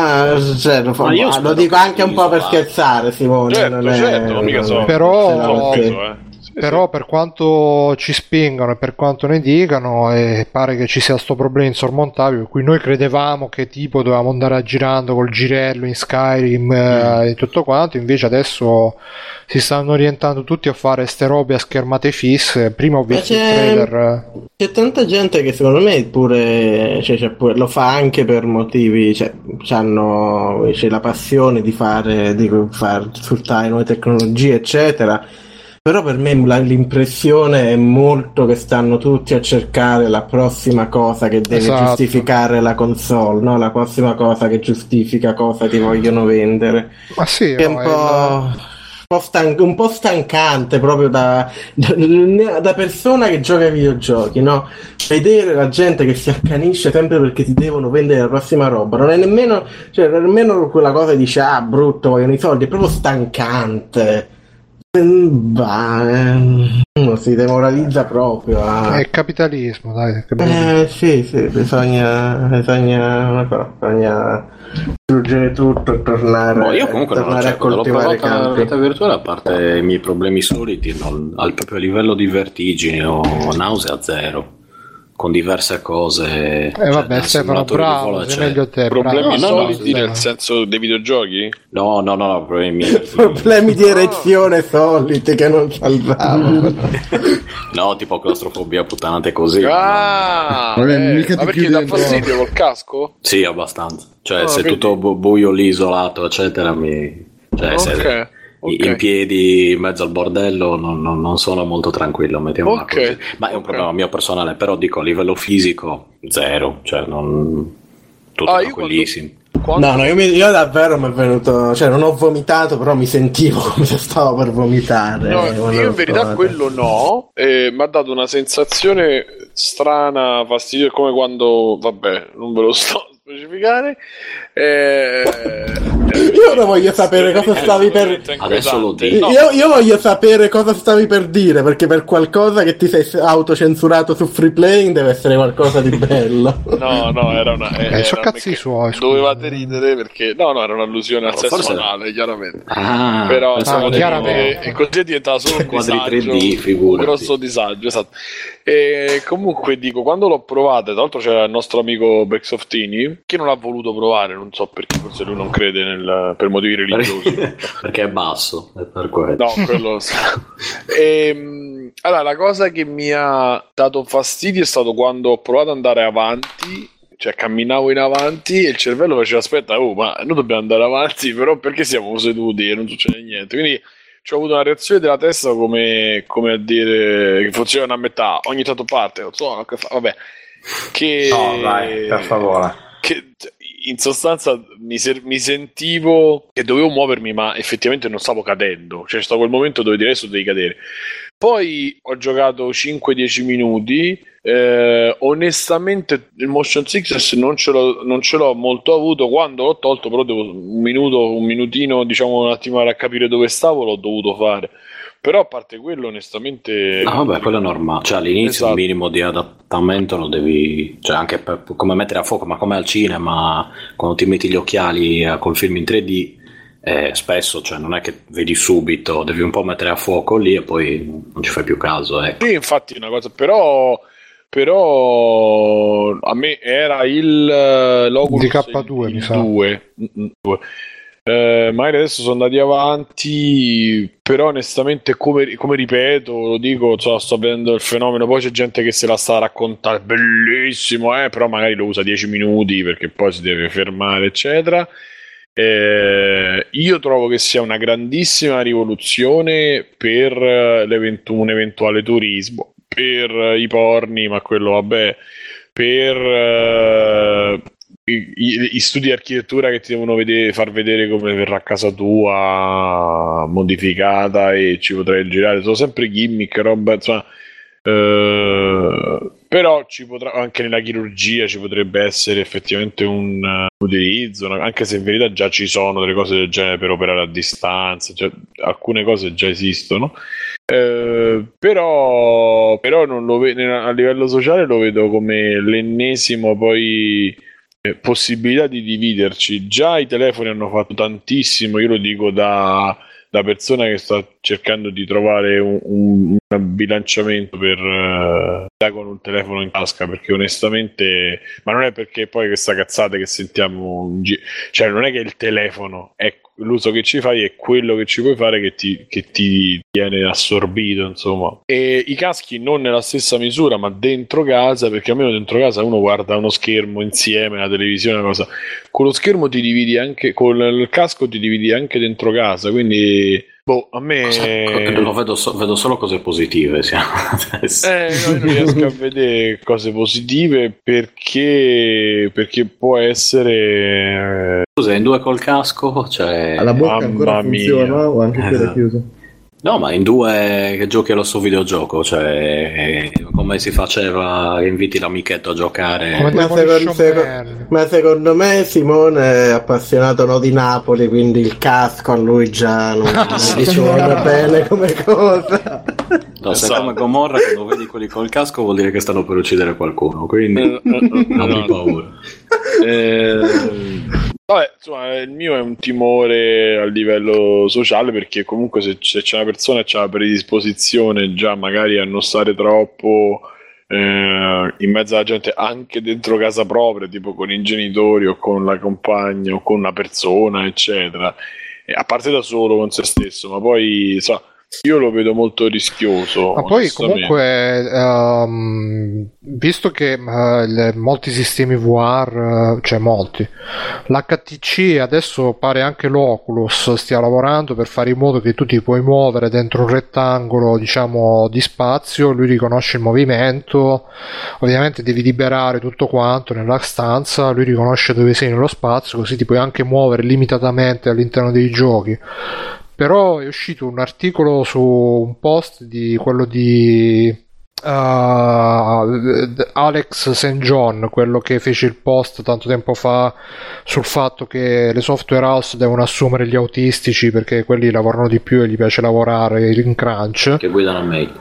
[SPEAKER 8] lo dico anche un po' per scherzare, Simone.
[SPEAKER 2] Certo, mica so.
[SPEAKER 4] Però per quanto ci spingano e per quanto ne dicano, pare che ci sia sto problema insormontabile, per cui noi credevamo che tipo dovevamo andare girando col girello in Skyrim e tutto quanto, invece adesso si stanno orientando tutti a fare ste robe a schermate fisse. Prima ho visto il trailer.
[SPEAKER 8] C'è tanta gente che secondo me pure lo fa anche per motivi, c'è la passione di far sfruttare nuove tecnologie eccetera. Però per me l'impressione è molto che stanno tutti a cercare la prossima cosa che deve giustificare la console, no? La prossima cosa che giustifica cosa ti vogliono vendere.
[SPEAKER 4] Ma sì,
[SPEAKER 8] che è un po' stancante proprio da persona che gioca ai videogiochi, no? Vedere la gente che si accanisce sempre perché ti devono vendere la prossima roba, non è nemmeno quella cosa che dice brutto, vogliono i soldi, è proprio stancante. Uno si demoralizza proprio.
[SPEAKER 4] È capitalismo, dai.
[SPEAKER 8] Sì, bisogna distruggere tutto e tornare.
[SPEAKER 9] Io comunque
[SPEAKER 8] a coltivare i campi.
[SPEAKER 9] La realtà virtuale, a parte i miei problemi soliti, proprio a livello di vertigine o nausea zero, con diverse cose.
[SPEAKER 4] Vabbè, Stefano, bravo, sei meglio te.
[SPEAKER 2] Problemi soliti nel senso dei videogiochi?
[SPEAKER 9] No, problemi
[SPEAKER 8] di erezione soliti che non salvavo.
[SPEAKER 9] No, tipo claustrofobia, puttanate così.
[SPEAKER 2] Ma perché dà fastidio col casco?
[SPEAKER 9] Sì, abbastanza. Cioè, se è tutto buio lì, isolato, eccetera, se in piedi in mezzo al bordello non sono molto tranquillo, mettiamola così. Ma è un problema mio personale, però dico a livello fisico zero, cioè tutto tranquillissimo.
[SPEAKER 8] Io davvero mi è venuto, cioè non ho vomitato, però mi sentivo come se stavo per vomitare.
[SPEAKER 2] Io in verità quello no, mi ha dato una sensazione strana, fastidiosa, come quando, vabbè, non ve lo sto specificare.
[SPEAKER 8] Io ora voglio sapere cosa stavi per.
[SPEAKER 9] Adesso lo dico.
[SPEAKER 8] Io voglio sapere cosa stavi per dire, perché per qualcosa che ti sei autocensurato su Free Playing deve essere qualcosa di bello.
[SPEAKER 2] No, era una.
[SPEAKER 4] Sono cazzi suoi.
[SPEAKER 2] Dovevate ridere perché era un'allusione al sesso anale, chiaramente. Però
[SPEAKER 4] chiaramente.
[SPEAKER 2] E così è diventato solo un
[SPEAKER 9] quadri
[SPEAKER 2] disagio,
[SPEAKER 9] 3D, figurati.
[SPEAKER 2] un grosso disagio, esatto. E comunque dico, quando l'ho provata, tra l'altro c'era il nostro amico Bexoftini che non ha voluto provare, non so perché, forse lui non crede per motivi religiosi.
[SPEAKER 9] Perché è basso, è per quello.
[SPEAKER 2] No, quello lo so. Allora, la cosa che mi ha dato fastidio è stato quando ho provato ad andare avanti, cioè camminavo in avanti e il cervello faceva aspetta, ma noi dobbiamo andare avanti, però perché siamo seduti e non succede niente? Quindi ho avuto una reazione della testa come a dire che funziona a metà, ogni tanto parte, non so, vabbè.
[SPEAKER 6] No, vai, per favore.
[SPEAKER 2] Che in sostanza mi sentivo che dovevo muovermi, ma effettivamente non stavo cadendo, cioè stato quel momento dove direi devi cadere. Poi ho giocato 5-10 minuti, onestamente il motion sickness non ce l'ho molto avuto. Quando l'ho tolto, però devo un minutino, diciamo un attimo a capire dove stavo, l'ho dovuto fare. Però a parte quello, onestamente.
[SPEAKER 9] No, vabbè, quello è normale. Cioè, all'inizio
[SPEAKER 2] esatto.
[SPEAKER 9] Un minimo di adattamento lo devi. Cioè, anche come mettere a fuoco, ma come al cinema, quando ti metti gli occhiali col film in 3D, spesso, cioè, non è che vedi subito, devi un po' mettere a fuoco lì e poi non ci fai più caso. Ecco.
[SPEAKER 2] Sì, infatti, una cosa, però a me era il l'Oculus
[SPEAKER 4] DK2, mi sa.
[SPEAKER 2] 2. Magari adesso sono andati avanti, però onestamente come ripeto, lo dico, sto vedendo il fenomeno, poi c'è gente che se la sta a raccontare, bellissimo, però magari lo usa 10 minuti perché poi si deve fermare eccetera. Io trovo che sia una grandissima rivoluzione per un eventuale turismo, per i porni, ma quello vabbè, per gli studi di architettura che ti devono far vedere come verrà casa tua modificata e ci potrai girare. Sono sempre gimmick, roba, insomma. Però ci potrà, anche nella chirurgia ci potrebbe essere effettivamente un utilizzo, anche se in verità già ci sono delle cose del genere per operare a distanza, cioè, alcune cose già esistono. Però non lo a livello sociale lo vedo come l'ennesimo poi possibilità di dividerci. Già i telefoni hanno fatto tantissimo, io lo dico da persona che sta cercando di trovare un bilanciamento per con un telefono in tasca, perché onestamente, ma non è perché poi questa cazzata che sentiamo cioè non è che il telefono è l'uso che ci fai, è quello che ci puoi fare che ti viene assorbito, insomma. E i caschi non nella stessa misura, ma dentro casa, perché almeno dentro casa uno guarda uno schermo insieme, la televisione, una cosa. Con lo schermo ti dividi anche, con il casco ti dividi anche dentro casa, quindi a me
[SPEAKER 9] vedo solo cose positive.
[SPEAKER 2] No, io non riesco a vedere cose positive perché può essere.
[SPEAKER 9] Scusa, in due col casco, cioè
[SPEAKER 5] alla bocca ancora funziona o anche quella chiusa?
[SPEAKER 9] No, ma in due che giochi allo sto videogioco, cioè come si faceva, inviti l'amichetto a giocare.
[SPEAKER 8] Ma secondo me Simone è appassionato di Napoli, quindi il casco a lui già non gli suona bene come cosa.
[SPEAKER 9] No, se come Gomorra, quando vedi quelli col casco vuol dire che stanno per uccidere qualcuno, quindi non ho paura.
[SPEAKER 2] Vabbè, insomma, il mio è un timore a livello sociale, perché comunque se c'è una persona che ha la predisposizione già magari a non stare troppo in mezzo alla gente, anche dentro casa propria, tipo con i genitori o con la compagna o con una persona, eccetera, a parte da solo con se stesso, ma poi io lo vedo molto rischioso.
[SPEAKER 4] Ma poi comunque visto che molti sistemi VR, cioè molti, l'HTC adesso pare anche l'Oculus stia lavorando per fare in modo che tu ti puoi muovere dentro un rettangolo, diciamo, di spazio, lui riconosce il movimento, ovviamente devi liberare tutto quanto nella stanza, lui riconosce dove sei nello spazio, così ti puoi anche muovere limitatamente all'interno dei giochi. Però è uscito un articolo su un post di quello di Alex St. John, quello che fece il post tanto tempo fa sul fatto che le software house devono assumere gli autistici perché quelli lavorano di più e gli piace lavorare in crunch,
[SPEAKER 9] che guidano meglio.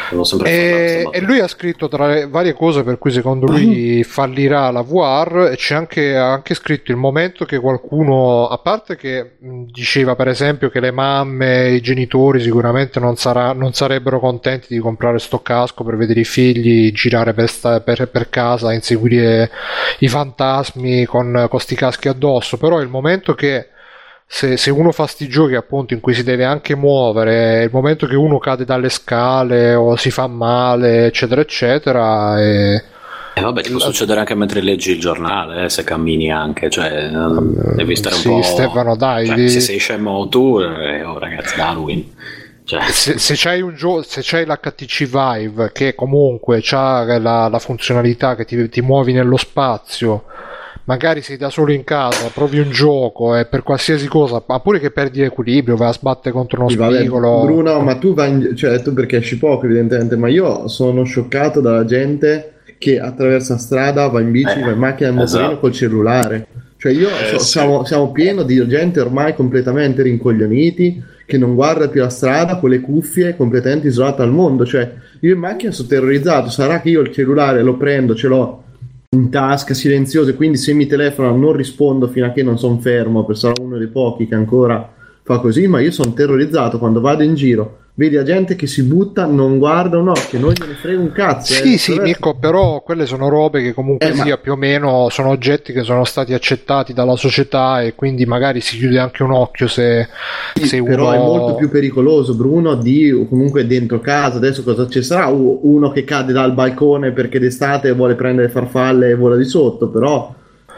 [SPEAKER 4] E lui ha scritto tra le varie cose per cui secondo lui fallirà la VR, e c'è anche scritto il momento che qualcuno, a parte che diceva per esempio che le mamme e i genitori sicuramente non sarebbero contenti di comprare sto casco per vedere i figli girare per casa a inseguire i fantasmi con sti caschi addosso, però è il momento che se uno fa sti giochi appunto in cui si deve anche muovere, il momento che uno cade dalle scale o si fa male eccetera eccetera,
[SPEAKER 9] vabbè, ti può succedere anche mentre leggi il giornale, se cammini anche, cioè devi stare un po'.
[SPEAKER 4] Stefano, dai,
[SPEAKER 9] cioè, se sei scemo tu, ragazzi, Darwin. Cioè.
[SPEAKER 4] Se c'hai l'HTC Vive che comunque c'ha la funzionalità che ti muovi nello spazio, magari sei da solo in casa, provi un gioco e per qualsiasi cosa, ma pure che perdi l'equilibrio, vai a sbattere contro uno spigolo.
[SPEAKER 5] Bruno, ma tu tu perché esci poco evidentemente, ma io sono scioccato dalla gente che attraversa strada, va in bici, va in macchina e motorino col cellulare. Cioè siamo pieni di gente ormai completamente rincoglioniti, che non guarda più la strada, con le cuffie, completamente isolata dal mondo. Cioè io in macchina sono terrorizzato, sarà che io il cellulare lo prendo, ce l'ho in tasca, silenzioso, e quindi se mi telefono non rispondo fino a che non sono fermo, per sarà uno dei pochi che ancora fa così, ma io sono terrorizzato quando vado in giro, vedi la gente che si butta, non guarda un occhio, non gliene frega un cazzo.
[SPEAKER 4] Sì, Mirko, però quelle sono robe che comunque sia più o meno sono oggetti che sono stati accettati dalla società, e quindi magari si chiude anche un occhio se uno.
[SPEAKER 5] Però è molto più pericoloso, Bruno, di comunque dentro casa. Adesso cosa ci sarà? Uno che cade dal balcone perché d'estate vuole prendere farfalle e vola di sotto, però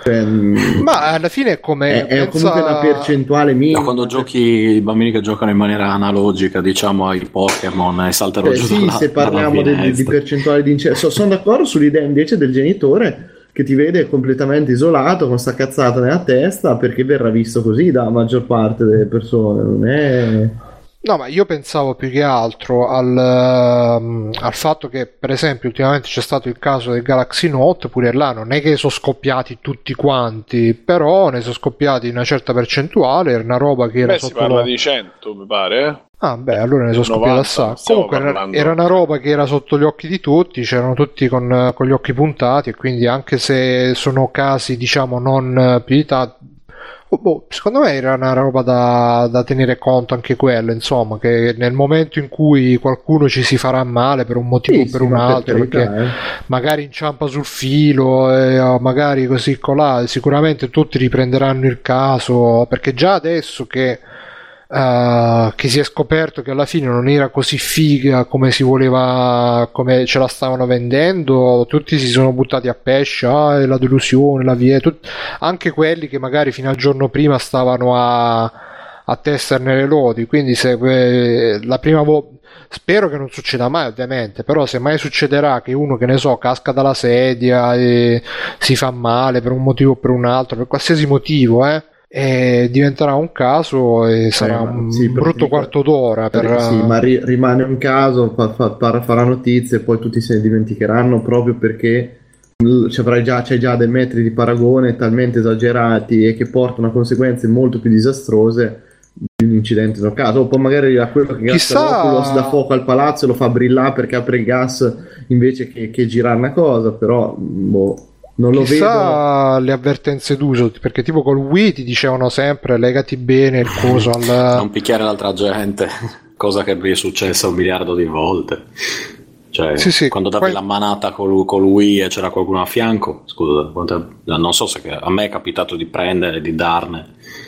[SPEAKER 5] Cioè,
[SPEAKER 4] Ma alla fine è come
[SPEAKER 5] è comunque una percentuale minima.
[SPEAKER 9] Quando giochi i bambini che giocano in maniera analogica, diciamo, ai Pokémon e saltano giù
[SPEAKER 5] Sì, se parliamo di percentuale di incesto, sono d'accordo sull'idea invece del genitore che ti vede completamente isolato con sta cazzata nella testa, perché verrà visto così da maggior parte delle persone. Non è...
[SPEAKER 4] No, ma io pensavo più che altro al fatto che, per esempio, ultimamente c'è stato il caso del Galaxy Note, pure là non è che sono scoppiati tutti quanti, però ne sono scoppiati una certa percentuale, era una roba che era
[SPEAKER 2] si
[SPEAKER 4] sotto
[SPEAKER 2] parla di 100, mi pare.
[SPEAKER 4] Ah, beh, allora ne sono scoppiati assai. Comunque era una roba che era sotto gli occhi di tutti, c'erano tutti con gli occhi puntati, e quindi anche se sono casi, diciamo, non più di tanto, secondo me era una roba da tenere conto anche quello, insomma, che nel momento in cui qualcuno ci si farà male per un motivo o per un altro, perché magari inciampa sul filo, o magari così colà, sicuramente tutti riprenderanno il caso, perché già adesso che si è scoperto che alla fine non era così figa come si voleva, come ce la stavano vendendo, tutti si sono buttati a pesce, è la delusione, la via, anche quelli che magari fino al giorno prima stavano a testerne le lodi, quindi se la prima volta, spero che non succeda mai ovviamente, però se mai succederà che uno, che ne so, casca dalla sedia e si fa male per un motivo o per un altro, per qualsiasi motivo, e diventerà un caso e sarà un brutto quarto d'ora
[SPEAKER 5] sì, ma rimane un caso, farà notizie e poi tutti se ne dimenticheranno, proprio perché c'è già dei metri di paragone talmente esagerati e che portano a conseguenze molto più disastrose di un incidente nel caso. O poi magari a quello che gasta l'Oculus da fuoco al palazzo e lo fa brillare perché apre il gas invece che girare una cosa, però non lo
[SPEAKER 4] vedo. Le avvertenze d'uso, perché tipo col Wii ti dicevano sempre legati bene il coso al...
[SPEAKER 9] non picchiare l'altra gente, cosa che vi è successa 1 miliardo di volte, cioè sì, quando davi la manata col Wii e c'era qualcuno a fianco, scusa, non so se a me è capitato di prendere, di darne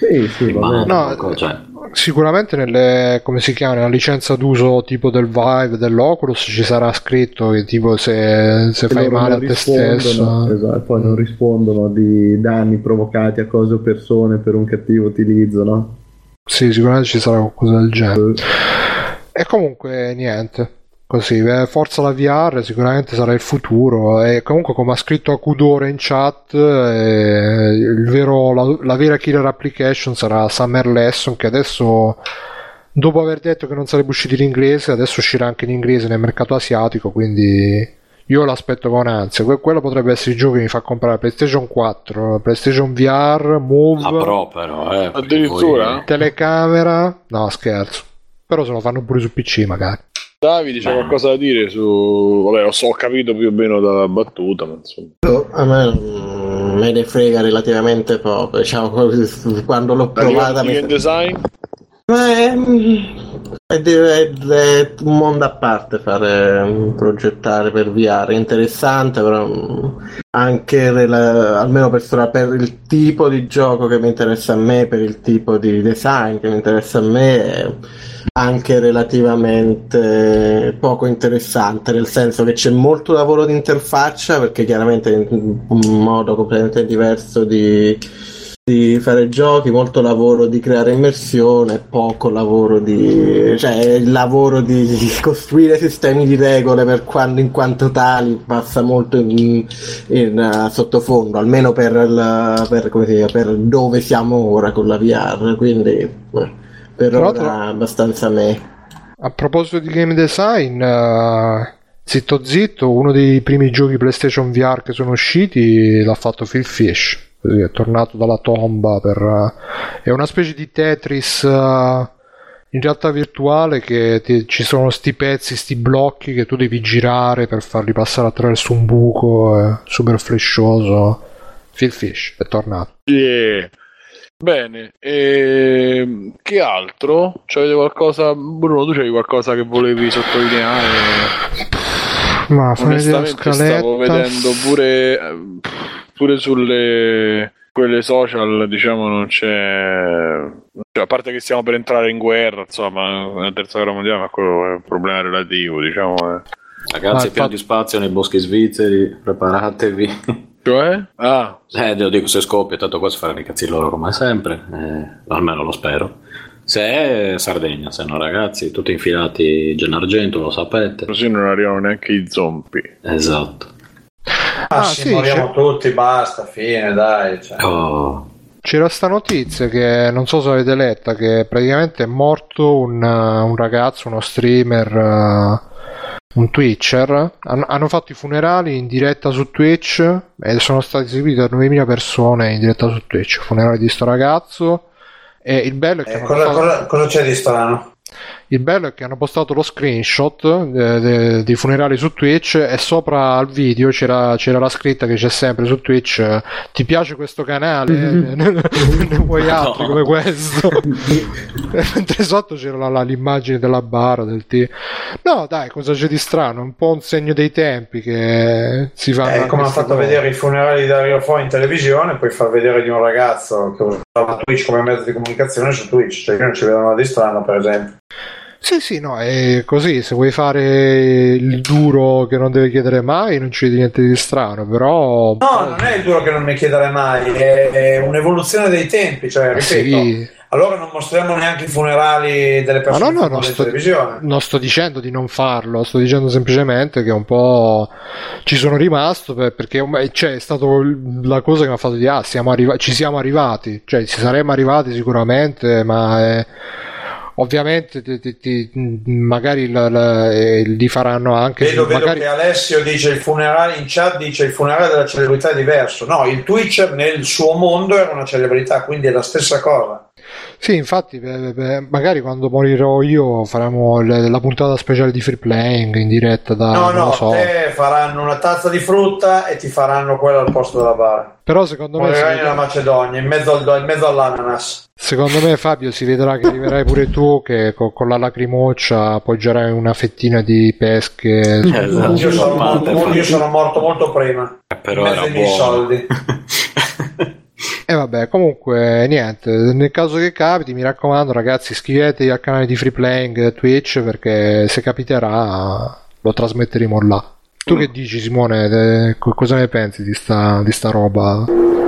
[SPEAKER 4] sicuramente nelle, come si chiama, nella licenza d'uso tipo del Vive, dell'Oculus ci sarà scritto che tipo se fai male a te stesso,
[SPEAKER 5] esatto, poi non rispondono di danni provocati a cose o persone per un cattivo utilizzo, no?
[SPEAKER 4] Sì, sicuramente ci sarà qualcosa del genere. E comunque niente, così, forza la VR, sicuramente sarà il futuro. E comunque, come ha scritto Akudore in chat, la vera killer application sarà Summer Lesson, che adesso, dopo aver detto che non sarebbe uscito in inglese, adesso uscirà anche in inglese nel mercato asiatico, quindi io l'aspetto con ansia. Quello potrebbe essere il gioco che mi fa comprare PlayStation 4, PlayStation VR, Move,
[SPEAKER 9] la Pro però,
[SPEAKER 2] addirittura
[SPEAKER 4] telecamera, no scherzo, però se lo fanno pure su PC magari.
[SPEAKER 2] Davide c'è qualcosa da dire su... Vabbè, ho capito più o meno dalla battuta, ma insomma...
[SPEAKER 8] A me ne frega relativamente poco, diciamo, quando l'ho provata...
[SPEAKER 2] Game design?
[SPEAKER 8] È un mondo a parte progettare per VR, è interessante, però anche almeno per il tipo di gioco che mi interessa a me, per il tipo di design che mi interessa a me, è anche relativamente poco interessante, nel senso che c'è molto lavoro di interfaccia, perché chiaramente è un modo completamente diverso di fare giochi, molto lavoro di creare immersione, poco lavoro il lavoro di costruire sistemi di regole per quando in quanto tali passa molto in sottofondo, almeno per dove siamo ora con la VR, quindi per ora abbastanza me.
[SPEAKER 4] A proposito di game design, zitto zitto, uno dei primi giochi PlayStation VR che sono usciti l'ha fatto Phil Fish. È tornato dalla tomba è una specie di Tetris in realtà virtuale, che ci sono sti pezzi, sti blocchi che tu devi girare per farli passare attraverso un buco, super flashoso. Phil Fish è tornato.
[SPEAKER 2] Yeah. Bene, che altro? C'avete qualcosa, Bruno, tu c'avevi qualcosa che volevi sottolineare?
[SPEAKER 4] Ma
[SPEAKER 2] onestamente stavo vedendo pure sulle quelle social, diciamo, non c'è, cioè, a parte che stiamo per entrare in guerra, insomma, nella terza guerra mondiale, ma quello è un problema relativo, diciamo.
[SPEAKER 9] Ragazzi, piano di spazio nei boschi svizzeri, preparatevi.
[SPEAKER 2] Cioè?
[SPEAKER 9] Lo dico, se scoppia, tanto qua si faranno i cazzi loro come sempre, almeno lo spero. Se è Sardegna, se no ragazzi, tutti infilati Gennargentu, lo sapete.
[SPEAKER 2] Così non arrivano neanche i zombie.
[SPEAKER 9] Esatto.
[SPEAKER 6] Sì, moriamo tutti, basta, fine, dai. Cioè.
[SPEAKER 4] C'era sta notizia che non so se avete letta, che praticamente è morto un ragazzo, uno streamer, un Twitcher. Hanno fatto i funerali in diretta su Twitch e sono stati seguiti da 9.000 persone in diretta su Twitch. Funerali di sto ragazzo. E il bello è che
[SPEAKER 6] cosa c'è di strano?
[SPEAKER 4] Il bello è che hanno postato lo screenshot dei funerali su Twitch e sopra al video c'era la scritta che c'è sempre su Twitch: ti piace questo canale? Ne vuoi altri come questo? Mentre sotto c'era l'immagine della bara del tè. No dai, cosa c'è di strano? Un po' un segno dei tempi che si fanno.
[SPEAKER 6] Come hanno fatto vedere i funerali di Dario Fo in televisione, poi far vedere di un ragazzo che usava Twitch come mezzo di comunicazione su Twitch, cioè non ci vedono nada di strano, per esempio.
[SPEAKER 4] Sì, no, è così, se vuoi fare il duro che non deve chiedere mai non ci vedi niente di strano, però...
[SPEAKER 6] No, non è il duro che non mi chiedere mai, è un'evoluzione dei tempi, cioè, ripeto, sì. Allora non mostriamo neanche i funerali delle persone in televisione.
[SPEAKER 4] Non sto dicendo di non farlo, sto dicendo semplicemente che un po' ci sono rimasto perché è stato la cosa che mi ha fatto dire ci siamo arrivati, cioè ci saremmo arrivati sicuramente, ma... Ovviamente magari li faranno anche.
[SPEAKER 6] Vedo che Alessio dice il funerale in chat, dice il funerale della celebrità è diverso. No, il Twitcher nel suo mondo era una celebrità, quindi è la stessa cosa.
[SPEAKER 4] Sì, infatti magari quando morirò io faremo la puntata speciale di Free Playing in diretta non lo so.
[SPEAKER 6] Te faranno una tazza di frutta e ti faranno quella al posto della bara.
[SPEAKER 4] Però secondo me
[SPEAKER 6] morirai nella Macedonia in mezzo all'ananas.
[SPEAKER 4] Secondo me, Fabio, si vedrà che arriverai pure tu che con la lacrimoccia appoggerai una fettina di pesche.
[SPEAKER 6] Esatto. Io sono morto molto prima,
[SPEAKER 9] però
[SPEAKER 6] in mezzo ai miei soldi.
[SPEAKER 4] E vabbè, comunque niente, nel caso che capiti, mi raccomando ragazzi, iscrivetevi al canale di Free Playing Twitch, perché se capiterà lo trasmetteremo là. Tu che dici, Simone? Cosa ne pensi di sta roba?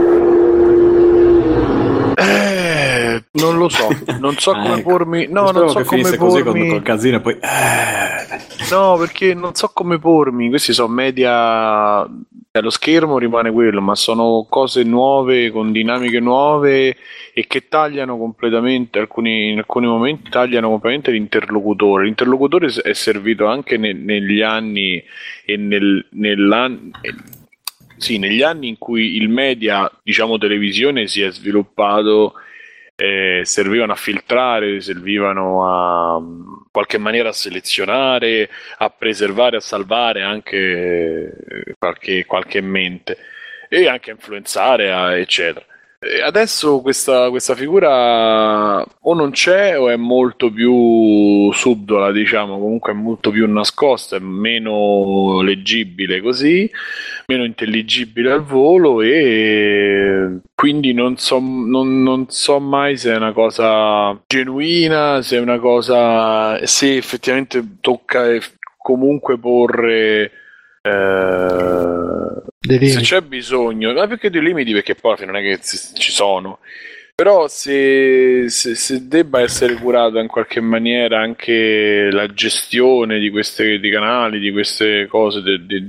[SPEAKER 2] Non lo so, non so come pormi. No, non so come
[SPEAKER 9] così
[SPEAKER 2] pormi.
[SPEAKER 9] Col casino poi.
[SPEAKER 2] No, perché non so come pormi. Questi sono media. Lo schermo rimane quello, ma sono cose nuove con dinamiche nuove e che tagliano completamente. In alcuni momenti tagliano completamente l'interlocutore. L'interlocutore è servito anche negli anni e negli anni in cui il media, diciamo televisione, si è sviluppato. Servivano a filtrare, servivano a qualche maniera a selezionare, a preservare, a salvare anche qualche mente e anche a influenzare, eccetera. E adesso questa figura o non c'è o è molto più subdola, diciamo, comunque è molto più nascosta, è meno leggibile così, meno intelligibile al volo, e quindi non so mai se è una cosa genuina, se è una cosa, se effettivamente tocca comunque porre se c'è bisogno, ma perché dei limiti, perché poi alla fine non è che ci sono, però se debba essere curata in qualche maniera anche la gestione di questi canali, di queste cose,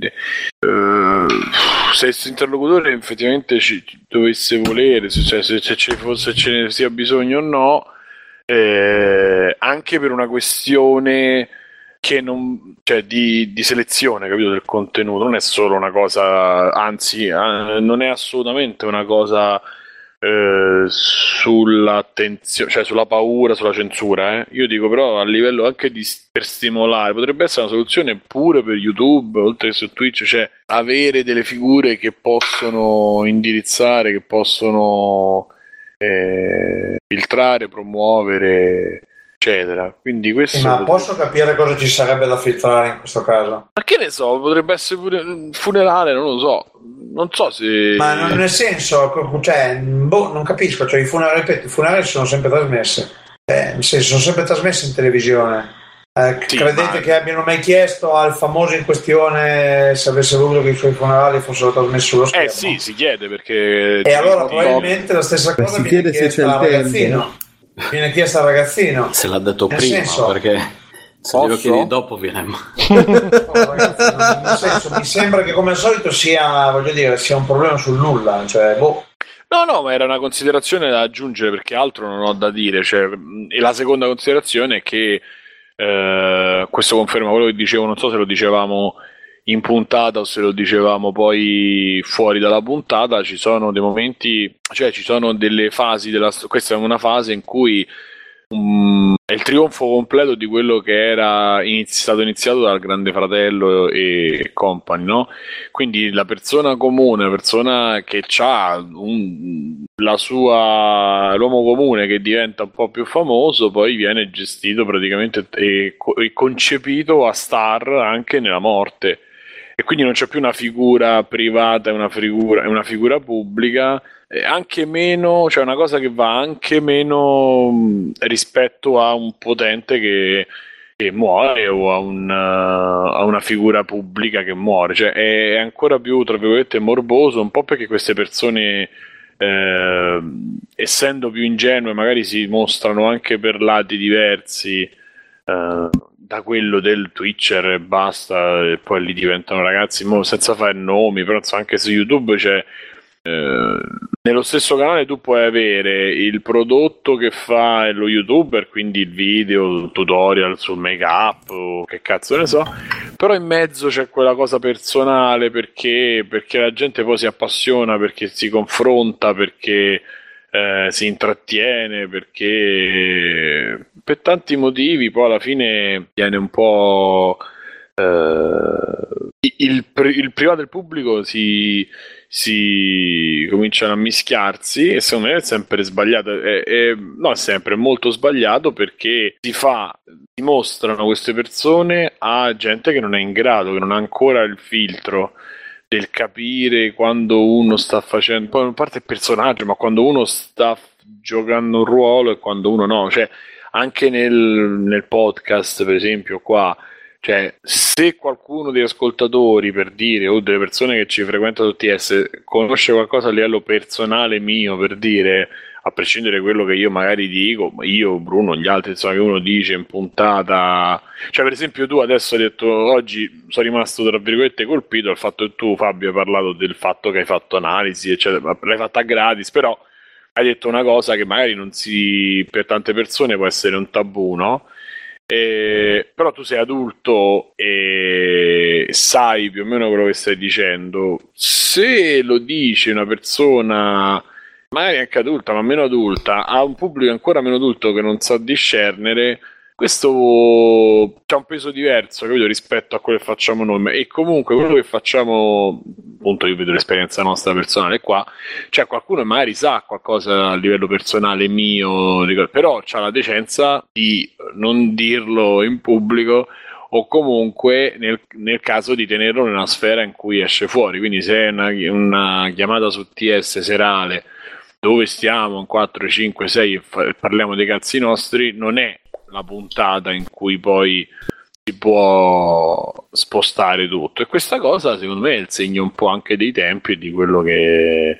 [SPEAKER 2] se questo interlocutore effettivamente ci dovesse volere, se ce ne sia bisogno o no, anche per una questione che non, cioè di selezione, capito, del contenuto, non è solo una cosa, anzi non è assolutamente una cosa sull'attenzione, cioè sulla paura, sulla censura, io dico, però a livello anche per stimolare, potrebbe essere una soluzione pure per YouTube, oltre che su Twitch, cioè avere delle figure che possono indirizzare, che possono filtrare, promuovere, eccetera. Quindi questo
[SPEAKER 6] ma posso capire cosa ci sarebbe da filtrare in questo caso?
[SPEAKER 2] Ma che ne so, potrebbe essere pure un funerale, non lo so. Non so se.
[SPEAKER 6] Ma non nel senso, cioè, non capisco. Cioè, i funerali sono sempre trasmessi. Nel senso, sono sempre trasmessi in televisione.
[SPEAKER 2] Sì,
[SPEAKER 6] credete
[SPEAKER 2] ma-
[SPEAKER 6] che abbiano mai chiesto al famoso in questione se avesse voluto che i suoi funerali fossero trasmessi sullo schermo?
[SPEAKER 2] sì, si chiede perché
[SPEAKER 6] E allora
[SPEAKER 2] sì,
[SPEAKER 6] probabilmente la stessa cosa
[SPEAKER 5] si
[SPEAKER 6] viene
[SPEAKER 5] chiede se
[SPEAKER 6] chiesta
[SPEAKER 5] c'è il
[SPEAKER 6] al
[SPEAKER 5] tempo.
[SPEAKER 6] ragazzino. Viene chiesta al ragazzino.
[SPEAKER 9] Se l'ha detto
[SPEAKER 6] Nel
[SPEAKER 9] prima,
[SPEAKER 6] senso-
[SPEAKER 9] perché se glielo
[SPEAKER 1] Posso?
[SPEAKER 9] chiedi dopo viene
[SPEAKER 6] Ragazzi, nel senso, mi sembra che come al solito sia, voglio dire, sia un problema sul nulla, cioè, boh.
[SPEAKER 2] No, ma era una considerazione da aggiungere perché altro non ho da dire. Cioè, e la seconda considerazione è che questo conferma quello che dicevo, non so se lo dicevamo in puntata o se lo dicevamo poi fuori dalla puntata. Ci sono dei momenti, cioè ci sono delle fasi questa è una fase in cui è il trionfo completo di quello che era stato iniziato dal Grande Fratello e compagni, no? Quindi la persona comune, la persona che ha l'uomo comune che diventa un po' più famoso, poi viene gestito praticamente e concepito a star anche nella morte. E quindi non c'è più una figura privata e una figura pubblica, anche meno, cioè una cosa che va anche meno rispetto a un potente che muore o a una figura pubblica che muore, cioè è ancora più, tra virgolette, morboso, un po' perché queste persone, essendo più ingenue, magari si mostrano anche per lati diversi da quello del Twitcher e basta, e poi lì diventano ragazzi, senza fare nomi, però anche su YouTube c'è nello stesso canale tu puoi avere il prodotto che fa lo YouTuber, quindi il video, il tutorial sul make up o che cazzo ne so, però in mezzo c'è quella cosa personale perché la gente poi si appassiona, perché si confronta, perché si intrattiene, perché per tanti motivi poi alla fine viene un po' il privato e il pubblico si cominciano a mischiarsi, e secondo me è sempre sbagliato, no, è sempre molto sbagliato, perché si mostrano queste persone a gente che non è in grado, che non ha ancora il filtro del capire quando uno sta facendo, poi a parte il personaggio, ma quando uno sta giocando un ruolo e quando uno no, cioè anche nel podcast, per esempio qua, cioè se qualcuno degli ascoltatori, per dire, o delle persone che ci frequentano su TS conosce qualcosa a livello personale mio, per dire, a prescindere da quello che io magari dico, io, Bruno, gli altri, insomma, che uno dice in puntata, cioè per esempio tu adesso hai detto, oggi sono rimasto tra virgolette colpito dal fatto che tu, Fabio, hai parlato del fatto che hai fatto analisi, eccetera, l'hai fatta gratis, però hai detto una cosa che magari per tante persone può essere un tabù, no? Però tu sei adulto e sai più o meno quello che stai dicendo. Se lo dice una persona magari anche adulta, ma meno adulta, a un pubblico ancora meno adulto che non sa discernere, questo c'ha un peso diverso, capito, rispetto a quello che facciamo noi. E comunque quello che facciamo, appunto, io vedo l'esperienza nostra personale qua, cioè qualcuno magari sa qualcosa a livello personale mio, però c'ha la decenza di non dirlo in pubblico, o comunque nel caso di tenerlo nella sfera in cui esce fuori. Quindi se è una chiamata su TS serale dove stiamo in 4, 5, 6 e parliamo dei cazzi nostri, non è la puntata in cui poi si può spostare tutto, e questa cosa secondo me è il segno un po' anche dei tempi e di quello che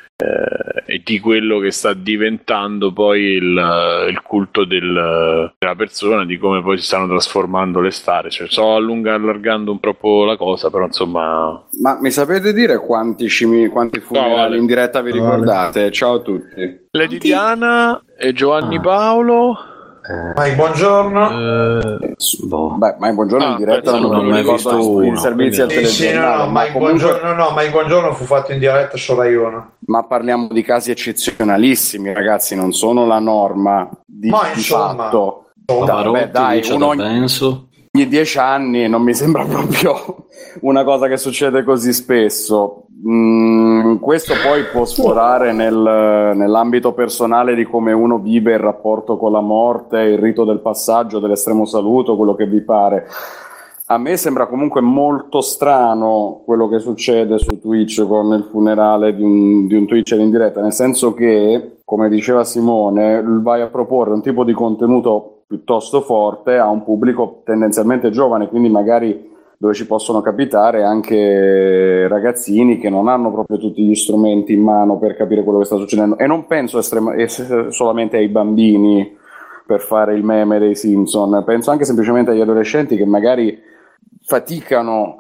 [SPEAKER 2] sta diventando poi il culto della persona, di come poi si stanno trasformando le star. Cioè, sto allargando un po' la cosa, però insomma.
[SPEAKER 10] Ma mi sapete dire quanti funerali in diretta vi ricordate? Ciao a tutti.
[SPEAKER 2] Lady Diana e Giovanni Paolo.
[SPEAKER 6] Mai buongiorno.
[SPEAKER 10] Beh, mai buongiorno in diretta non ho mai visto i servizi al telegiornale.
[SPEAKER 6] Mai buongiorno fu fatto in diretta su Rai 1.
[SPEAKER 10] Ma parliamo di casi eccezionalissimi, ragazzi, non sono la norma di fatto. Dai, uno ogni 10 anni non mi sembra proprio una cosa che succede così spesso. Questo poi può sforare nell'ambito personale di come uno vive il rapporto con la morte, il rito del passaggio, dell'estremo saluto, quello che vi pare. A me sembra comunque molto strano quello che succede su Twitch con il funerale di un Twitcher in diretta, nel senso che, come diceva Simone, vai a proporre un tipo di contenuto piuttosto forte a un pubblico tendenzialmente giovane, quindi magari dove ci possono capitare anche ragazzini che non hanno proprio tutti gli strumenti in mano per capire quello che sta succedendo. E non penso solamente ai bambini per fare il meme dei Simpson, penso anche semplicemente agli adolescenti che magari faticano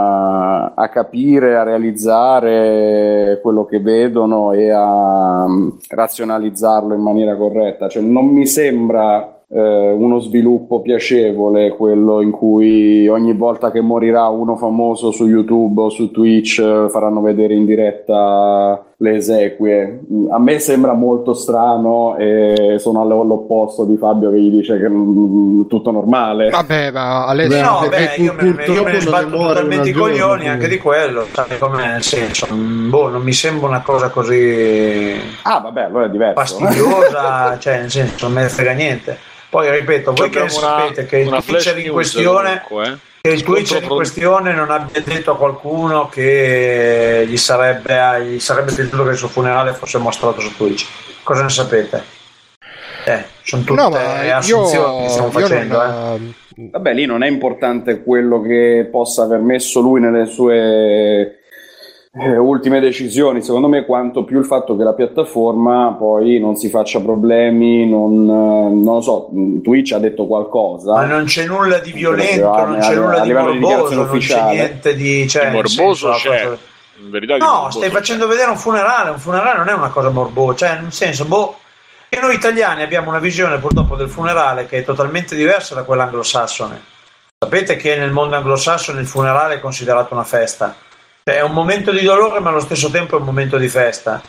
[SPEAKER 10] a capire, a realizzare quello che vedono e a razionalizzarlo in maniera corretta. Cioè, non mi sembra uno sviluppo piacevole quello in cui ogni volta che morirà uno famoso su YouTube o su Twitch faranno vedere in diretta le esequie. A me sembra molto strano e sono all'opposto di Fabio che gli dice che è tutto normale.
[SPEAKER 4] Vabbè, ma Alessio,
[SPEAKER 6] io me ne sbatto totalmente i coglioni anche di quello, come nel senso, non mi sembra una cosa così
[SPEAKER 10] vabbè, allora è diverso,
[SPEAKER 6] fastidiosa, cioè nel senso non me ne frega niente. Poi ripeto, voi che sapete che il Twitcher in questione che il Twitcher in questione non abbia detto a qualcuno che gli sarebbe piaciuto che il suo funerale fosse mostrato su Twitch. Cosa ne sapete? Sono tutte assunzioni che stiamo facendo.
[SPEAKER 10] Vabbè, lì non è importante quello che possa aver messo lui nelle sue ultime decisioni, secondo me, quanto più il fatto che la piattaforma poi non si faccia problemi, non lo so, Twitch ha detto qualcosa,
[SPEAKER 6] ma non c'è nulla di violento, non c'è nulla di morboso, non c'è niente di
[SPEAKER 2] morboso, c'è in verità
[SPEAKER 6] stai facendo vedere un funerale non è una cosa morbosa, cioè nel senso, e noi italiani abbiamo una visione purtroppo del funerale che è totalmente diversa da quella anglosassone. Sapete che nel mondo anglosassone il funerale è considerato una festa. È un momento di dolore, ma allo stesso tempo è un momento di festa.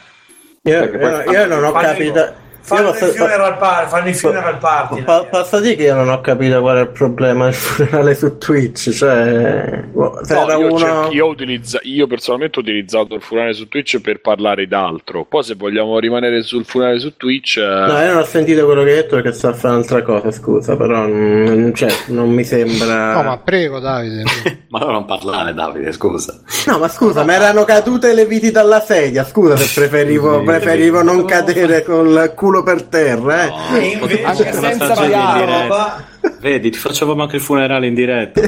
[SPEAKER 8] Io non ho capito.
[SPEAKER 6] Fanno i funeral party.
[SPEAKER 8] Posso dire che io non ho capito qual è il problema del funerale su Twitch. Cioè,
[SPEAKER 2] io personalmente ho utilizzato il funerale su Twitch per parlare d'altro. Poi se vogliamo rimanere sul funerale su Twitch,
[SPEAKER 8] no, io non ho sentito quello che hai detto perché sto a fare un'altra cosa, scusa, però non mi sembra.
[SPEAKER 4] No, ma prego Davide.
[SPEAKER 9] Ma non parlare, Davide, scusa.
[SPEAKER 8] No, ma scusa, mi erano cadute le viti dalla sedia, scusa se preferivo non cadere col culo per terra,
[SPEAKER 6] anche senza VR.
[SPEAKER 9] Vedi, ti facevamo anche il funerale in diretta.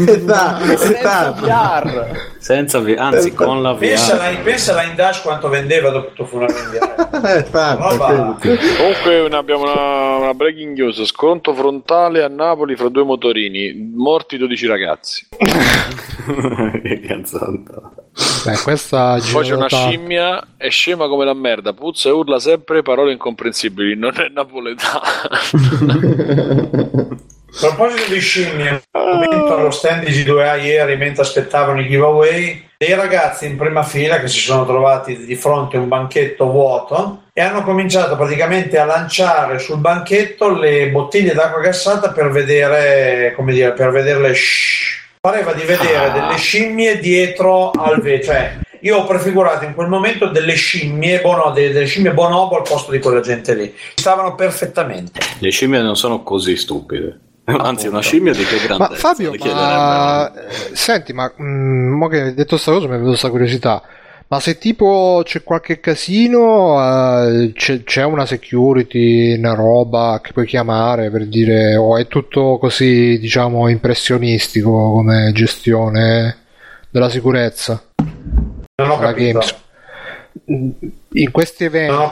[SPEAKER 9] Senza VR, anzi con la VR.
[SPEAKER 6] Pensala in Dash quanto vendeva dopo il tuo funerale in diretta.
[SPEAKER 2] Comunque abbiamo una breaking news: scontro frontale a Napoli fra due motorini, morti 12 ragazzi.
[SPEAKER 9] Che cazzata.
[SPEAKER 4] Questa
[SPEAKER 2] poi c'è una scimmia, è scema come la merda, puzza e urla sempre parole incomprensibili, non è napoletano.
[SPEAKER 6] A proposito di scimmie, allo stand di G2A ieri, mentre aspettavano i giveaway, dei ragazzi in prima fila che si sono trovati di fronte a un banchetto vuoto e hanno cominciato praticamente a lanciare sul banchetto le bottiglie d'acqua gassata per vedere, pareva di vedere delle scimmie dietro al cioè io ho prefigurato in quel momento delle scimmie bonobo al posto di quella gente lì. Stavano perfettamente.
[SPEAKER 9] Le scimmie non sono così stupide. Anzi, una scimmia di che grandezza?
[SPEAKER 4] Ma Fabio, senti, mo che hai detto sta cosa mi è venuta questa curiosità. Ma se tipo c'è qualche casino, c'è una security, una roba che puoi chiamare per dire, o è tutto così, diciamo, impressionistico come gestione della sicurezza?
[SPEAKER 6] Non ho capito.
[SPEAKER 4] In questi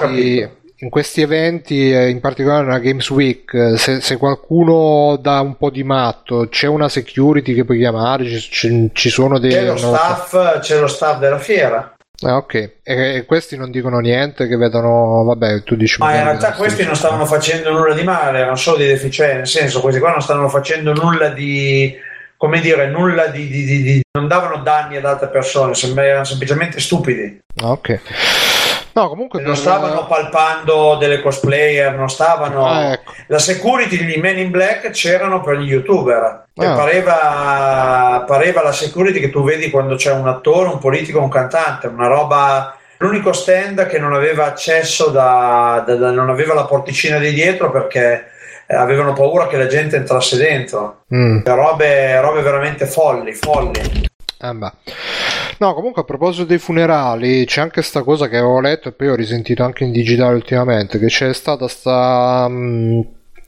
[SPEAKER 4] eventi, in particolare nella Games Week, se qualcuno dà un po' di matto, c'è una security che puoi chiamare, ci sono dei...
[SPEAKER 6] C'è lo staff della fiera.
[SPEAKER 4] Ok, e questi non dicono niente, che vedono, vabbè, tu dici...
[SPEAKER 6] Ma in realtà questi non stavano facendo nulla di male, erano solo di deficienza, nel senso, questi qua non stavano facendo nulla di... come dire, nulla di non davano danni ad altre persone, erano semplicemente stupidi.
[SPEAKER 4] Ok. No, comunque
[SPEAKER 6] non stavano palpando delle cosplayer, non stavano...
[SPEAKER 4] ecco.
[SPEAKER 6] La security, gli Men in Black c'erano per gli youtuber. Pareva la security che tu vedi quando c'è un attore, un politico, un cantante, una roba... L'unico stand che non aveva accesso non aveva la porticina di dietro perché avevano paura che la gente entrasse dentro. Robe veramente folli.
[SPEAKER 4] No, comunque a proposito dei funerali, c'è anche sta cosa che avevo letto e poi ho risentito anche in digitale ultimamente, che c'è stata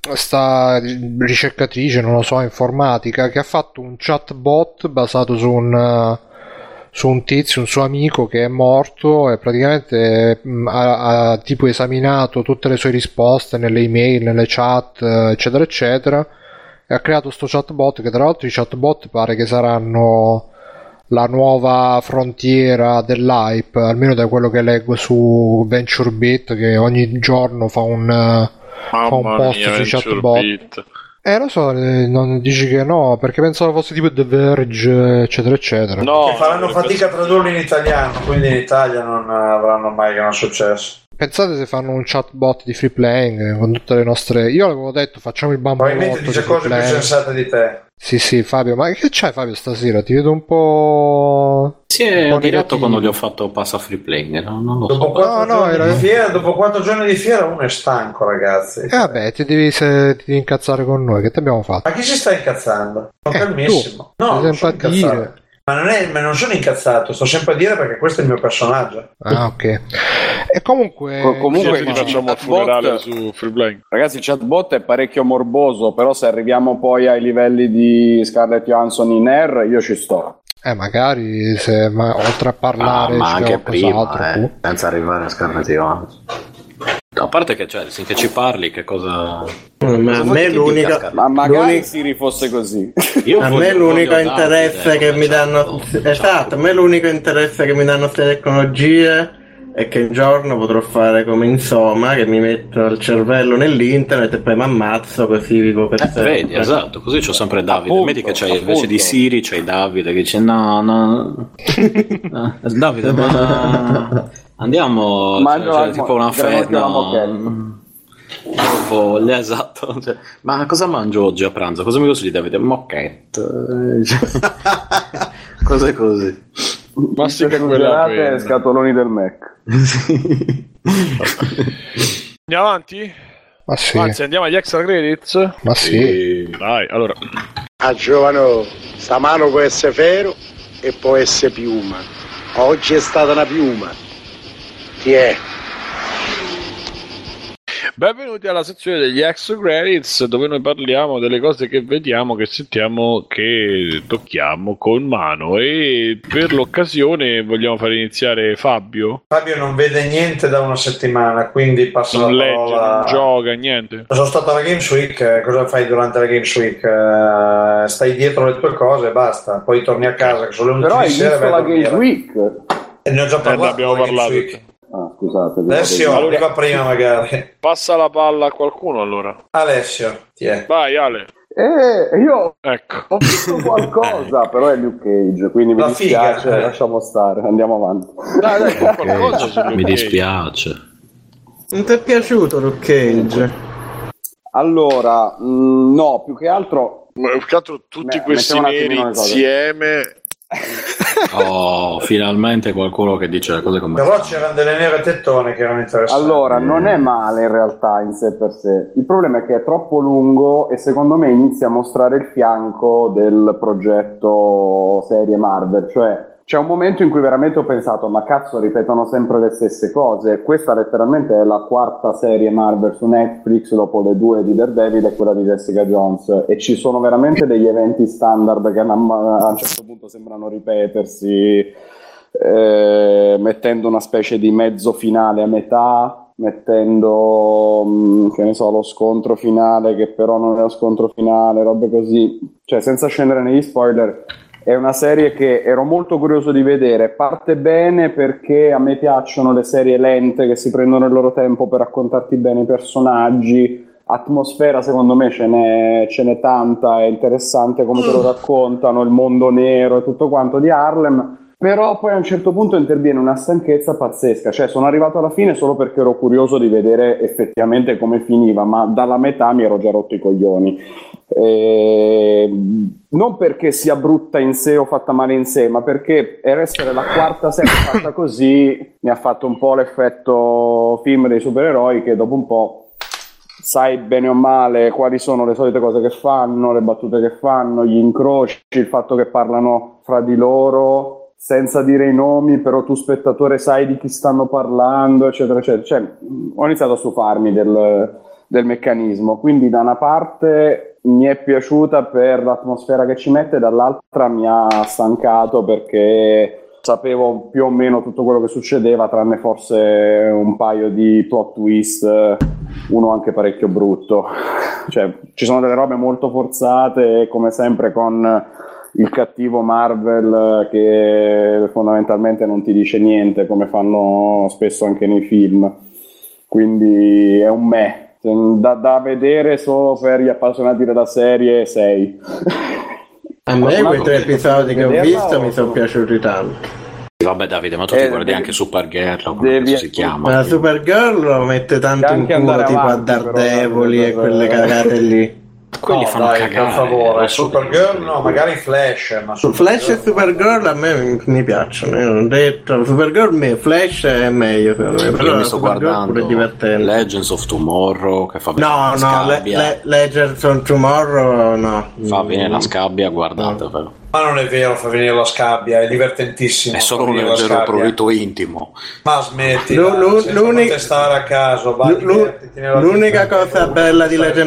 [SPEAKER 4] sta ricercatrice, non lo so, informatica, che ha fatto un chatbot basato su un tizio, un suo amico che è morto, e praticamente ha tipo esaminato tutte le sue risposte nelle email, nelle chat, eccetera eccetera, e ha creato sto chatbot, che tra l'altro i chatbot pare che saranno la nuova frontiera dell'hype, almeno da quello che leggo su VentureBeat, che ogni giorno fa un post sui chatbot. Lo so, non dici che no, perché pensavo fosse tipo The Verge, eccetera eccetera.
[SPEAKER 6] No, che faranno fatica a tradurlo in italiano, quindi in Italia non avranno mai gran successo.
[SPEAKER 4] Pensate se fanno un chatbot di free playing con tutte le nostre... Io l'avevo detto, facciamo il bambolotto.
[SPEAKER 6] Probabilmente dice cose più sensate di te.
[SPEAKER 4] Sì, Fabio, ma che c'hai, Fabio, stasera? Ti vedo un po'...
[SPEAKER 9] Sì, ho diretto quando gli ho fatto passa free playing, non lo
[SPEAKER 6] dopo
[SPEAKER 9] so.
[SPEAKER 6] Dopo 4 giorni di fiera uno è stanco, ragazzi.
[SPEAKER 4] Vabbè, ti devi incazzare con noi, che ti abbiamo fatto?
[SPEAKER 6] Ma chi si sta incazzando? Sono calmissimo. No, non sono incazzato. Ma non sono incazzato, sto sempre a dire perché questo è il mio personaggio.
[SPEAKER 4] Ah, ok. E comunque
[SPEAKER 2] ti facciamo il funerale su Freeplaying.
[SPEAKER 10] Ragazzi, il chatbot è parecchio morboso, però se arriviamo poi ai livelli di Scarlett Johansson in Air, io ci sto.
[SPEAKER 4] Magari se oltre a parlare
[SPEAKER 9] ma anche prima,
[SPEAKER 4] altro,
[SPEAKER 9] senza arrivare a Scarlett Johansson. A parte che finché ci parli, che cosa...
[SPEAKER 8] Ma a me l'unica...
[SPEAKER 10] Ma magari Siri fosse così.
[SPEAKER 8] A me l'unico interesse che mi danno... Esatto, a me l'unico interesse che mi danno queste tecnologie è che un giorno potrò fare come Insomma, che mi metto il cervello nell'internet e poi mi ammazzo, così vivo per sempre.
[SPEAKER 9] Vedi, esatto, così c'ho sempre Davide. Vedi che c'hai invece di Siri c'hai Davide che dice no. Davide, ma... Andiamo, tipo una festa, voglia, esatto. Ma cosa mangio oggi a pranzo? Cosa mi consigli, Davide? Moquette. Cose così.
[SPEAKER 2] Mastica quella
[SPEAKER 10] scatoloni del Mac.
[SPEAKER 2] Andiamo avanti?
[SPEAKER 4] Ma sì.
[SPEAKER 2] Anzi, andiamo agli extra credits?
[SPEAKER 4] Ma sì.
[SPEAKER 2] Dai, allora.
[SPEAKER 11] Giovano, sta mano può essere ferro e può essere piuma. Oggi è stata una piuma. Chi è?
[SPEAKER 2] Benvenuti alla sezione degli extra credits, dove noi parliamo delle cose che vediamo, che sentiamo, che tocchiamo con mano, e per l'occasione vogliamo far iniziare Fabio.
[SPEAKER 6] Fabio non vede niente da una settimana, quindi passa
[SPEAKER 2] non
[SPEAKER 6] la
[SPEAKER 2] legge,
[SPEAKER 6] parola.
[SPEAKER 2] Non gioca, niente.
[SPEAKER 6] Sono stato alla Games Week, cosa fai durante la Games Week? Stai dietro le tue cose e basta, poi torni a casa che sono le 11
[SPEAKER 10] però
[SPEAKER 6] di
[SPEAKER 10] hai
[SPEAKER 6] sera.
[SPEAKER 10] Visto la Games Week?
[SPEAKER 6] E ne ho già parlato.
[SPEAKER 2] Ne abbiamo parlato.
[SPEAKER 10] Scusate.
[SPEAKER 6] Alessio, arriva prima magari.
[SPEAKER 2] Passa la palla a qualcuno allora.
[SPEAKER 6] Alessio, ti è.
[SPEAKER 2] Vai Ale.
[SPEAKER 10] Io
[SPEAKER 2] ecco.
[SPEAKER 10] ho visto qualcosa, però è Luke Cage, quindi mi dispiace, lasciamo stare, andiamo avanti.
[SPEAKER 2] Dai, qualcosa su Luke
[SPEAKER 9] mi dispiace.
[SPEAKER 8] Non ti è piaciuto Luke Cage?
[SPEAKER 10] Allora, no, più che altro
[SPEAKER 2] tutti questi neri insieme.
[SPEAKER 9] Oh, finalmente qualcuno che dice le cose come
[SPEAKER 6] però c'erano delle nere tettone che erano interessanti.
[SPEAKER 10] Allora, non è male in realtà in sé per sé. Il problema è che è troppo lungo e secondo me inizia a mostrare il fianco del progetto serie Marvel, cioè c'è un momento in cui veramente ho pensato ma cazzo, ripetono sempre le stesse cose. Questa letteralmente è la quarta serie Marvel su Netflix dopo le 2 di Daredevil e quella di Jessica Jones, e ci sono veramente degli eventi standard che a un certo punto sembrano ripetersi, mettendo una specie di mezzo finale a metà, mettendo che ne so, lo scontro finale che però non è lo scontro finale, robe così, cioè senza scendere negli spoiler. È una serie che ero molto curioso di vedere, parte bene perché a me piacciono le serie lente che si prendono il loro tempo per raccontarti bene i personaggi, atmosfera secondo me ce n'è tanta, è interessante come te lo raccontano, il mondo nero e tutto quanto di Harlem, però poi a un certo punto interviene una stanchezza pazzesca, cioè sono arrivato alla fine solo perché ero curioso di vedere effettivamente come finiva, ma dalla metà mi ero già rotto i coglioni. Non perché sia brutta in sé o fatta male in sé, ma perché essere la quarta serie fatta così mi ha fatto un po' l'effetto film dei supereroi, che dopo un po' sai bene o male quali sono le solite cose che fanno, le battute che fanno, gli incroci, il fatto che parlano fra di loro senza dire i nomi, però tu spettatore sai di chi stanno parlando, eccetera eccetera. Cioè, ho iniziato a stufarmi del meccanismo, quindi da una parte mi è piaciuta per l'atmosfera che ci mette, dall'altra mi ha stancato perché sapevo più o meno tutto quello che succedeva, tranne forse un paio di plot twist, uno anche parecchio brutto. Cioè, ci sono delle robe molto forzate, come sempre con il cattivo Marvel che fondamentalmente non ti dice niente, come fanno spesso anche nei film. Quindi è un da vedere solo per gli appassionati della serie 6.
[SPEAKER 8] A me quei 3 episodi che ho visto mi sono piaciuti tanto.
[SPEAKER 9] Vabbè Davide, ma tu ti guardi anche Supergirl, come si chiama?
[SPEAKER 8] Ma Supergirl lo mette tanto in culo, tipo a Daredevil e quelle cagate lì.
[SPEAKER 9] Quelli fanno cagare,
[SPEAKER 6] per favore. Supergirl no, magari Flash, ma
[SPEAKER 8] Flash e Supergirl a me mi piacciono. Io ho detto Supergirl, Flash è meglio secondo me. Però
[SPEAKER 9] io mi sto guardando Legends of Tomorrow che fa bene
[SPEAKER 8] Legends of Tomorrow no.
[SPEAKER 9] Fa bene la scabbia, guardate però.
[SPEAKER 6] Ma non è vero, fa venire la scabbia, è divertentissimo.
[SPEAKER 9] È solo un leggero prurito intimo.
[SPEAKER 6] Ma smetti, l'unica stare a caso.
[SPEAKER 8] L'unica cosa bella di Legend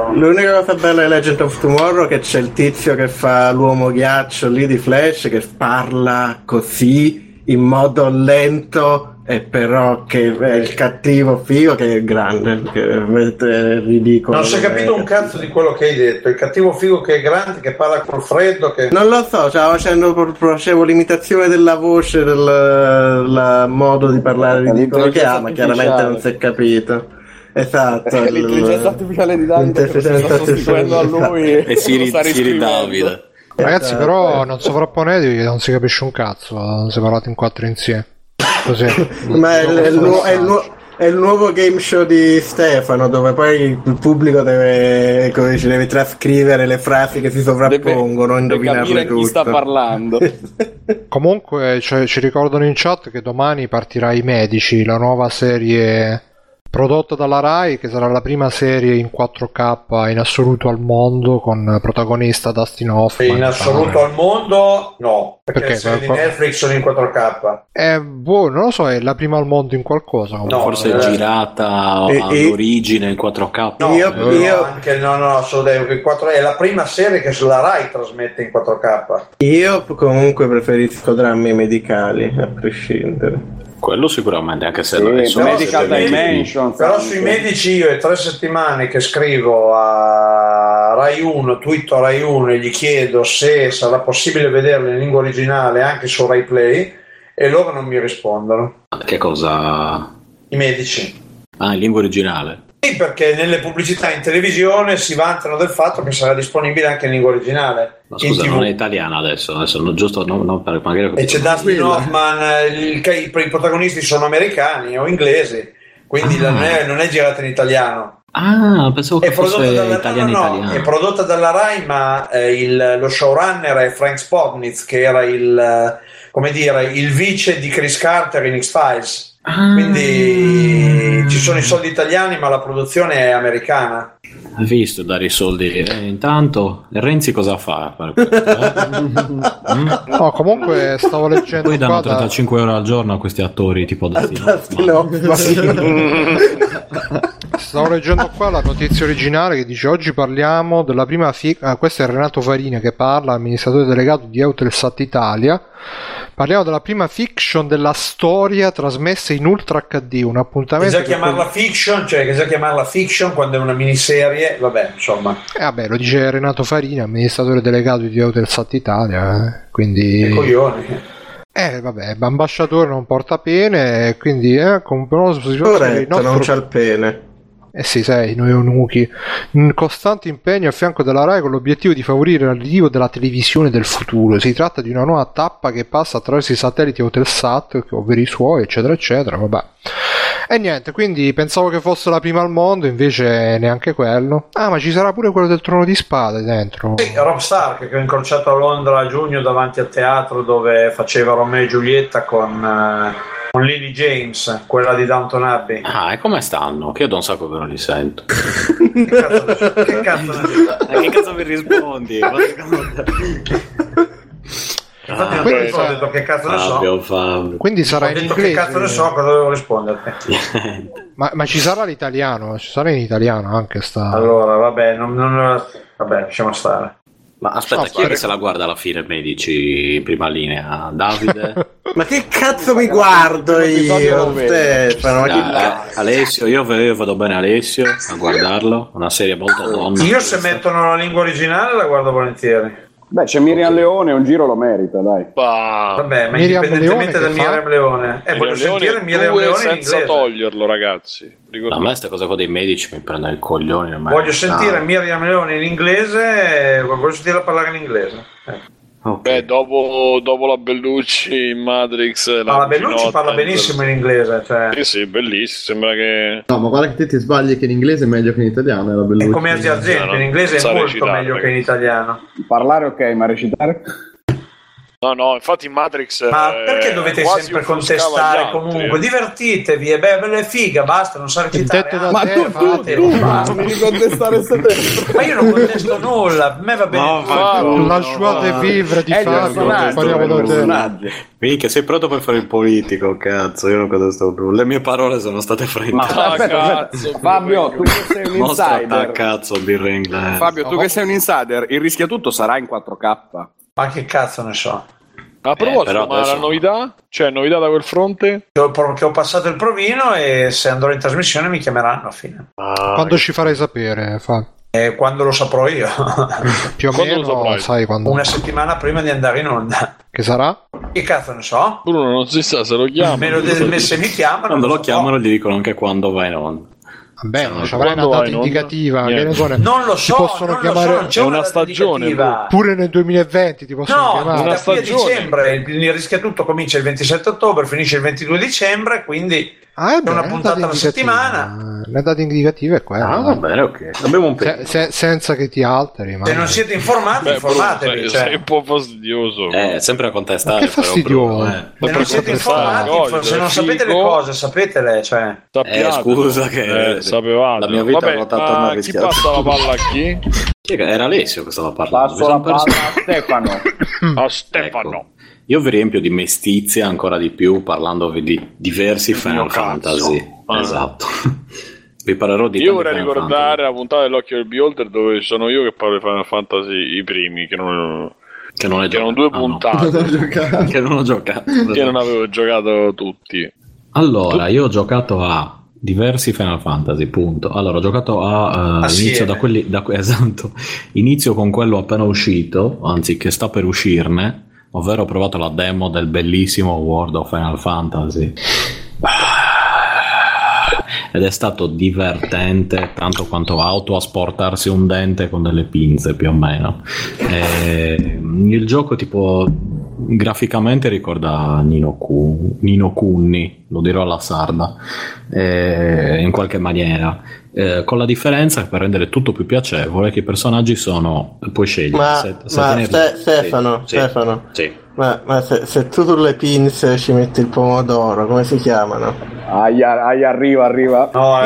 [SPEAKER 8] of Tomorrow è che c'è il tizio che fa l'uomo ghiaccio lì di Flash che parla così in modo lento. E però che è il cattivo figo che è grande, che è ridicolo.
[SPEAKER 6] Non si è capito un cazzo di quello che hai detto. Il cattivo figo che è grande, che parla col freddo, che...
[SPEAKER 8] Non lo so, facevo l'imitazione della voce, del modo di parlare di quello che ha, ma chiaramente non si è capito. Esatto.
[SPEAKER 10] L'intelligenza artificiale di Davide che sta sostituendo a lui
[SPEAKER 9] e Siri Davide.
[SPEAKER 4] Ragazzi, però non sovrapponetevi, non si capisce un cazzo, non si parlate in 4 insieme. Così.
[SPEAKER 8] Ma è il nuovo game show di Stefano, dove poi il pubblico deve trascrivere le frasi che si sovrappongono, indovinarle tutte.
[SPEAKER 10] Chi sta parlando.
[SPEAKER 4] Comunque ci ricordano in chat che domani partirà I Medici, la nuova serie prodotta dalla Rai, che sarà la prima serie in 4K in assoluto al mondo, con protagonista Dustin Hoffman.
[SPEAKER 6] In assoluto al mondo no, perché le serie di Netflix sono in 4K.
[SPEAKER 4] Non lo so, è la prima al mondo in qualcosa.
[SPEAKER 9] No, forse è girata all'origine in 4K.
[SPEAKER 6] È la prima serie che la Rai trasmette in 4K.
[SPEAKER 8] Io comunque preferisco drammi medicali, a prescindere.
[SPEAKER 9] Quello sicuramente, anche se non è solo
[SPEAKER 6] Medical Dimension. Però sui medici io è 3 settimane che scrivo a Rai 1, twitto a Rai 1 e gli chiedo se sarà possibile vederle in lingua originale anche su Rai Play e loro non mi rispondono.
[SPEAKER 9] Che cosa?
[SPEAKER 6] I medici.
[SPEAKER 9] In lingua originale?
[SPEAKER 6] Sì, perché nelle pubblicità in televisione si vantano del fatto che sarà disponibile anche in lingua originale.
[SPEAKER 9] Ma scusa, non è italiana adesso giusto, magari...
[SPEAKER 6] E c'è Dustin Hoffman, i protagonisti sono americani o inglesi, quindi non è girata in italiano.
[SPEAKER 9] Pensavo che fosse italiano.
[SPEAKER 6] È prodotta dalla Rai, ma lo showrunner è Frank Spotnitz, che era il vice di Chris Carter in X-Files. Quindi ci sono i soldi italiani, ma la produzione è americana.
[SPEAKER 9] Hai visto dare i soldi? Intanto Renzi cosa fa?
[SPEAKER 4] No, comunque stavo leggendo.
[SPEAKER 9] Poi danno 35 euro al giorno a questi attori tipo
[SPEAKER 4] Stavo leggendo qua la notizia originale che dice: oggi parliamo della prima questo è Renato Farina che parla, amministratore delegato di Eutelsat Italia. Parliamo della prima fiction della storia trasmessa in Ultra HD, un appuntamento.
[SPEAKER 6] Che già chiamarla fiction quando è una miniserie, vabbè, insomma.
[SPEAKER 4] Lo dice Renato Farina, amministratore delegato di Eutelsat Italia, quindi.
[SPEAKER 6] Che coglioni.
[SPEAKER 4] Ambasciatore non porta pene, quindi con
[SPEAKER 8] non c'ha il pene.
[SPEAKER 4] Sì, sei, noi eunuchi, in costante impegno a fianco della Rai con l'obiettivo di favorire l'arrivo della televisione del futuro. Si tratta di una nuova tappa che passa attraverso i satelliti Eutelsat, ovvero i suoi, eccetera eccetera, vabbè. E niente, quindi pensavo che fosse la prima al mondo, invece neanche quello. Ma ci sarà pure quello del Trono di Spade dentro.
[SPEAKER 6] Sì, Rob Stark, che ho incrociato a Londra a giugno davanti al teatro dove faceva Romeo e Giulietta con Lily James, quella di Downton Abbey.
[SPEAKER 9] E come stanno? Che io da un sacco che non li sento.
[SPEAKER 6] Che cazzo
[SPEAKER 9] mi rispondi?
[SPEAKER 6] Infatti non ti ho detto che cazzo ne so.
[SPEAKER 4] Quindi sarà in inglese.
[SPEAKER 6] Che cazzo ne so, cosa dovevo risponderti?
[SPEAKER 4] ma ci sarà l'italiano? Ci sarà in italiano anche sta.
[SPEAKER 6] Allora, vabbè, vabbè, lasciamo stare.
[SPEAKER 9] Ma aspetta, chi è che se la guarda alla fine, Medici, prima linea? Davide?
[SPEAKER 8] Ma che cazzo mi guardo io, Stefano?
[SPEAKER 9] Alessio, io vado bene Alessio a guardarlo, una serie molto donna.
[SPEAKER 6] Io se mettono la lingua originale la guardo volentieri.
[SPEAKER 10] Beh, c'è Miriam Leone, un giro lo merita, dai.
[SPEAKER 6] Vabbè, ma
[SPEAKER 4] Miriam
[SPEAKER 6] indipendentemente da
[SPEAKER 4] Leone
[SPEAKER 6] Miriam Leone. Voglio sentire Miriam Leone in
[SPEAKER 2] senza
[SPEAKER 6] inglese.
[SPEAKER 2] toglierlo, ragazzi.
[SPEAKER 9] A me queste cose qua dei medici mi prendono il coglione.
[SPEAKER 6] Voglio sentire Miriam Leone in inglese, voglio sentirla parlare in inglese.
[SPEAKER 2] Okay. Beh, dopo la Bellucci in Matrix.
[SPEAKER 6] La Bellucci parla benissimo in inglese. Cioè.
[SPEAKER 2] Sì, bellissimo. Sembra che.
[SPEAKER 5] No, ma guarda che te ti sbagli che in inglese è meglio che in italiano. È la Bellucci.
[SPEAKER 6] È come Asia Argento, in inglese è molto meglio che in italiano.
[SPEAKER 10] Parlare ok, ma recitare?
[SPEAKER 2] No, infatti in Matrix.
[SPEAKER 6] Ma perché dovete sempre contestare comunque? Divertitevi, è bella, è figa, basta, non sa recitare.
[SPEAKER 5] Ma tu devi contestare sempre.
[SPEAKER 6] Ma io non contesto nulla, a me va bene.
[SPEAKER 4] Lasciate vivere di Fabio, parliamo da te.
[SPEAKER 9] Minchia, sei pronto per fare il politico, cazzo, io non contesto più. Le mie parole sono state frette.
[SPEAKER 10] Ma cazzo, Fabio, tu che sei un insider.
[SPEAKER 9] Cazzo, birra inglese.
[SPEAKER 10] Fabio, tu che sei un insider, il rischia tutto sarà in 4K.
[SPEAKER 6] Ma che cazzo ne so.
[SPEAKER 2] Ma ma la novità? Cioè, novità da quel fronte?
[SPEAKER 6] Che ho passato il provino e se andrò in trasmissione mi chiameranno alla fine.
[SPEAKER 4] Quando ci farai sapere,
[SPEAKER 6] quando lo saprò io.
[SPEAKER 4] Più o meno, sai quando?
[SPEAKER 6] Una settimana prima di andare in onda.
[SPEAKER 4] Che sarà?
[SPEAKER 6] Che cazzo ne so?
[SPEAKER 2] Bruno non si sa se lo chiamano.
[SPEAKER 6] Se mi chiamano.
[SPEAKER 9] Quando lo chiamano gli dicono anche quando va in onda.
[SPEAKER 4] Vabbè, non ci avrai una data indicativa. Che
[SPEAKER 6] non lo so.
[SPEAKER 4] Ti possono chiamare.
[SPEAKER 2] È una stagione.
[SPEAKER 4] Pure nel 2020 ti possono chiamare.
[SPEAKER 6] Una stagione. Dicembre. Il rischia tutto comincia il 27 ottobre, finisce il 22 dicembre. Quindi è una puntata alla settimana.
[SPEAKER 4] La data indicativa è quella.
[SPEAKER 9] Va bene, ok. Abbiamo un
[SPEAKER 4] senza che ti alteri.
[SPEAKER 6] Se non siete informati, informatevi.
[SPEAKER 2] Sei un po' fastidioso.
[SPEAKER 9] Sempre a contestare.
[SPEAKER 4] Ma che fastidioso.
[SPEAKER 6] Se non siete informati, se non sapete le cose, sapetele.
[SPEAKER 9] Scusa che
[SPEAKER 2] sapevate.
[SPEAKER 9] La mia vita è ruotata attorno a
[SPEAKER 2] chi passa la palla a chi?
[SPEAKER 9] Era Alessio che stava parlando.
[SPEAKER 10] Passo la palla a Stefano.
[SPEAKER 2] A Stefano.
[SPEAKER 9] Ecco. Io vi riempio di mestizia ancora di più parlandovi di diversi Final Fantasy. Esatto. Vi parlerò di.
[SPEAKER 2] Io vorrei ricordare la puntata dell'Occhio del Beholder dove sono io che parlo di Final Fantasy i primi che erano due puntate
[SPEAKER 9] che non ho giocato.
[SPEAKER 2] Che non avevo giocato tutti.
[SPEAKER 9] Allora, io ho giocato a diversi Final Fantasy, punto. Allora, ho giocato inizio da quelli esatto. Inizio con quello appena uscito, anzi che sta per uscirne, ovvero ho provato la demo del bellissimo World of Final Fantasy. Ed è stato divertente tanto quanto autoasportarsi un dente con delle pinze, più o meno. Il gioco tipo graficamente ricorda Nino Kuni, lo dirò alla sarda, in qualche maniera, con la differenza che per rendere tutto più piacevole che i personaggi puoi scegliere
[SPEAKER 8] Stefano,
[SPEAKER 9] sì.
[SPEAKER 8] Ma se tu sulle pinze ci metti il pomodoro, come si chiamano?
[SPEAKER 10] Arriva.
[SPEAKER 6] No,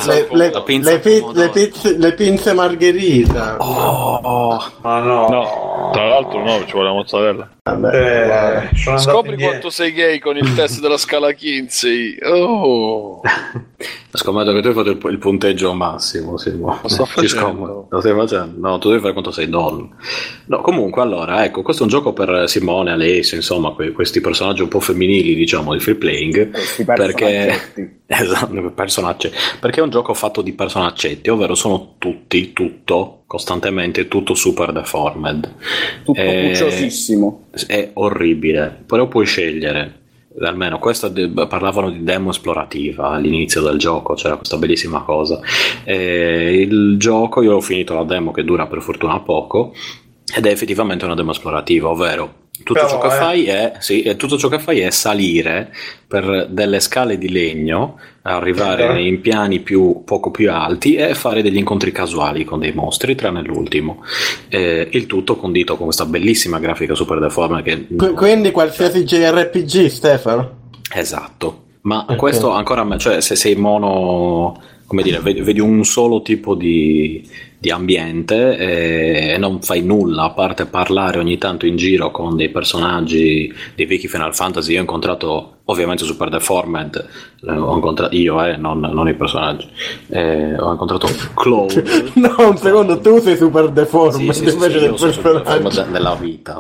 [SPEAKER 8] le pinze margherita.
[SPEAKER 6] Ma no.
[SPEAKER 2] Tra l'altro no, ci vuole la mozzarella. Scopri quanto sei gay con il test della scala Kinsey.
[SPEAKER 9] Scommetto che tu hai fatto il punteggio massimo, Simo.
[SPEAKER 2] Lo sto facendo.
[SPEAKER 9] Lo stai facendo? No, tu devi fare quanto sei don. No, comunque, allora, ecco, questo è un gioco per Simone, Alessio, insomma, questi personaggi un po' femminili, diciamo, di free playing, perché perché è un gioco fatto di personaggetti, ovvero sono tutto costantemente tutto super deformed,
[SPEAKER 10] tutto pucciosissimo,
[SPEAKER 9] è orribile, però puoi scegliere. Almeno questa parlavano di demo esplorativa all'inizio del gioco, c'era questa bellissima cosa. Il gioco, io ho finito la demo che dura per fortuna poco ed è effettivamente una demo esplorativa, ovvero tutto ciò che fai è salire per delle scale di legno, arrivare in piani poco più alti e fare degli incontri casuali con dei mostri, tranne l'ultimo. Il tutto condito con questa bellissima grafica super deforme
[SPEAKER 8] quindi qualsiasi JRPG, Stefano?
[SPEAKER 9] Esatto, ma questo ancora, cioè se sei mono, come dire, vedi un solo tipo di di ambiente e non fai nulla a parte parlare ogni tanto in giro con dei personaggi dei vecchi Final Fantasy. Io ho incontrato ovviamente Super Deformed, ho incontrato io, non i personaggi, ho incontrato Cloud.
[SPEAKER 8] No, un secondo, tu sei Super Deformed invece del personaggio
[SPEAKER 9] della vita.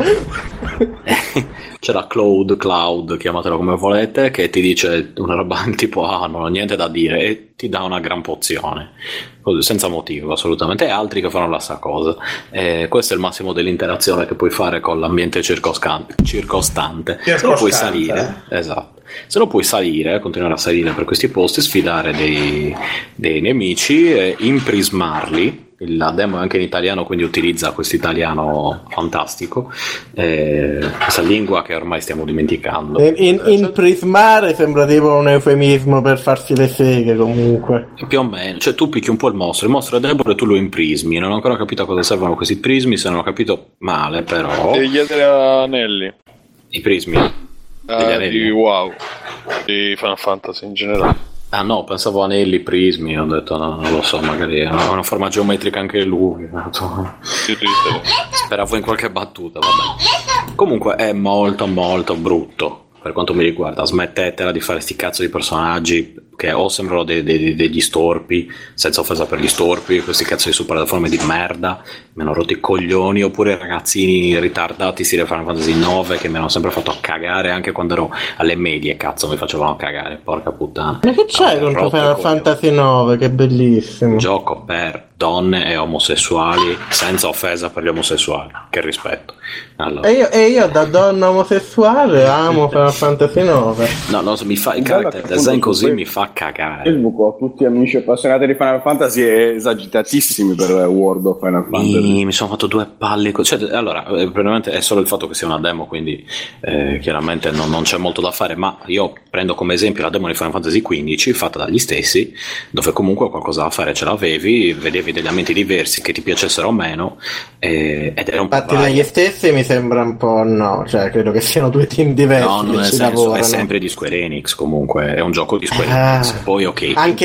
[SPEAKER 9] C'era Cloud, chiamatelo come volete, che ti dice una roba tipo non ho niente da dire e ti dà una gran pozione senza motivo assolutamente, e altri che fanno la stessa cosa. Questo è il massimo dell'interazione che puoi fare con l'ambiente circostante. Se lo puoi salire, esatto, se lo puoi salire, continuare a salire per questi posti, sfidare dei nemici, imprismarli. La demo è anche in italiano, quindi utilizza questo italiano fantastico, questa lingua che ormai stiamo dimenticando.
[SPEAKER 8] Imprismare sembra tipo un eufemismo per farsi le seghe, comunque.
[SPEAKER 9] Più o meno, cioè tu picchi un po' il mostro è debole e tu lo imprismi. Non ho ancora capito a cosa servono questi prismi, se non ho capito male, però.
[SPEAKER 2] Devi chiedere a Anelli.
[SPEAKER 9] I prismi?
[SPEAKER 2] Di WoW, di Final Fantasy in generale.
[SPEAKER 9] Ah no, pensavo anelli, prismi, ho detto no, non lo so, magari ha una forma geometrica anche lui. Speravo in qualche battuta, vabbè. Comunque è molto molto brutto per quanto mi riguarda. Smettetela di fare sti cazzo di personaggi che o sembrano degli storpi, senza offesa per gli storpi, questi cazzo di super deforme di merda, mi hanno rotto i coglioni, oppure ragazzini ritardati stile Final Fantasy 9 che mi hanno sempre fatto cagare anche quando ero alle medie, cazzo mi facevano cagare, porca puttana.
[SPEAKER 8] Ma che c'hai contro Final Fantasy 9? Che bellissimo.
[SPEAKER 9] Gioco per donne e omosessuali, senza offesa per gli omosessuali, che rispetto. Allora.
[SPEAKER 8] E io da donna omosessuale amo Final Fantasy 9.
[SPEAKER 9] No, mi fa il character design così mi fa cagare.
[SPEAKER 10] Facebook ho tutti amici appassionati di Final Fantasy e esagitatissimi per World of Final Fantasy.
[SPEAKER 9] Mi sono fatto due palle, cioè, allora probabilmente è solo il fatto che sia una demo, quindi chiaramente non c'è molto da fare, ma io prendo come esempio la demo di Final Fantasy XV fatta dagli stessi, dove comunque qualcosa da fare ce l'avevi, vedevi degli ambienti diversi che ti piacessero o meno, ed era un po'
[SPEAKER 8] infatti dagli stessi mi sembra un po' cioè credo che siano due team diversi.
[SPEAKER 9] No, non nel senso, è sempre di Square Enix, comunque è un gioco di Square Enix. Poi ok,
[SPEAKER 8] anche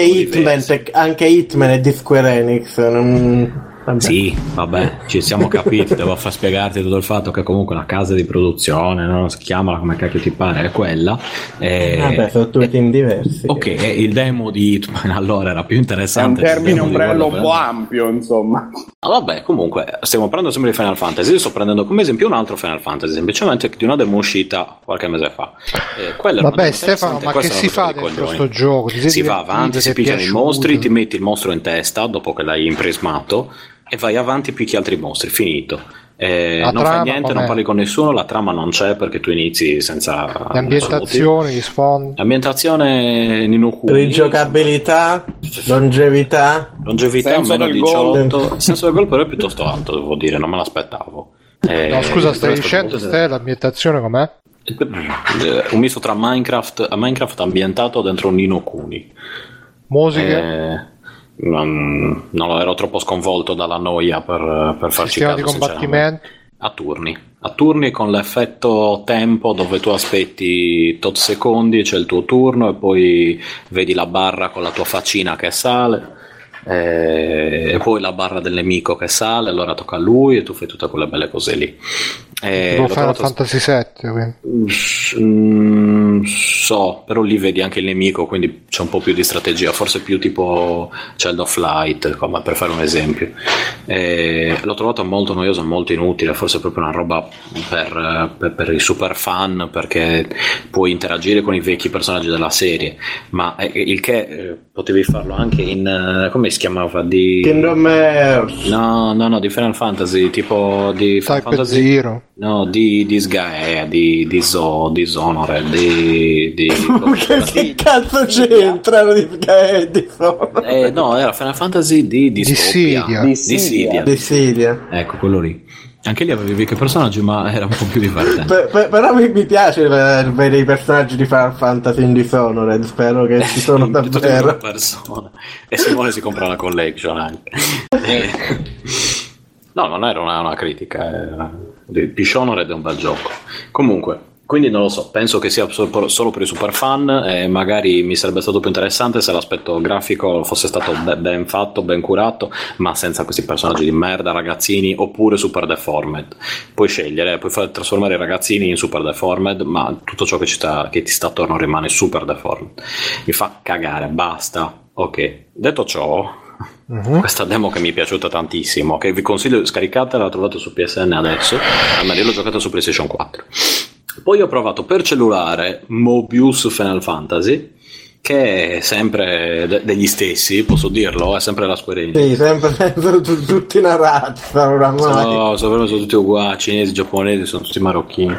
[SPEAKER 8] Hitman è di Square Enix, vabbè.
[SPEAKER 9] Sì, vabbè, ci siamo capiti. Devo far spiegarti tutto il fatto che comunque una casa di produzione, non si chiamala come cacchio ti pare, è quella.
[SPEAKER 8] Vabbè, sono due team diversi.
[SPEAKER 9] Ok, il demo di Hitman allora era più interessante.
[SPEAKER 10] È un termine ombrello un po' ampio, insomma.
[SPEAKER 9] Vabbè, comunque stiamo parlando sempre di Final Fantasy. Io sto prendendo come esempio un altro Final Fantasy, semplicemente di una demo uscita qualche mese fa.
[SPEAKER 4] Vabbè, Stefano, ma che si fa dentro questo gioco?
[SPEAKER 9] Si va avanti, si picchiano i mostri, ti metti il mostro in testa dopo che l'hai imprismato e vai avanti, picchi altri mostri, finito. Non fai niente, com'è? Non parli con nessuno, la trama non c'è perché tu inizi senza
[SPEAKER 4] l'ambientazione, gli sfondi.
[SPEAKER 9] L'ambientazione Nino Kuni.
[SPEAKER 8] Rigiocabilità, longevità
[SPEAKER 9] meno 18. Il senso del gol però è piuttosto alto, devo dire, non me l'aspettavo.
[SPEAKER 4] No, scusa, stai dicendo l'ambientazione com'è?
[SPEAKER 9] Un misto tra Minecraft ambientato dentro un Nino Kuni.
[SPEAKER 4] Musiche?
[SPEAKER 9] Non ero troppo sconvolto dalla noia per farci
[SPEAKER 4] sistema
[SPEAKER 9] caso,
[SPEAKER 4] di combattimento
[SPEAKER 9] a turni con l'effetto tempo dove tu aspetti tot secondi, c'è il tuo turno e poi vedi la barra con la tua faccina che sale e poi la barra del nemico che sale, allora tocca a lui e tu fai tutte quelle belle cose lì.
[SPEAKER 4] Final Fantasy 7
[SPEAKER 9] so, però lì vedi anche il nemico, quindi c'è un po' più di strategia, forse più tipo Child of Light, come per fare un esempio. L'ho trovato molto noioso e molto inutile, forse proprio una roba per i super fan, perché puoi interagire con i vecchi personaggi della serie, ma il che potevi farlo anche in come si chiamava, di
[SPEAKER 8] Kingdom Hearts,
[SPEAKER 9] no, di Final Fantasy, tipo di Final
[SPEAKER 4] Type
[SPEAKER 9] Fantasy
[SPEAKER 4] Zero,
[SPEAKER 9] no, di Sgaea, di Dishonored,
[SPEAKER 8] che cazzo c'entrano di Sgaea e Dishonored?
[SPEAKER 9] No, era Final Fantasy di Dissidia. Ecco, quello lì. Anche lì avevi che personaggi, ma era un po' più divertente.
[SPEAKER 8] Però mi piace vedere i personaggi di Final Fantasy in Dishonored, spero che ci sono davvero
[SPEAKER 9] persone. E Simone si compra la collection anche. No, non era una critica. Dishonored è un bel gioco. Comunque, Quindi non lo so, penso che sia solo per i super fan e magari mi sarebbe stato più interessante se l'aspetto grafico fosse stato ben fatto, ben curato, ma senza questi personaggi di merda, ragazzini, oppure super deformed. Puoi scegliere, puoi far trasformare i ragazzini in super deformed, ma tutto ciò che ti sta attorno rimane super deformed. Mi fa cagare, basta. Ok, detto ciò, questa demo che mi è piaciuta tantissimo, che vi consiglio, scaricatela, la trovate su PSN adesso, ma io l'ho giocata su PlayStation 4. Poi ho provato per cellulare Mobius Final Fantasy, che è sempre degli stessi, posso dirlo, è sempre la Square Enix.
[SPEAKER 3] Sì, sempre tutti una razza oramai.
[SPEAKER 9] Sono tutti uguali, cinesi, giapponesi, sono tutti marocchini.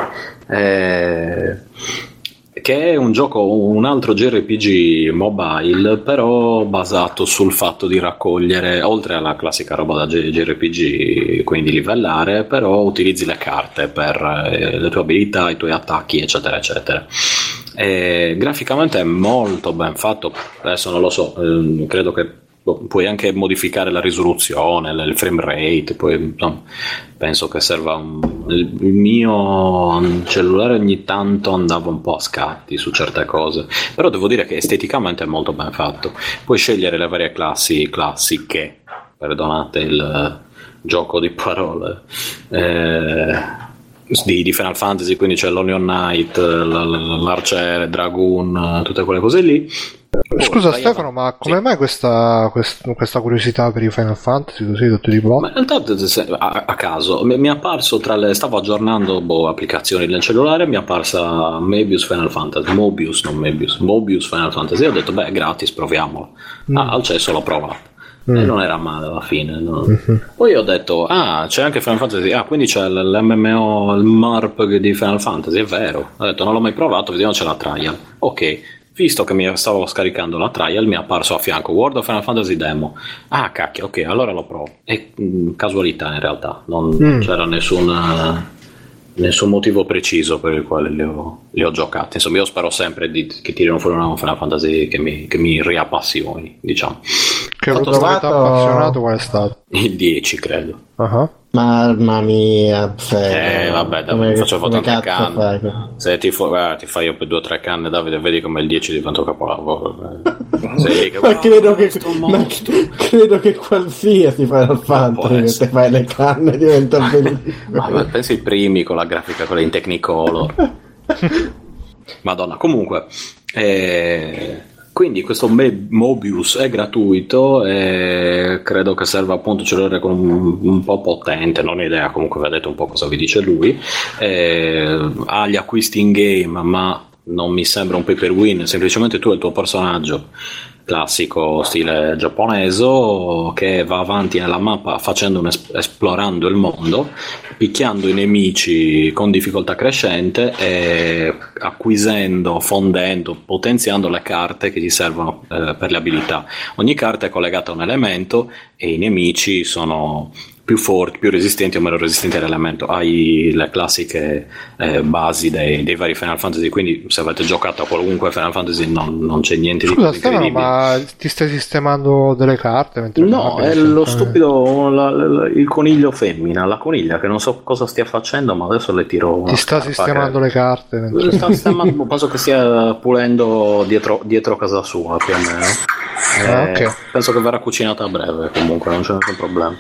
[SPEAKER 9] Che è un gioco, un altro JRPG mobile, però basato sul fatto di raccogliere, oltre alla classica roba da JRPG, quindi livellare, però utilizzi le carte per le tue abilità, i tuoi attacchi, eccetera eccetera. Graficamente è molto ben fatto, adesso non lo so, credo che puoi anche modificare la risoluzione, il frame rate, poi insomma, penso che serva il mio cellulare ogni tanto andava un po' a scatti su certe cose, però devo dire che esteticamente è molto ben fatto. Puoi scegliere le varie classiche, perdonate il gioco di parole, di Final Fantasy, quindi c'è l'Onion Knight, l'arciere, Dragoon, tutte quelle cose lì.
[SPEAKER 4] Scusa Stefano, ma come mai questa curiosità per i Final Fantasy così tutti di boh?
[SPEAKER 9] Ma in realtà a caso mi è apparso stavo aggiornando applicazioni nel cellulare, mi è apparsa Mobius Final Fantasy, Mobius Final Fantasy, e ho detto beh, gratis, proviamolo. Al cesso l'ho provato. E non era male alla fine, no? Poi ho detto c'è anche Final Fantasy, quindi c'è l'MMO, il MARP di Final Fantasy, è vero. Ho detto non l'ho mai provato, vediamo c'è la trial. Ok, visto che mi stavo scaricando la trial, mi è apparso a fianco World of Final Fantasy Demo. Cacchio, ok, allora lo provo. E casualità in realtà, non c'era nessun motivo preciso per il quale li ho giocati. Insomma, io spero sempre che tirino fuori una Final Fantasy che mi riappassioni, diciamo.
[SPEAKER 4] Che provato appassionato qual è stato?
[SPEAKER 9] Il 10 credo.
[SPEAKER 3] Mamma mia,
[SPEAKER 9] vabbè, Davide, facevo tante canne. Se ti fai io per 2 o 3 canne, Davide, vedi come il 10 diventa un capolavoro.
[SPEAKER 3] credo che qualsiasi Final Fantasy se fai le canne diventa bellissimo.
[SPEAKER 9] Ma pensi i primi con la grafica quella in Technicolor. Madonna, comunque quindi questo Mobius è gratuito e credo che serva appunto cellulare con un po' potente, non ho idea, comunque vedete un po' cosa vi dice lui. Ha gli acquisti in game, ma non mi sembra un pay per win, semplicemente tu e il tuo personaggio classico stile giapponese che va avanti nella mappa esplorando il mondo, picchiando i nemici con difficoltà crescente e acquisendo, fondendo, potenziando le carte che ti servono per le abilità. Ogni carta è collegata a un elemento e i nemici sono più forti, più resistenti o meno resistenti all'elemento. Hai le classiche basi dei vari Final Fantasy, quindi se avete giocato a qualunque Final Fantasy non c'è niente di più incredibile.
[SPEAKER 4] Ma ti stai sistemando delle carte?
[SPEAKER 9] No, è lo stupido il coniglio femmina, la coniglia che non so cosa stia facendo, ma adesso le tiro.
[SPEAKER 4] Ti sta sistemando le carte?
[SPEAKER 9] Sta sistemando, penso che stia pulendo dietro casa sua più o meno.
[SPEAKER 4] Okay.
[SPEAKER 9] Penso che verrà cucinata a breve, comunque non c'è nessun problema.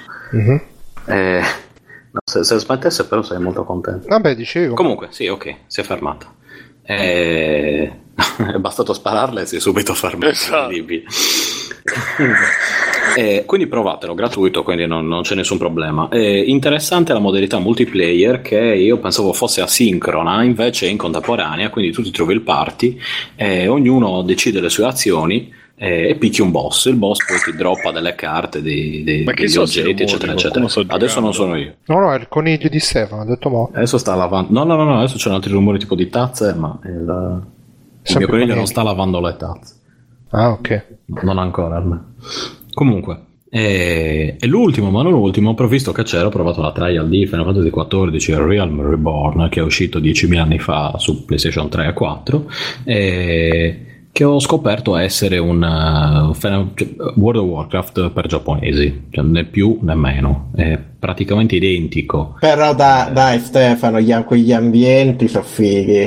[SPEAKER 9] No, se smettesse però sei molto contento.
[SPEAKER 4] Vabbè, dicevo.
[SPEAKER 9] Comunque, sì, ok, si è fermata. È bastato spararle e si è subito fermata.
[SPEAKER 2] Esatto.
[SPEAKER 9] Quindi provatelo, gratuito, quindi non c'è nessun problema. Interessante la modalità multiplayer, che io pensavo fosse asincrona, invece è in contemporanea, quindi tu ti trovi il party e ognuno decide le sue azioni e picchi un boss. Il boss poi ti droppa delle carte, degli oggetti, eccetera eccetera. Adesso non sono io.
[SPEAKER 4] No, è il coniglio di Stefano, ha detto mo.
[SPEAKER 9] Adesso sta lavando. No, adesso c'è un altro rumore tipo di tazze, ma il mio coniglio non sta lavando le tazze.
[SPEAKER 4] Ok.
[SPEAKER 9] Non ancora almeno. Comunque e l'ultimo, ma non l'ultimo, però visto che c'era, ho provato la trial di Final Fantasy XIV Realm Reborn, che è uscito 10.000 anni fa su PlayStation 3 e 4, che ho scoperto essere un World of Warcraft per giapponesi, cioè né più né meno, è praticamente identico.
[SPEAKER 3] Però dai Stefano, quegli ambienti sono fighi.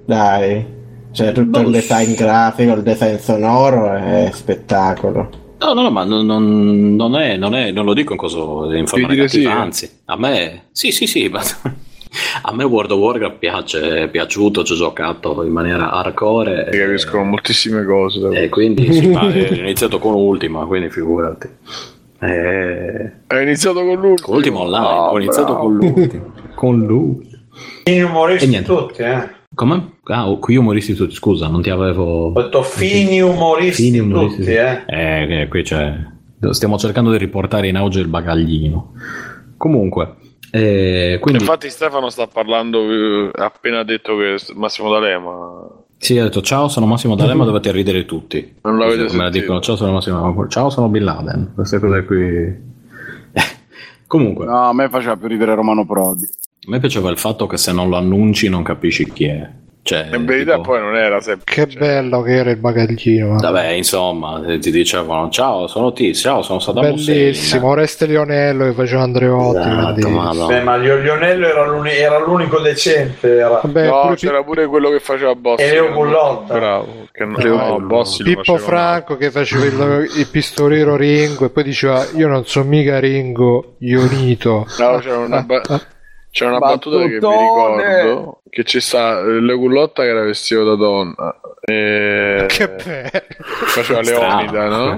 [SPEAKER 3] dai. Cioè tutto il design grafico, il design sonoro è spettacolo.
[SPEAKER 9] No, ma non lo dico in forma negativa, sì. Anzi, a me sì, ma a me World of Warcraft è piaciuto, ci ho giocato in maniera hardcore.
[SPEAKER 2] Ti capiscono moltissime cose.
[SPEAKER 9] E quindi sì, ma ho iniziato con l'ultima, quindi figurati.
[SPEAKER 2] Hai iniziato con l'ultimo?
[SPEAKER 9] Con l'ultimo online, ho iniziato con l'ultimo. Con lui.
[SPEAKER 6] Fini umoristi tutti,
[SPEAKER 9] Come? Qui umoristi tutti, scusa, non ti avevo...
[SPEAKER 6] Ho detto fini umoristi tutti,
[SPEAKER 9] qui c'è... Stiamo cercando di riportare in auge il bagaglino. Comunque... quindi...
[SPEAKER 2] Infatti Stefano sta parlando, ha appena detto che Massimo D'Alema...
[SPEAKER 9] Sì, ha detto ciao, sono Massimo D'Alema, dovete ridere tutti.
[SPEAKER 2] Non l'avete
[SPEAKER 9] sentito? Me la dicono, ciao, sono Massimo D'Alema, ciao, sono Bin Laden. Queste cose qui... Comunque...
[SPEAKER 10] No, a me faceva più ridere Romano Prodi.
[SPEAKER 9] A me piaceva il fatto che se non lo annunci non capisci chi è. Cioè,
[SPEAKER 2] in verità poi non era sempre.
[SPEAKER 4] Che bello che era il bagaglino.
[SPEAKER 9] Vabbè, insomma, ti dicevano ciao, sono Tiz, ciao, sono Saddam Hussein.
[SPEAKER 4] Bellissimo, Oreste Lionello che faceva Andreotti.
[SPEAKER 6] Ma Lionello era l'unico decente.
[SPEAKER 4] Vabbè,
[SPEAKER 2] no, c'era pure quello che faceva Bossi.
[SPEAKER 6] E Leo Bullotta.
[SPEAKER 2] Bravo.
[SPEAKER 4] Bossi Pippo Franco che faceva il pistolero Ringo e poi diceva io non so mica Ringo Ionito.
[SPEAKER 2] No, c'era una battuta che mi ricordo, che c'è sta Leo Gullotta che era vestito da donna,
[SPEAKER 4] che bello,
[SPEAKER 2] faceva Leonida, no?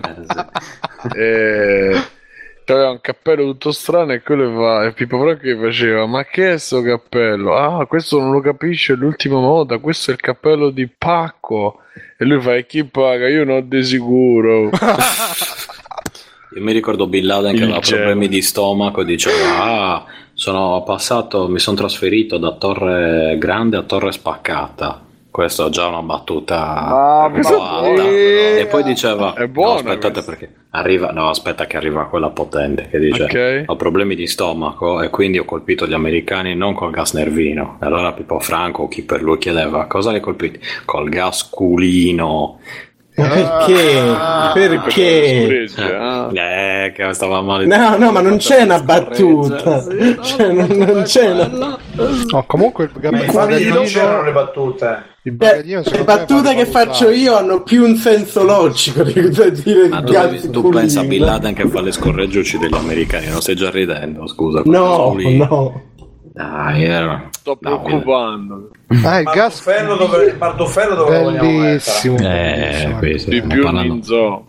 [SPEAKER 2] Aveva un cappello tutto strano e quello e Pippo Franco che faceva ma che è sto cappello? Ah, questo non lo capisce, è l'ultima moda, questo è il cappello di Pacco. E lui fa e chi paga? Io non ho di sicuro.
[SPEAKER 9] Io mi ricordo Bin Laden che aveva problemi di stomaco e diceva mi sono trasferito da Torre Grande a Torre Spaccata. Questa è già una battuta alta. E poi diceva
[SPEAKER 2] è buono,
[SPEAKER 9] aspettate perché aspetta che arriva quella potente che dice ho problemi di stomaco e quindi ho colpito gli americani non col gas nervino. E allora Pippo Franco, chi per lui chiedeva cosa li hai colpiti? Col gas culino.
[SPEAKER 3] Perché?
[SPEAKER 9] Che stava male.
[SPEAKER 3] No, ma non c'è una battuta. Non c'è una.
[SPEAKER 4] No, comunque
[SPEAKER 6] non c'erano le battute.
[SPEAKER 3] Le battute che faccio io hanno più un senso logico di dire.
[SPEAKER 9] Ma tu pensa a Bin Laden che fa le scorregge e uccide gli americani? Non stai già ridendo? Scusa.
[SPEAKER 3] No.
[SPEAKER 9] Dai,
[SPEAKER 2] sto preoccupando.
[SPEAKER 3] Il
[SPEAKER 6] Bartuffello dove
[SPEAKER 4] bellissimo.
[SPEAKER 2] Di più Ninzo.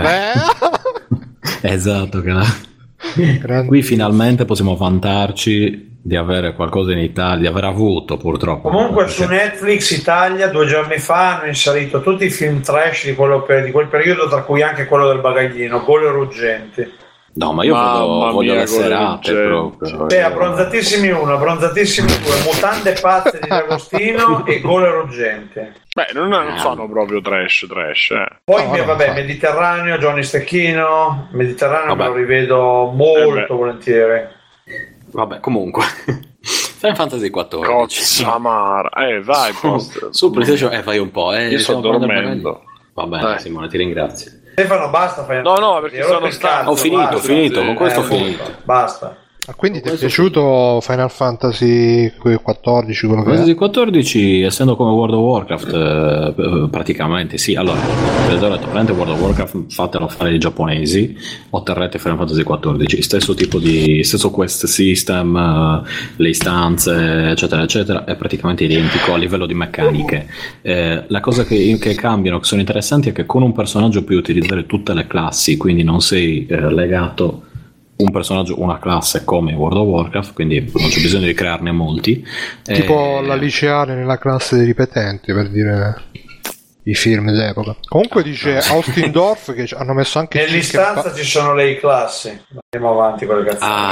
[SPEAKER 9] Esatto, qui finalmente possiamo vantarci di avere qualcosa in Italia, di aver avuto purtroppo.
[SPEAKER 6] Comunque su Netflix Italia 2 giorni fa hanno inserito tutti i film trash di quel periodo, tra cui anche quello del bagaglino, Gole Ruggenti.
[SPEAKER 9] No, ma io voglio le serate proprio.
[SPEAKER 6] Abbronzatissimi 1, abbronzatissimi 2, mutande pazze di D'Agostino e Gole Ruggenti.
[SPEAKER 2] Beh, non sono proprio trash.
[SPEAKER 6] Poi Mediterraneo, Johnny Stecchino, Mediterraneo me lo rivedo molto volentieri.
[SPEAKER 9] Vabbè, comunque. Final Fantasy 14.
[SPEAKER 2] Cozzamara. Vai,
[SPEAKER 9] su PlayStation vai un po',
[SPEAKER 2] Io sto dormendo.
[SPEAKER 9] Va bene, Simone, ti ringrazio.
[SPEAKER 6] Stefano, basta.
[SPEAKER 2] No, perché sono stanco.
[SPEAKER 9] Ho finito, con questo ho finito.
[SPEAKER 6] Basta.
[SPEAKER 4] Quindi ti è piaciuto Final Fantasy 14? Quello
[SPEAKER 9] Fantasy 14, essendo come World of Warcraft, praticamente sì. Allora, ho detto, prendete World of Warcraft, fatelo fare i giapponesi, otterrete Final Fantasy 14, stesso quest system, le istanze, eccetera, eccetera, è praticamente identico a livello di meccaniche. La cosa che cambiano, che sono interessanti, è che con un personaggio puoi utilizzare tutte le classi, quindi non sei legato un personaggio, una classe come in World of Warcraft, quindi non c'è bisogno di crearne molti,
[SPEAKER 4] tipo la liceale nella classe dei ripetenti, per dire i film d'epoca. Comunque dice Austin Dorf che hanno messo anche
[SPEAKER 6] nell'istanza ci sono le classi. Andiamo avanti con le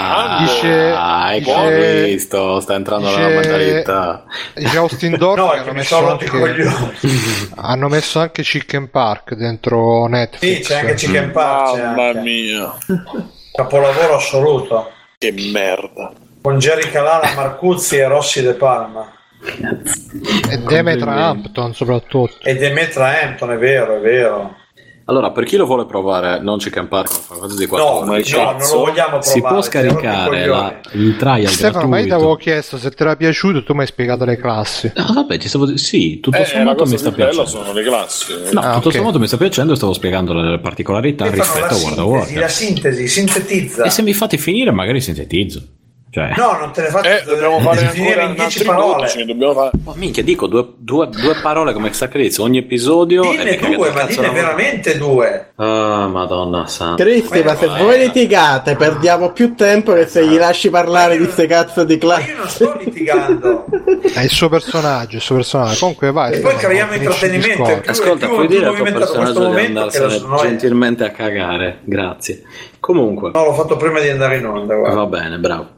[SPEAKER 9] cazzate. Visto, sta entrando nella mentalità.
[SPEAKER 4] Dice Austin Dorf
[SPEAKER 6] no,
[SPEAKER 4] che hanno messo anche Chicken Park dentro Netflix.
[SPEAKER 6] Sì, c'è anche Chicken Park.
[SPEAKER 2] Mamma mia.
[SPEAKER 6] Capolavoro assoluto.
[SPEAKER 2] Che merda.
[SPEAKER 6] Con Jerry Calala, Marcuzzi e Rossi De Palma.
[SPEAKER 4] E Demetra Hampton soprattutto.
[SPEAKER 6] E Demetra Hampton, è vero.
[SPEAKER 9] Allora, per chi lo vuole provare, non Chicken Park, ma Final Fantasy 14,
[SPEAKER 6] no, non lo vogliamo provare.
[SPEAKER 9] Si può scaricare il trial
[SPEAKER 4] Stefano, ma io ti
[SPEAKER 9] gratuito.
[SPEAKER 4] avevo chiesto se ti era piaciuto, tu mi hai spiegato le classi.
[SPEAKER 9] No, vabbè, sì, tutto sommato mi sta piacendo.
[SPEAKER 2] Sono le classi.
[SPEAKER 9] No, tutto sommato mi sta piacendo e stavo spiegando le particolarità rispetto a World of Warcraft.
[SPEAKER 6] La sintesi, sintetizza.
[SPEAKER 9] E se mi fate finire, magari sintetizzo. Cioè...
[SPEAKER 6] No, non te ne faccio.
[SPEAKER 2] Dobbiamo fare ancora
[SPEAKER 6] in 10 parole.
[SPEAKER 9] Oh, minchia, dico due parole come extra credits ogni episodio.
[SPEAKER 6] Dine due, ma dine veramente due.
[SPEAKER 9] Ah, madonna santa.
[SPEAKER 8] Cristi, ma se voi litigate perdiamo più tempo che se gli lasci parlare di ste cazzo di classi.
[SPEAKER 6] Io non sto litigando.
[SPEAKER 4] È il suo personaggio. Comunque vai.
[SPEAKER 6] E poi creiamo intrattenimento.
[SPEAKER 9] Ascolta, puoi dire al tuo personaggio di andarsene gentilmente a cagare. Grazie. Comunque.
[SPEAKER 6] No, l'ho fatto prima di andare in onda. Guarda.
[SPEAKER 9] Va bene, bravo.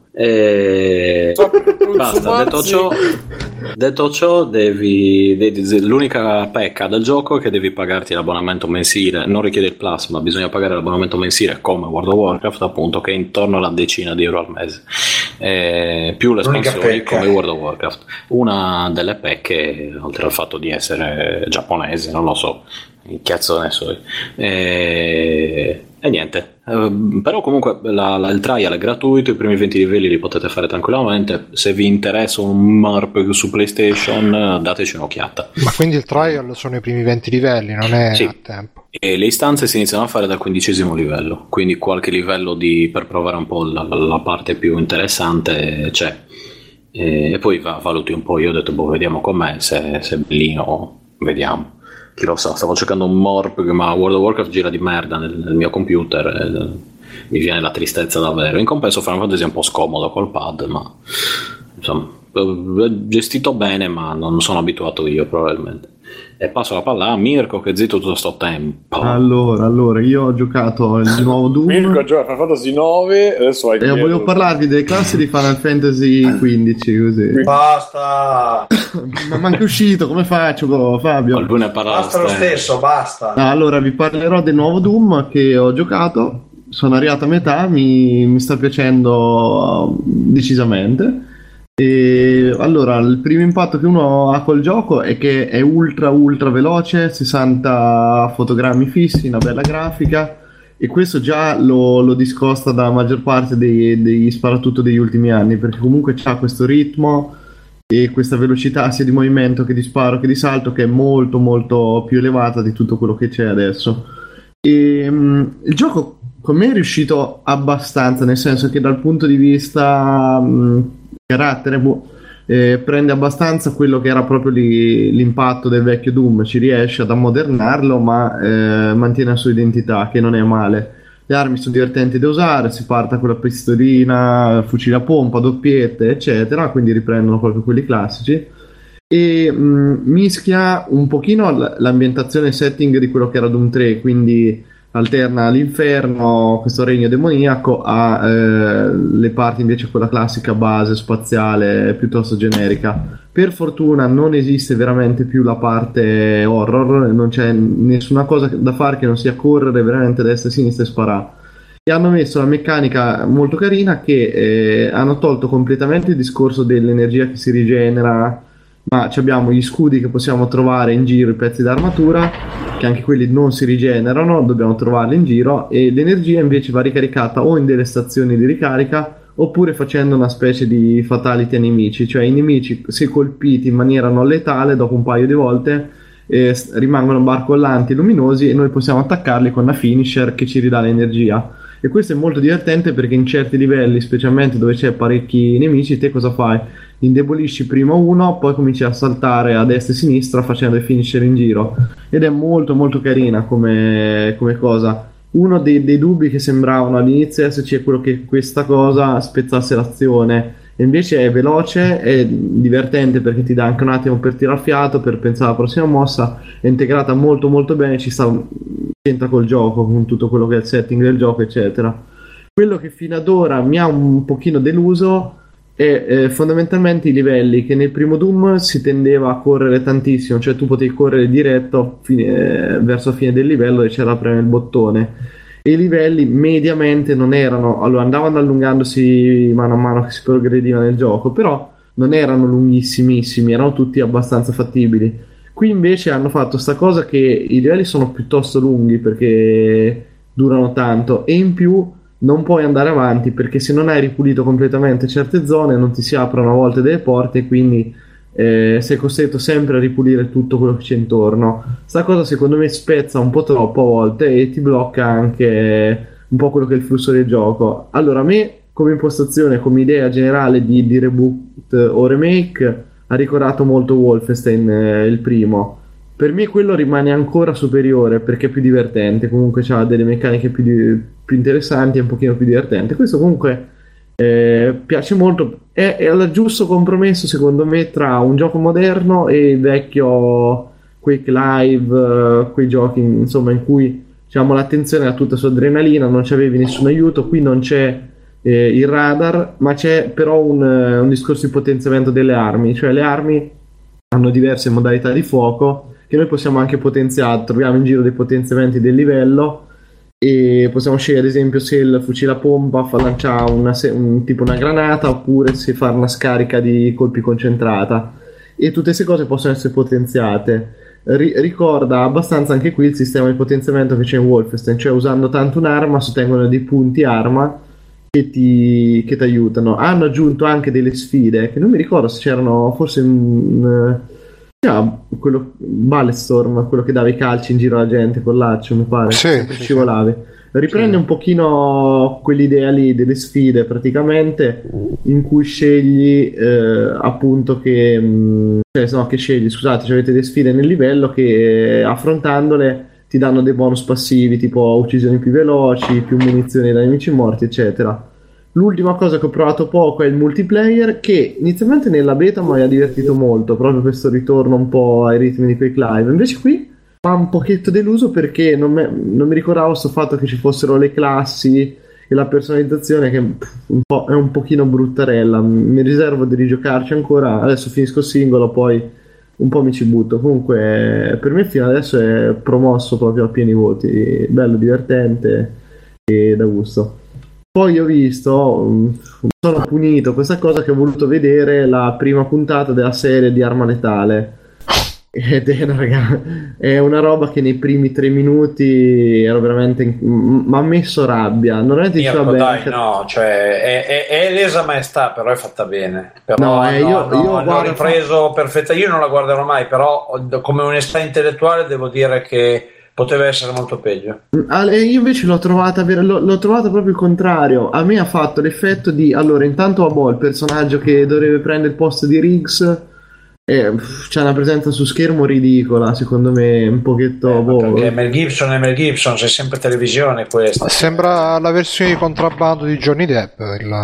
[SPEAKER 9] Basta, detto ciò l'unica pecca del gioco è che devi pagarti l'abbonamento mensile, non richiede il Plus, ma bisogna pagare l'abbonamento mensile come World of Warcraft, appunto, che è intorno alla decina di euro al mese, più le espansioni come World of Warcraft. Una delle pecche, oltre al fatto di essere giapponese, non lo so, che cazzo ne so, e niente. Però comunque il trial è gratuito, i primi 20 livelli li potete fare tranquillamente. Se vi interessa un MARP su PlayStation, dateci un'occhiata.
[SPEAKER 4] Ma quindi il trial sono i primi 20 livelli, non è
[SPEAKER 9] sì.
[SPEAKER 4] A tempo.
[SPEAKER 9] E le istanze si iniziano a fare dal 15° livello, quindi qualche livello per provare un po' la parte più interessante c'è. E poi valuti un po'. Io ho detto, vediamo com'è, se è bellino, vediamo. Chi lo sa, stavo cercando un morp, ma World of Warcraft gira di merda nel mio computer, mi viene la tristezza davvero. In compenso Final Fantasy è un po' scomodo col pad, ma insomma gestito bene, ma non sono abituato io probabilmente. E passo la palla a Mirko, che è zitto tutto sto tempo.
[SPEAKER 5] Allora, io ho giocato il nuovo Doom.
[SPEAKER 2] Mirko gioca Final Fantasy 9, adesso hai
[SPEAKER 5] volevo parlarvi delle classi di Final Fantasy 15, così.
[SPEAKER 6] Basta!
[SPEAKER 5] Ma manca uscito, come faccio, Fabio?
[SPEAKER 6] Basta lo stesso, basta.
[SPEAKER 5] Allora, vi parlerò del nuovo Doom che ho giocato. Sono arrivato a metà, mi sta piacendo decisamente. E allora, il primo impatto che uno ha col gioco è che è ultra veloce, 60 fotogrammi fissi, una bella grafica, e questo già lo discosta da maggior parte degli sparatutto degli ultimi anni, perché comunque c'ha questo ritmo e questa velocità sia di movimento che di sparo che di salto, che è molto più elevata di tutto quello che c'è adesso. E il gioco con me è riuscito abbastanza, nel senso che dal punto di vista carattere prende abbastanza quello che era proprio l'impatto del vecchio Doom, ci riesce ad ammodernarlo, ma mantiene la sua identità, che non è male. Le armi sono divertenti da usare, si parte con la pistolina, fucile a pompa, doppiette, eccetera, quindi riprendono proprio quelli classici, e mischia un pochino l'ambientazione e setting di quello che era Doom 3, quindi alterna l'inferno, questo regno demoniaco, a le parti invece quella classica base spaziale piuttosto generica. Per fortuna non esiste veramente più la parte horror, non c'è nessuna cosa da fare che non sia correre veramente a destra e a sinistra e sparare. E hanno messo la meccanica molto carina che hanno tolto completamente il discorso dell'energia che si rigenera, ma abbiamo gli scudi che possiamo trovare in giro, i pezzi d'armatura, che anche quelli non si rigenerano, dobbiamo trovarli in giro, e l'energia invece va ricaricata o in delle stazioni di ricarica oppure facendo una specie di fatality ai nemici, cioè i nemici, se colpiti in maniera non letale, dopo un paio di volte rimangono barcollanti luminosi e noi possiamo attaccarli con la finisher che ci ridà l'energia. E questo è molto divertente perché in certi livelli, specialmente dove c'è parecchi nemici, te cosa fai? Indebolisci prima uno, poi cominci a saltare a destra e a sinistra facendo i finisher in giro, ed è molto carina come cosa. Uno dei dubbi che sembravano all'inizio esserci è quello che questa cosa spezzasse l'azione, e invece è veloce, è divertente perché ti dà anche un attimo per tirare fiato, per pensare alla prossima mossa, è integrata molto bene, c'entra col gioco, con tutto quello che è il setting del gioco, eccetera. Quello che fino ad ora mi ha un pochino deluso è fondamentalmente i livelli, che nel primo Doom si tendeva a correre tantissimo, cioè tu potevi correre diretto verso la fine del livello e c'era da premere il bottone, e i livelli mediamente non erano, allora andavano allungandosi mano a mano che si progrediva nel gioco, però non erano lunghissimissimi, erano tutti abbastanza fattibili. Qui invece hanno fatto sta cosa che i livelli sono piuttosto lunghi perché durano tanto, e in più non puoi andare avanti perché se non hai ripulito completamente certe zone non ti si aprono a volte delle porte, e quindi sei costretto sempre a ripulire tutto quello che c'è intorno. Sta cosa secondo me spezza un po' troppo a volte e ti blocca anche un po' quello che è il flusso del gioco. Allora, a me come impostazione, come idea generale di reboot o remake ha ricordato molto Wolfenstein, il primo. Per me quello rimane ancora superiore perché è più divertente, comunque ha delle meccaniche più interessanti e un pochino più divertente. Questo comunque piace molto, è il giusto compromesso secondo me tra un gioco moderno e il vecchio Quake Live, quei giochi insomma in cui diciamo l'attenzione era tutta su adrenalina, non c'avevi nessun aiuto. Qui non c'è il radar, ma c'è però un discorso di potenziamento delle armi, cioè le armi hanno diverse modalità di fuoco che noi possiamo anche potenziare, troviamo in giro dei potenziamenti del livello e possiamo scegliere ad esempio se il fucile a pompa fa lanciare tipo una granata, oppure se fare una scarica di colpi concentrata, e tutte queste cose possono essere potenziate. Ricorda abbastanza anche qui il sistema di potenziamento che c'è in Wolfenstein, cioè usando tanto un'arma si ottengono dei punti arma che ti aiutano. Hanno aggiunto anche delle sfide che non mi ricordo se c'erano, forse quello Balletstorm, quello che dava i calci in giro alla gente con laccio, mi pare, scivolavi. Riprende un pochino quell'idea lì delle sfide praticamente, in cui scegli appunto che scegli, scusate, avete delle sfide nel livello che affrontandole ti danno dei bonus passivi, tipo uccisioni più veloci, più munizioni da nemici morti, eccetera. L'ultima cosa che ho provato poco è il multiplayer, che inizialmente nella beta mi ha divertito molto, proprio questo ritorno un po' ai ritmi di Quake Live. Invece qui fa un pochetto deluso perché non mi ricordavo questo fatto che ci fossero le classi e la personalizzazione, che è un pochino bruttarella. Mi riservo di rigiocarci ancora, adesso finisco singolo, poi un po' mi ci butto. Comunque per me fino adesso è promosso proprio a pieni voti, bello, divertente e da gusto. Poi ho visto, sono punito questa cosa, che ho voluto vedere la prima puntata della serie di Arma Letale, ed è una roba che nei primi 3 minuti ero veramente mi ha messo rabbia. Normalmente
[SPEAKER 6] Mirko, dai, no, cioè è lesa maestà, però è fatta bene. Però
[SPEAKER 5] io
[SPEAKER 6] l'ho ripreso perfetta. Io non la guarderò mai, però come onestà intellettuale devo dire che poteva essere molto peggio.
[SPEAKER 5] Io invece l'ho trovata proprio il contrario. A me ha fatto l'effetto di, allora, intanto il personaggio che dovrebbe prendere il posto di Riggs c'è una presenza su schermo ridicola, secondo me, un pochetto
[SPEAKER 6] perché Mel Gibson è Mel Gibson, c'è sempre televisione questa.
[SPEAKER 4] Sembra la versione di contrabbando di Johnny Depp.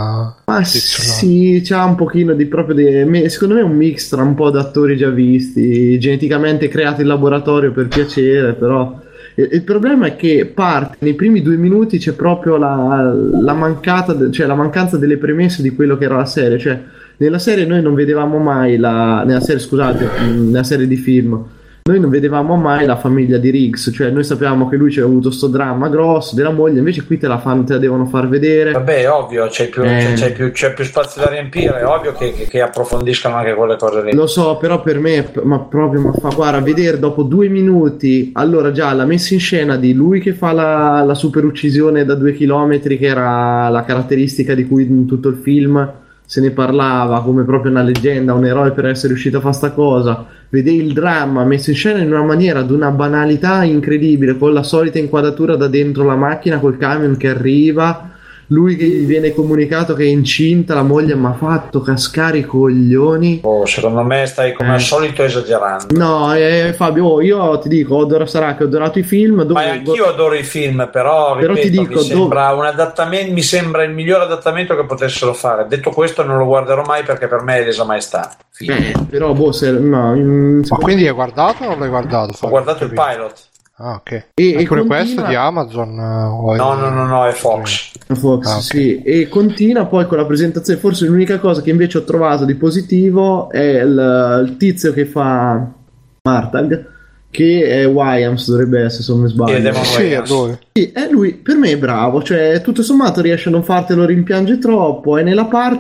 [SPEAKER 5] Sì, c'ha un pochino di secondo me è un mix tra un po' di attori già visti, geneticamente creati in laboratorio per piacere, però il problema è che parte nei primi 2 minuti c'è proprio la mancanza delle premesse di quello che era la serie. Cioè nella serie noi non vedevamo mai nella serie di film noi non vedevamo mai la famiglia di Riggs, cioè noi sapevamo che lui c'era avuto sto dramma grosso della moglie, invece qui te la devono far vedere.
[SPEAKER 6] Vabbè, è ovvio, c'è più spazio da riempire, è ovvio che approfondiscano anche quelle cose lì.
[SPEAKER 5] Lo so, però per me guarda, vedere dopo 2 minuti, allora già la messa in scena di lui che fa la super uccisione da 2 chilometri, che era la caratteristica di cui in tutto il film se ne parlava come proprio una leggenda, un eroe per essere riuscito a fare sta cosa. Vedevi il dramma messo in scena in una maniera di una banalità incredibile, con la solita inquadratura da dentro la macchina col camion che arriva, lui che gli viene comunicato che è incinta, la moglie mi ha fatto cascare i coglioni.
[SPEAKER 6] Secondo me stai come al solito esagerando.
[SPEAKER 5] No, Fabio, io ti dico, sarà che ho adorato i film.
[SPEAKER 6] Ma anch'io adoro i film, però ripeto, ti dico, mi sembra il miglior adattamento che potessero fare. Detto questo, non lo guarderò mai perché per me è lesa maestà.
[SPEAKER 5] Però
[SPEAKER 4] ma quindi hai guardato o non l'hai guardato?
[SPEAKER 6] Ho guardato il pilot.
[SPEAKER 4] Ah, ok. E pure questo di Amazon?
[SPEAKER 6] No, è Fox.
[SPEAKER 5] Okay. Sì. E continua poi con la presentazione. Forse l'unica cosa che invece ho trovato di positivo è il tizio che fa Martag, che è Williams, dovrebbe essere, se non mi sbaglio. Sì, lui per me è bravo, cioè tutto sommato riesce a non fartelo rimpiangere troppo, è nella parte,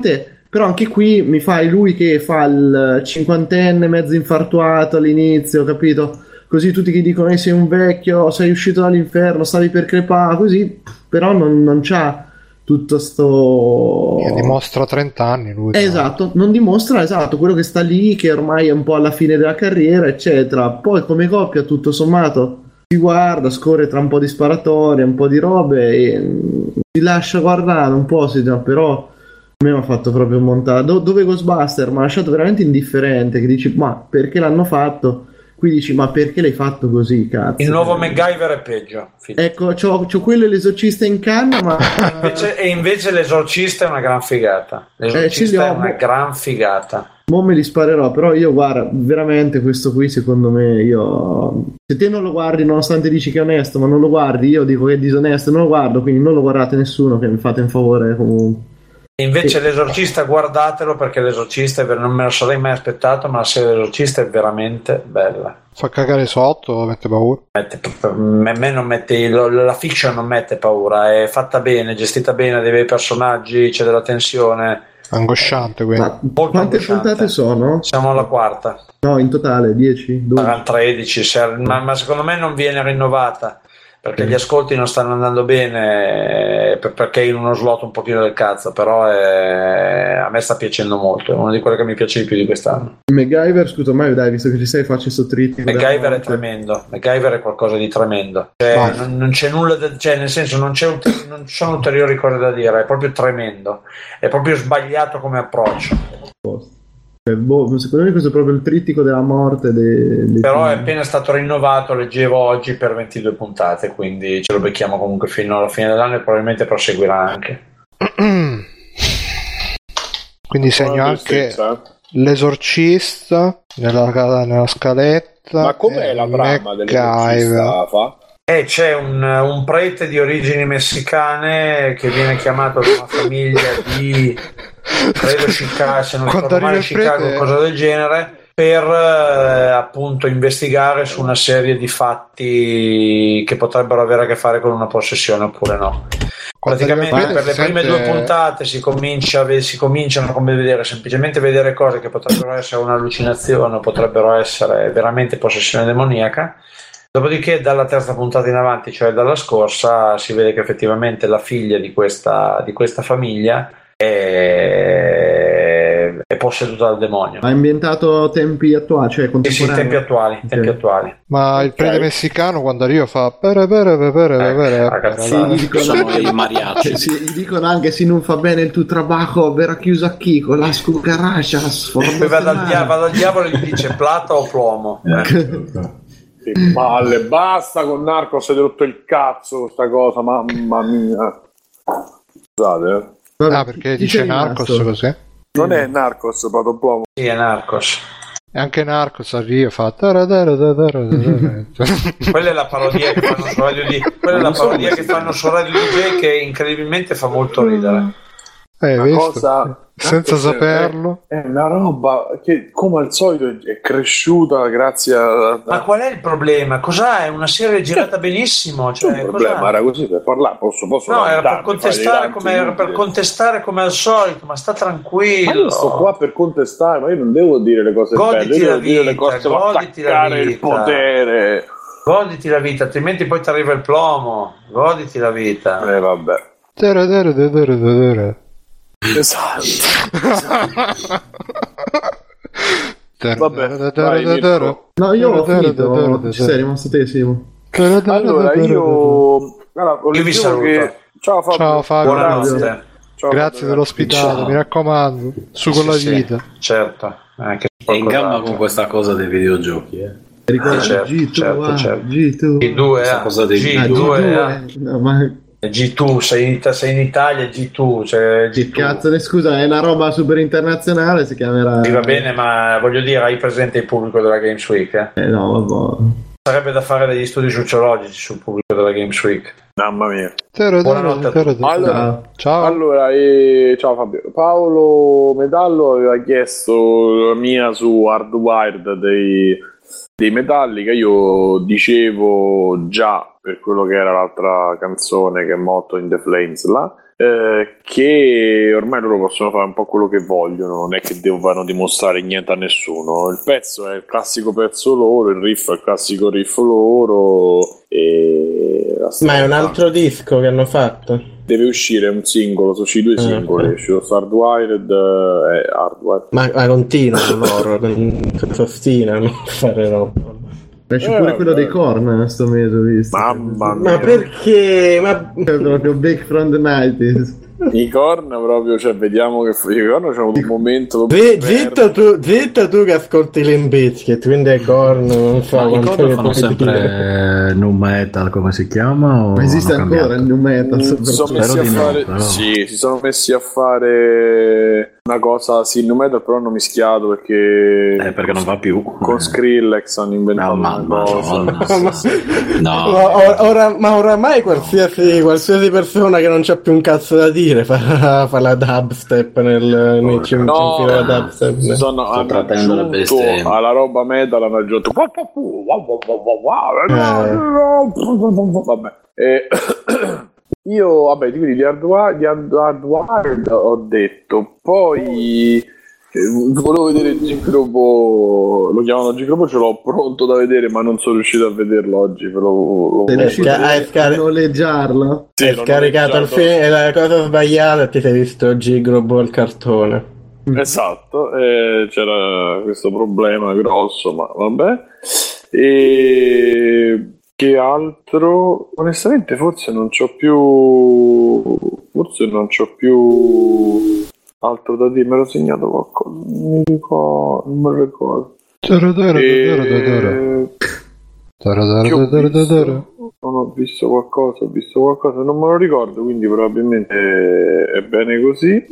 [SPEAKER 5] Però anche qui mi fai lui che fa il cinquantenne mezzo infartuato all'inizio, capito? Così tutti che dicono sei un vecchio, sei uscito dall'inferno, stavi per crepare, così, però non c'ha tutto sto...
[SPEAKER 4] Che dimostra 30 anni lui.
[SPEAKER 5] Esatto, non dimostra quello che sta lì, che ormai è un po' alla fine della carriera, eccetera. Poi come coppia, tutto sommato, si guarda, scorre tra un po' di sparatorie, un po' di robe, e si lascia guardare un po', però... A me mi ha fatto proprio montare. Dove Ghostbuster mi ha lasciato veramente indifferente. Che dici, ma perché l'hanno fatto? Qui dici, ma perché l'hai fatto così, cazzo?
[SPEAKER 6] Il nuovo MacGyver è peggio.
[SPEAKER 5] Ecco, c'ho quello e l'esorcista in canna, ma...
[SPEAKER 6] invece l'esorcista è una gran figata. L'esorcista è una gran figata.
[SPEAKER 5] Mo me li sparerò, però io, guarda, veramente questo qui, secondo me, se te non lo guardi, nonostante dici che è onesto, ma non lo guardi, io dico che è disonesto, non lo guardo, quindi non lo guardate nessuno, che mi fate un favore comunque.
[SPEAKER 6] Invece l'esorcista, guardatelo, perché l'esorcista non me lo sarei mai aspettato, ma la serie dell'esorcista è veramente bella.
[SPEAKER 4] Fa cagare sotto, mette paura.
[SPEAKER 6] A me non mette, la fiction non mette paura, è fatta bene, gestita bene, dei bei personaggi, c'è della tensione.
[SPEAKER 4] Angosciante, quindi.
[SPEAKER 5] Quante puntate sono?
[SPEAKER 6] Siamo alla quarta.
[SPEAKER 5] No, in totale 10? 12?
[SPEAKER 6] 13, ma secondo me non viene rinnovata. Perché gli ascolti non stanno andando bene, perché è in uno slot un pochino del cazzo, però a me sta piacendo molto, è una di quelle che mi piace di più di quest'anno.
[SPEAKER 5] MacGyver, scusa, mai dai, visto che ci sei, faccio sto trittico.
[SPEAKER 6] MacGyver è tremendo, MacGyver è qualcosa di tremendo, cioè, non c'è nulla, nel senso non ci sono ulteriori cose da dire, è proprio tremendo, è proprio sbagliato come approccio.
[SPEAKER 5] Secondo me questo è proprio il trittico della morte
[SPEAKER 6] però è appena stato rinnovato, leggevo oggi, per 22 puntate, quindi ce lo becchiamo comunque fino alla fine dell'anno e probabilmente proseguirà anche.
[SPEAKER 4] Quindi segno anche l'esorcista nella scaletta.
[SPEAKER 12] Ma com'è la trama dell'esorcista?
[SPEAKER 6] C'è un prete di origini messicane che viene chiamato da una famiglia di credo Chicago, se non ricordo male, Chicago, cosa del genere, per appunto investigare su una serie di fatti che potrebbero avere a che fare con una possessione oppure no. Praticamente per le prime 2 puntate si cominciano come vedere, semplicemente vedere cose che potrebbero essere un'allucinazione o potrebbero essere veramente possessione demoniaca. Dopodiché dalla terza puntata in avanti, cioè dalla scorsa, si vede che effettivamente la figlia di questa famiglia è posseduta dal demonio.
[SPEAKER 5] Ha ambientato tempi attuali, cioè contemporanei?
[SPEAKER 6] Sì, tempi attuali.
[SPEAKER 4] Ma il prete messicano quando arriva fa ragazzi,
[SPEAKER 9] sono i mariachi.
[SPEAKER 5] Gli dicono anche se non fa bene il tuo trabajo verrà chiuso a chi con la scucaracias.
[SPEAKER 6] Poi va dal diavolo e gli dice plata o plomo.
[SPEAKER 12] Che palle, basta con Narcos, hai rotto il cazzo questa cosa, mamma mia. Scusate.
[SPEAKER 4] Perché dice Narcos così?
[SPEAKER 12] Non è Narcos, Pato Plomo.
[SPEAKER 6] Sì, è Narcos.
[SPEAKER 4] E anche Narcos arriva e fa
[SPEAKER 6] quella è la parodia che fanno su Radio DJ, che incredibilmente fa molto ridere.
[SPEAKER 12] Cosa
[SPEAKER 4] senza saperlo,
[SPEAKER 12] è una roba che come al solito è cresciuta grazie a...
[SPEAKER 6] Ma qual è il problema? Cos'è? È una serie girata benissimo, cioè,
[SPEAKER 12] il problema era così per parlare, posso
[SPEAKER 6] no, era per contestare come al solito, ma sta tranquillo.
[SPEAKER 12] Ma io sto qua per contestare, ma io non devo dire le cose belle, io devo dire le cose per attaccare il potere.
[SPEAKER 6] Goditi la vita, altrimenti poi ti arriva il plomo. Goditi la vita.
[SPEAKER 12] Vabbè. Esatto. Vabbè,
[SPEAKER 5] no, io ho finito. Ci sei rimasto te, Simo?
[SPEAKER 12] Allora io
[SPEAKER 6] vi saluto.
[SPEAKER 12] Ciao Fabio.
[SPEAKER 6] Buonanotte.
[SPEAKER 4] Ciao, grazie dell'ospitata, mi raccomando, su con la vita.
[SPEAKER 6] Certo,
[SPEAKER 9] è in gamba con questa cosa dei videogiochi,
[SPEAKER 5] Ricorda
[SPEAKER 6] certo.
[SPEAKER 5] G2,
[SPEAKER 6] cosa dei G2, sei in Italia, G2, cioè G2.
[SPEAKER 5] Cazzo, scusa, è una roba super internazionale, si chiamerà.
[SPEAKER 6] Sì, va bene, ma voglio dire, hai presente il pubblico della Games Week?
[SPEAKER 5] No, vabbè.
[SPEAKER 6] Sarebbe da fare degli studi sociologici sul pubblico della Games Week.
[SPEAKER 12] Mamma mia.
[SPEAKER 6] Buonanotte a tutti.
[SPEAKER 4] Ciao.
[SPEAKER 12] Allora, ciao Fabio. Paolo Medallo aveva chiesto la mia su Hardwired dei Metallica. Io dicevo già, per quello che era l'altra canzone che è Motto in the Flames là, che ormai loro possono fare un po' quello che vogliono, non è che devono dimostrare niente a nessuno. Il pezzo è il classico pezzo loro, il riff è il classico riff loro, e
[SPEAKER 3] ma è un altro disco che hanno fatto?
[SPEAKER 12] Deve uscire un singolo, sono usciti 2 singoli, è uscito Hardwired e Hardwired.
[SPEAKER 3] Ma continuano loro, si ostinano a fare roba.
[SPEAKER 5] Esce pure quello dei Korn sto mese, ho visto.
[SPEAKER 12] Mamma mia.
[SPEAKER 3] Ma perché? Ma
[SPEAKER 5] è proprio Back from the 90s.
[SPEAKER 12] I Korn proprio, cioè vediamo che i Korn c'è un momento
[SPEAKER 3] zitto tu che ascolti Limp Bizkit, quindi i Korn non so
[SPEAKER 13] i Korn fanno sempre nu metal, come si chiama, o
[SPEAKER 5] ma esiste ancora il nu metal?
[SPEAKER 12] Si sono messi a fare una cosa, sì, il nu metal, però hanno mischiato perché
[SPEAKER 9] non va più
[SPEAKER 12] con Skrillex hanno inventato una cosa.
[SPEAKER 3] Ma oramai qualsiasi persona che non c'ha più un cazzo da dire fa la dubstep nei centri della dubstep.
[SPEAKER 12] Hanno aggiunto alla roba metal, hanno aggiunto vabbè. Io quindi di Hardwired ho detto, poi volevo vedere G-Grobo, lo chiamano G-Grobo, ce l'ho pronto da vedere ma non sono riuscito a vederlo oggi.
[SPEAKER 5] Sei riuscito a noleggiarlo?
[SPEAKER 3] Sì, hai scaricato il film e la cosa sbagliata, ti sei visto G-Grobo il cartone.
[SPEAKER 12] Esatto, c'era questo problema grosso, ma vabbè. E che altro? Onestamente forse non c'ho più altro da dire. Me l'ho segnato qualcosa, non me lo ricordo. Non ho visto qualcosa, non me lo ricordo, quindi probabilmente è bene così.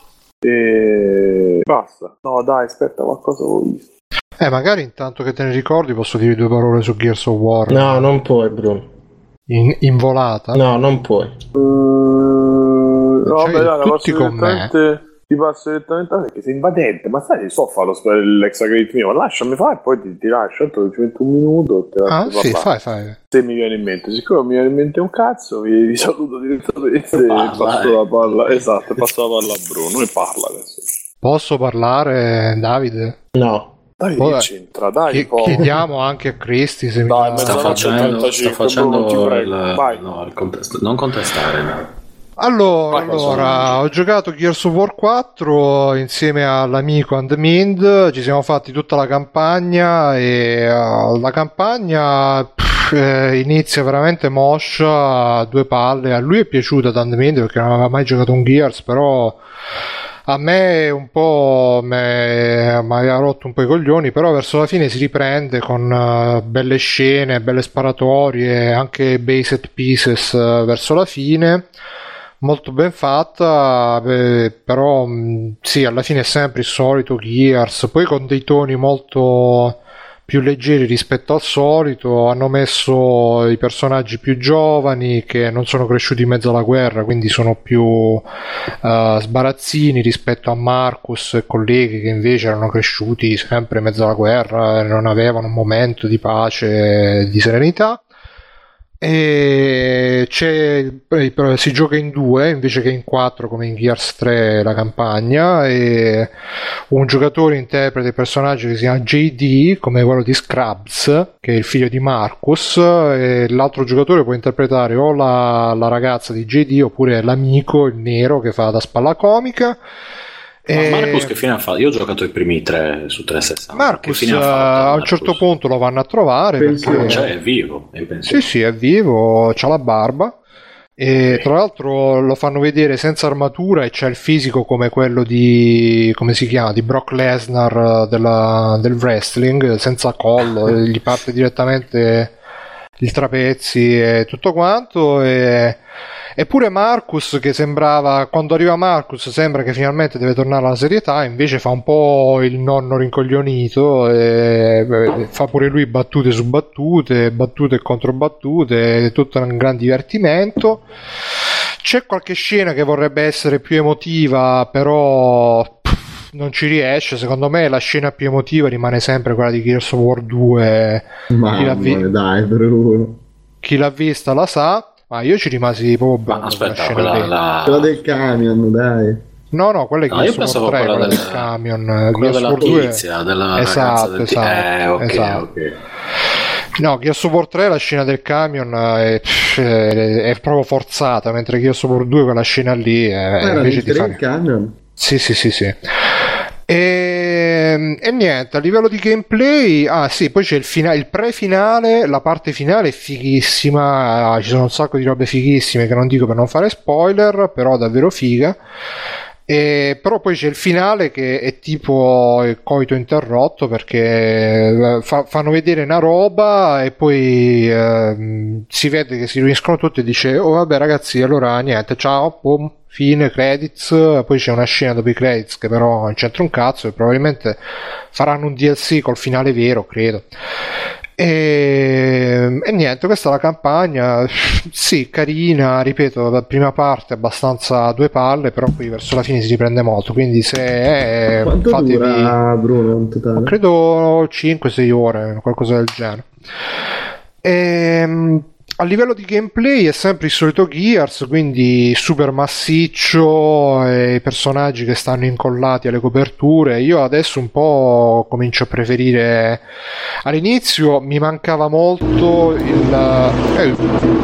[SPEAKER 12] E basta. No dai, aspetta, qualcosa ho visto.
[SPEAKER 4] Magari intanto che te ne ricordi posso dire 2 parole su Gears of War.
[SPEAKER 3] No, non puoi, Bruno.
[SPEAKER 4] In volata?
[SPEAKER 3] No, non puoi.
[SPEAKER 12] No,
[SPEAKER 4] cioè,
[SPEAKER 12] beh, dai,
[SPEAKER 4] tutti con me.
[SPEAKER 12] Ti passo direttamente perché sei invadente, ma sai, so fare l'exagredit mio, ma lasciami fare e poi ti lascio, tanto ci metto un minuto e te lascio
[SPEAKER 4] parlare. Fai.
[SPEAKER 12] Se mi viene in mente, siccome mi viene in mente un cazzo, vi saluto direttamente e passo la palla. Esatto, passo la palla a Bruno e parla adesso.
[SPEAKER 4] Posso parlare, Davide?
[SPEAKER 3] No.
[SPEAKER 12] Dai, che c'entra, dai.
[SPEAKER 4] Chiediamo anche a Cristi se
[SPEAKER 9] sta facendo il contesto. Non contestare, no.
[SPEAKER 4] Allora, ho giocato Gears of War 4 insieme all'amico Andmind, ci siamo fatti tutta la campagna e la campagna inizia veramente moscia a 2 palle. A lui è piaciuta ad Andmind perché non aveva mai giocato un Gears, però a me un po' mi aveva rotto un po' i coglioni, però verso la fine si riprende con belle scene, belle sparatorie, anche bei set pieces verso la fine, molto ben fatta, però sì, alla fine è sempre il solito Gears, poi con dei toni molto più leggeri rispetto al solito. Hanno messo i personaggi più giovani che non sono cresciuti in mezzo alla guerra, quindi sono più sbarazzini rispetto a Marcus e colleghi che invece erano cresciuti sempre in mezzo alla guerra e non avevano un momento di pace e di serenità. E si gioca in 2 invece che in 4 come in Gears 3 la campagna, e un giocatore interpreta il personaggio che si chiama JD come quello di Scrubs, che è il figlio di Marcus, e l'altro giocatore può interpretare o la ragazza di JD oppure l'amico, il nero, che fa da spalla comica.
[SPEAKER 9] Ma Marcus che fine ha fatto? Io ho giocato i primi 3 su 360.
[SPEAKER 4] Marcus a un certo punto lo vanno a trovare perché
[SPEAKER 9] è vivo.
[SPEAKER 4] Sì, è vivo, c'ha la barba e tra l'altro lo fanno vedere senza armatura e c'ha il fisico come quello di, come si chiama, di Brock Lesnar del wrestling, senza collo, gli parte direttamente il trapezi e tutto quanto. Eppure Marcus, che sembrava, quando arriva Marcus sembra che finalmente deve tornare alla serietà, invece fa un po' il nonno rincoglionito e fa pure lui battute su battute e controbattute, è tutto un gran divertimento. C'è qualche scena che vorrebbe essere più emotiva, però non ci riesce. Secondo me la scena più emotiva rimane sempre quella di Gears of War 2.
[SPEAKER 5] Dai, Bruno.
[SPEAKER 4] Chi l'ha vista la sa, ma io ci rimasi proprio.
[SPEAKER 9] Ma aspetta, quella
[SPEAKER 5] del camion, dai.
[SPEAKER 4] No, quella è Gears of War 3, quella del camion. Gears of War 2
[SPEAKER 9] della
[SPEAKER 4] esatto.
[SPEAKER 9] ok.
[SPEAKER 4] No, Gears of War 3 la scena del camion è proprio forzata, mentre Gears of War 2 quella scena lì è invece di fare il camion. Sì. E niente, a livello di gameplay, poi c'è il pre-finale, la parte finale è fighissima, ci sono un sacco di robe fighissime che non dico per non fare spoiler, però davvero figa. Però poi c'è il finale che è tipo il coito interrotto, perché fanno vedere una roba e poi si vede che si riuniscono tutti e dice vabbè ragazzi, allora niente, ciao, boom, fine, credits. Poi c'è una scena dopo i credits che però non c'entra un cazzo e probabilmente faranno un DLC col finale vero, credo. E niente, questa è la campagna, sì, carina, ripeto, la prima parte abbastanza due palle, però poi verso la fine si riprende molto, quindi se
[SPEAKER 5] quanto fatevi... dura, Bruno, in totale?
[SPEAKER 4] Credo 5-6 ore, qualcosa del genere. A livello di gameplay è sempre il solito Gears, quindi super massiccio, e i personaggi che stanno incollati alle coperture. Io adesso un po' comincio a preferire. All'inizio mi mancava molto il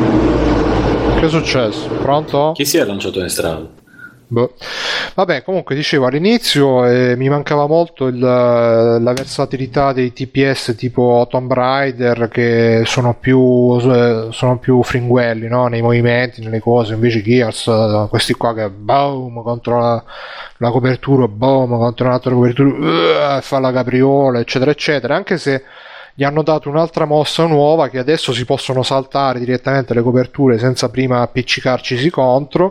[SPEAKER 4] che è successo? Pronto?
[SPEAKER 9] Chi si è lanciato in strada?
[SPEAKER 4] Vabbè, comunque dicevo all'inizio mi mancava molto la versatilità dei TPS tipo Tomb Raider, che sono più fringuelli, no? Nei movimenti, nelle cose. Invece Gears, questi qua che boom contro la copertura, boom contro un'altra copertura, fa la capriola, eccetera eccetera, anche se gli hanno dato un'altra mossa nuova, che adesso si possono saltare direttamente le coperture senza prima appiccicarcisi contro.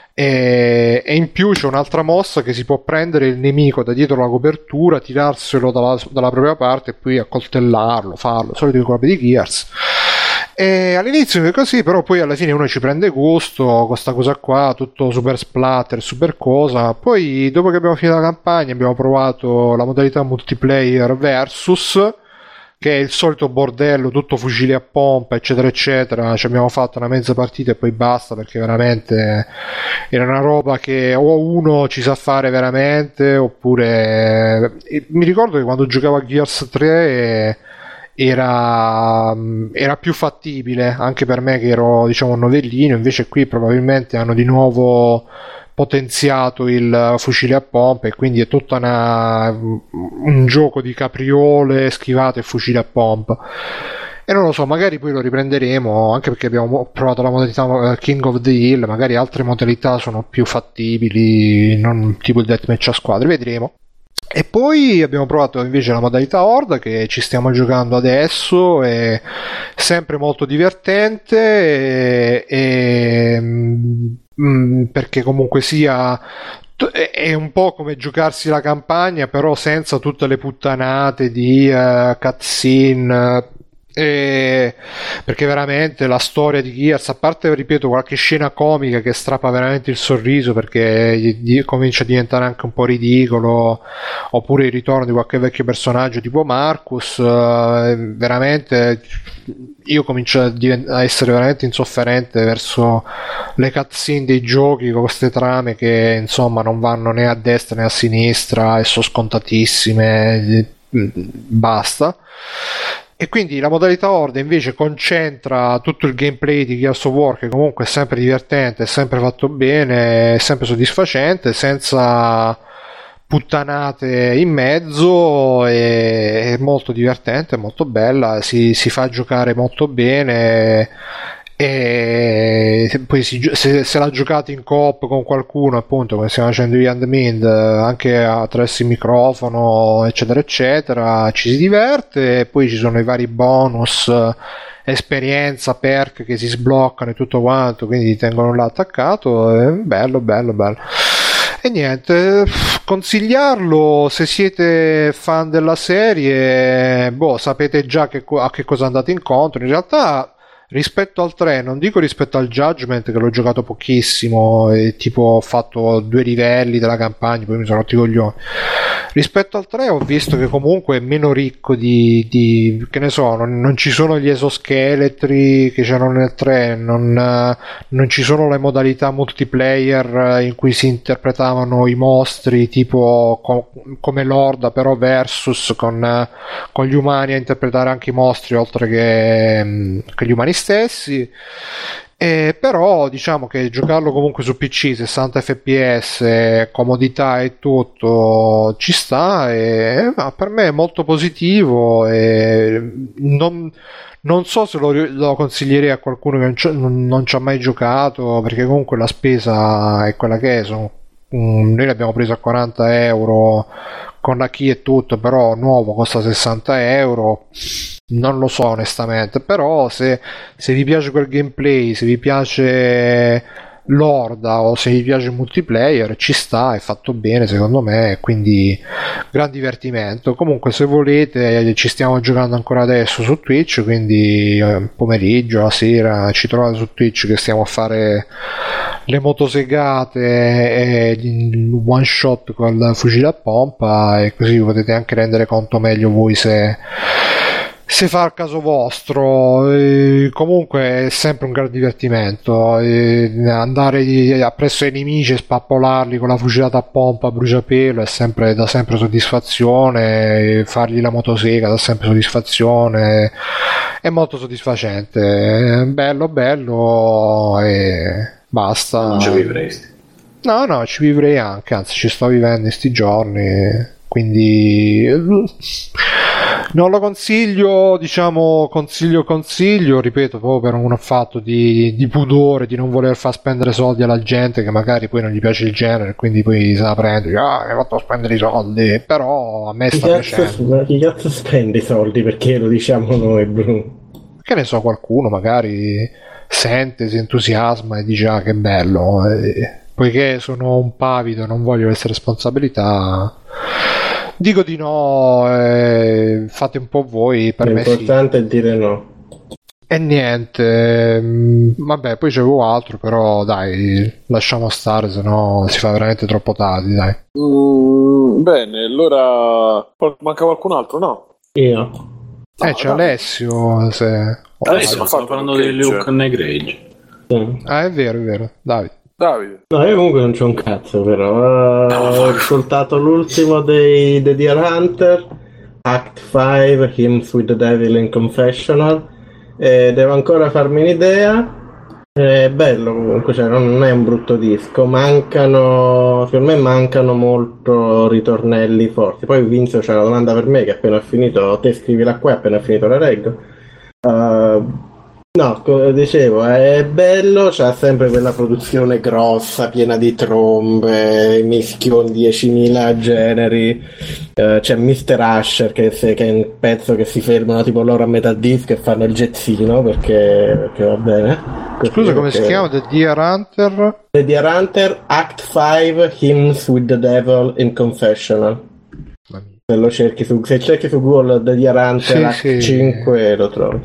[SPEAKER 4] E in più c'è un'altra mossa che si può prendere il nemico da dietro la copertura, tirarselo dalla propria parte e poi accoltellarlo, farlo, solito colpi di Gears. E all'inizio è così, però poi alla fine uno ci prende gusto con questa cosa qua, tutto super splatter, super cosa. Poi dopo che abbiamo finito la campagna abbiamo provato la modalità multiplayer versus, che è il solito bordello, tutto fucili a pompa, eccetera eccetera. Ci abbiamo fatto una mezza partita e poi basta, perché veramente era una roba che o uno ci sa fare veramente, oppure mi ricordo che quando giocavo a Gears 3 era più fattibile anche per me, che ero, diciamo, un novellino. Invece qui probabilmente hanno di nuovo potenziato il fucile a pompa e quindi è tutta un gioco di capriole, schivate e fucile a pompa. E non lo so, magari poi lo riprenderemo, anche perché abbiamo provato la modalità King of the Hill, magari altre modalità sono più fattibili, non tipo il deathmatch a squadre, vedremo. E poi abbiamo provato invece la modalità Horda, che ci stiamo giocando adesso, è sempre molto divertente perché comunque sia è un po' come giocarsi la campagna, però senza tutte le puttanate di cutscene, perché veramente la storia di Gears, a parte, ripeto, qualche scena comica che strappa veramente il sorriso perché comincia a diventare anche un po' ridicolo, oppure il ritorno di qualche vecchio personaggio tipo Marcus, veramente io comincio a essere veramente insofferente verso le cutscene dei giochi con queste trame che insomma non vanno né a destra né a sinistra e sono scontatissime, basta. E quindi la modalità Horde invece concentra tutto il gameplay di Gears of War, che comunque è sempre divertente, è sempre fatto bene, è sempre soddisfacente, senza puttanate in mezzo, è molto divertente, è molto bella, si fa giocare molto bene. E poi se la giocate in coop con qualcuno, appunto come stiamo facendo io and Mind, anche attraverso il microfono eccetera eccetera, ci si diverte. E poi ci sono i vari bonus, esperienza, perk che si sbloccano e tutto quanto, quindi ti tengono là attaccato. È bello. E niente, consigliarlo se siete fan della serie. Sapete già a che cosa andate incontro. In realtà rispetto al 3, non dico rispetto al Judgment che l'ho giocato pochissimo e tipo ho fatto 2 livelli della campagna, poi mi sono rotti i coglioni. Rispetto al 3 ho visto che comunque è meno ricco di che ne so, non ci sono gli esoscheletri che c'erano nel 3, non ci sono le modalità multiplayer in cui si interpretavano i mostri tipo come l'Orda però versus con gli umani a interpretare anche i mostri oltre che gli umani stessi. Però diciamo che giocarlo comunque su PC 60 fps, comodità e tutto ci sta, e per me è molto positivo e non so se lo consiglierei a qualcuno che non ci ha mai giocato, perché comunque la spesa è quella che è. Noi l'abbiamo preso a 40 euro con la key e tutto, però nuovo costa 60 euro. Non lo so onestamente, però se vi piace quel gameplay, se vi piace l'Orda o se vi piace il multiplayer, ci sta, è fatto bene secondo me, quindi gran divertimento. Comunque se volete ci stiamo giocando ancora adesso su Twitch, quindi pomeriggio, la sera ci trovate su Twitch che stiamo a fare le motosegate e il one shot col fucile a pompa, e così potete anche rendere conto meglio voi se fa il caso vostro. Comunque è sempre un gran divertimento andare appresso ai nemici e spappolarli con la fucilata a pompa a bruciapelo, dà sempre soddisfazione, fargli la motosega dà sempre soddisfazione, è molto soddisfacente, bello e basta.
[SPEAKER 9] Non ci vivresti?
[SPEAKER 4] No, ci vivrei anche, anzi ci sto vivendo in sti giorni, quindi non lo consiglio, diciamo, consiglio, ripeto, proprio per un fatto di pudore, di non voler far spendere soldi alla gente che magari poi non gli piace il genere, quindi poi se la prende, hai fatto spendere i soldi, però a me sta piacendo.
[SPEAKER 3] Chi cazzo spende i soldi? Perché lo diciamo noi, Bruno?
[SPEAKER 4] Che ne so, qualcuno magari sente, si entusiasma e dice che bello, poiché sono un pavido e non voglio queste responsabilità, dico di no, fate un po' voi, per me
[SPEAKER 3] l'importante è dire no.
[SPEAKER 4] E niente, vabbè, poi c'avevo altro, però dai, lasciamo stare, sennò si fa veramente troppo tardi, dai.
[SPEAKER 12] Bene, allora manca qualcun altro, no?
[SPEAKER 3] Io.
[SPEAKER 4] C'è Alessio, se...
[SPEAKER 9] Adesso stiamo parlando di Luke Negregge.
[SPEAKER 4] Ah, è vero, Davide.
[SPEAKER 3] No, io comunque non c'ho un cazzo, però ho ascoltato l'ultimo dei The Deer Hunter, Act 5, Hymns with the Devil in Confessional, e devo ancora farmi un'idea. È bello comunque, cioè non è un brutto disco, secondo me mancano molto ritornelli forti. Poi Vince c'è una domanda per me che appena ho finito, te scrivila qua, appena ho finito la leggo. No, dicevo, è bello, c'ha sempre quella produzione grossa, piena di trombe, mischioni, 10.000 generi, c'è Mr. Asher che è un pezzo che si fermano tipo loro a metà disco e fanno il jazzino perché va bene.
[SPEAKER 4] Scusa, come si chiama? The Deer Hunter?
[SPEAKER 3] The Deer Hunter, Act 5, Hymns with the Devil in Confessional. Se lo cerchi se cerchi su Google The Deer Hunter Act 5 lo trovi.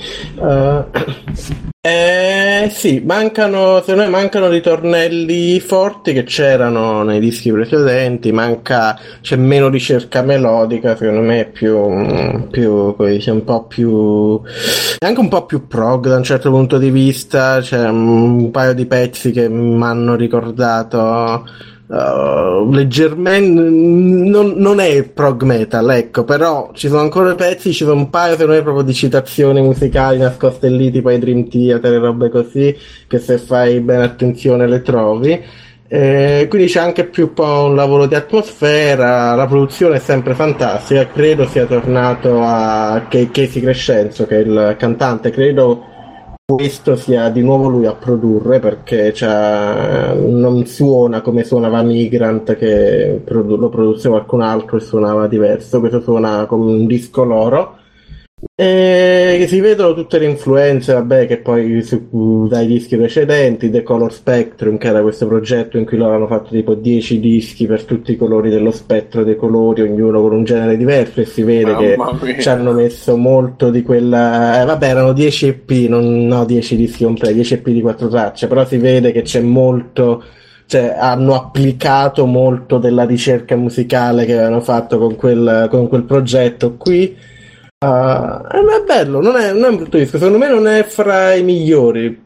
[SPEAKER 3] Sì, secondo me mancano ritornelli forti che c'erano nei dischi precedenti, c'è meno ricerca melodica, secondo me è più poi c'è un po' più, è anche un po' più prog da un certo punto di vista, c'è un paio di pezzi che mi hanno ricordato leggermente, non è prog metal, ecco, però ci sono ancora pezzi, ci sono un paio secondo me proprio di citazioni musicali nascoste lì tipo ai Dream Theater e robe così, che se fai bene attenzione le trovi, quindi c'è anche più un po' un lavoro di atmosfera, la produzione è sempre fantastica, credo sia tornato a Casey Crescenzo che è il cantante, credo questo sia di nuovo lui a produrre, perché non suona come suonava Migrant che lo produsse qualcun altro e suonava diverso, questo suona come un disco loro,
[SPEAKER 8] Che si vedono tutte le influenze, vabbè, che poi dai dischi precedenti, The Color Spectrum, che era questo progetto in cui loro hanno fatto tipo 10 dischi per tutti i colori dello spettro dei colori, ognuno con un genere diverso, e si vede che ci hanno messo molto di quella... vabbè, erano 10 EP, no 10 dischi completi, 10 EP di 4 tracce, però si vede che c'è molto... Cioè, hanno applicato molto della ricerca musicale che avevano fatto con quel progetto qui. È bello, non è un brutto disco, secondo me non è fra i migliori,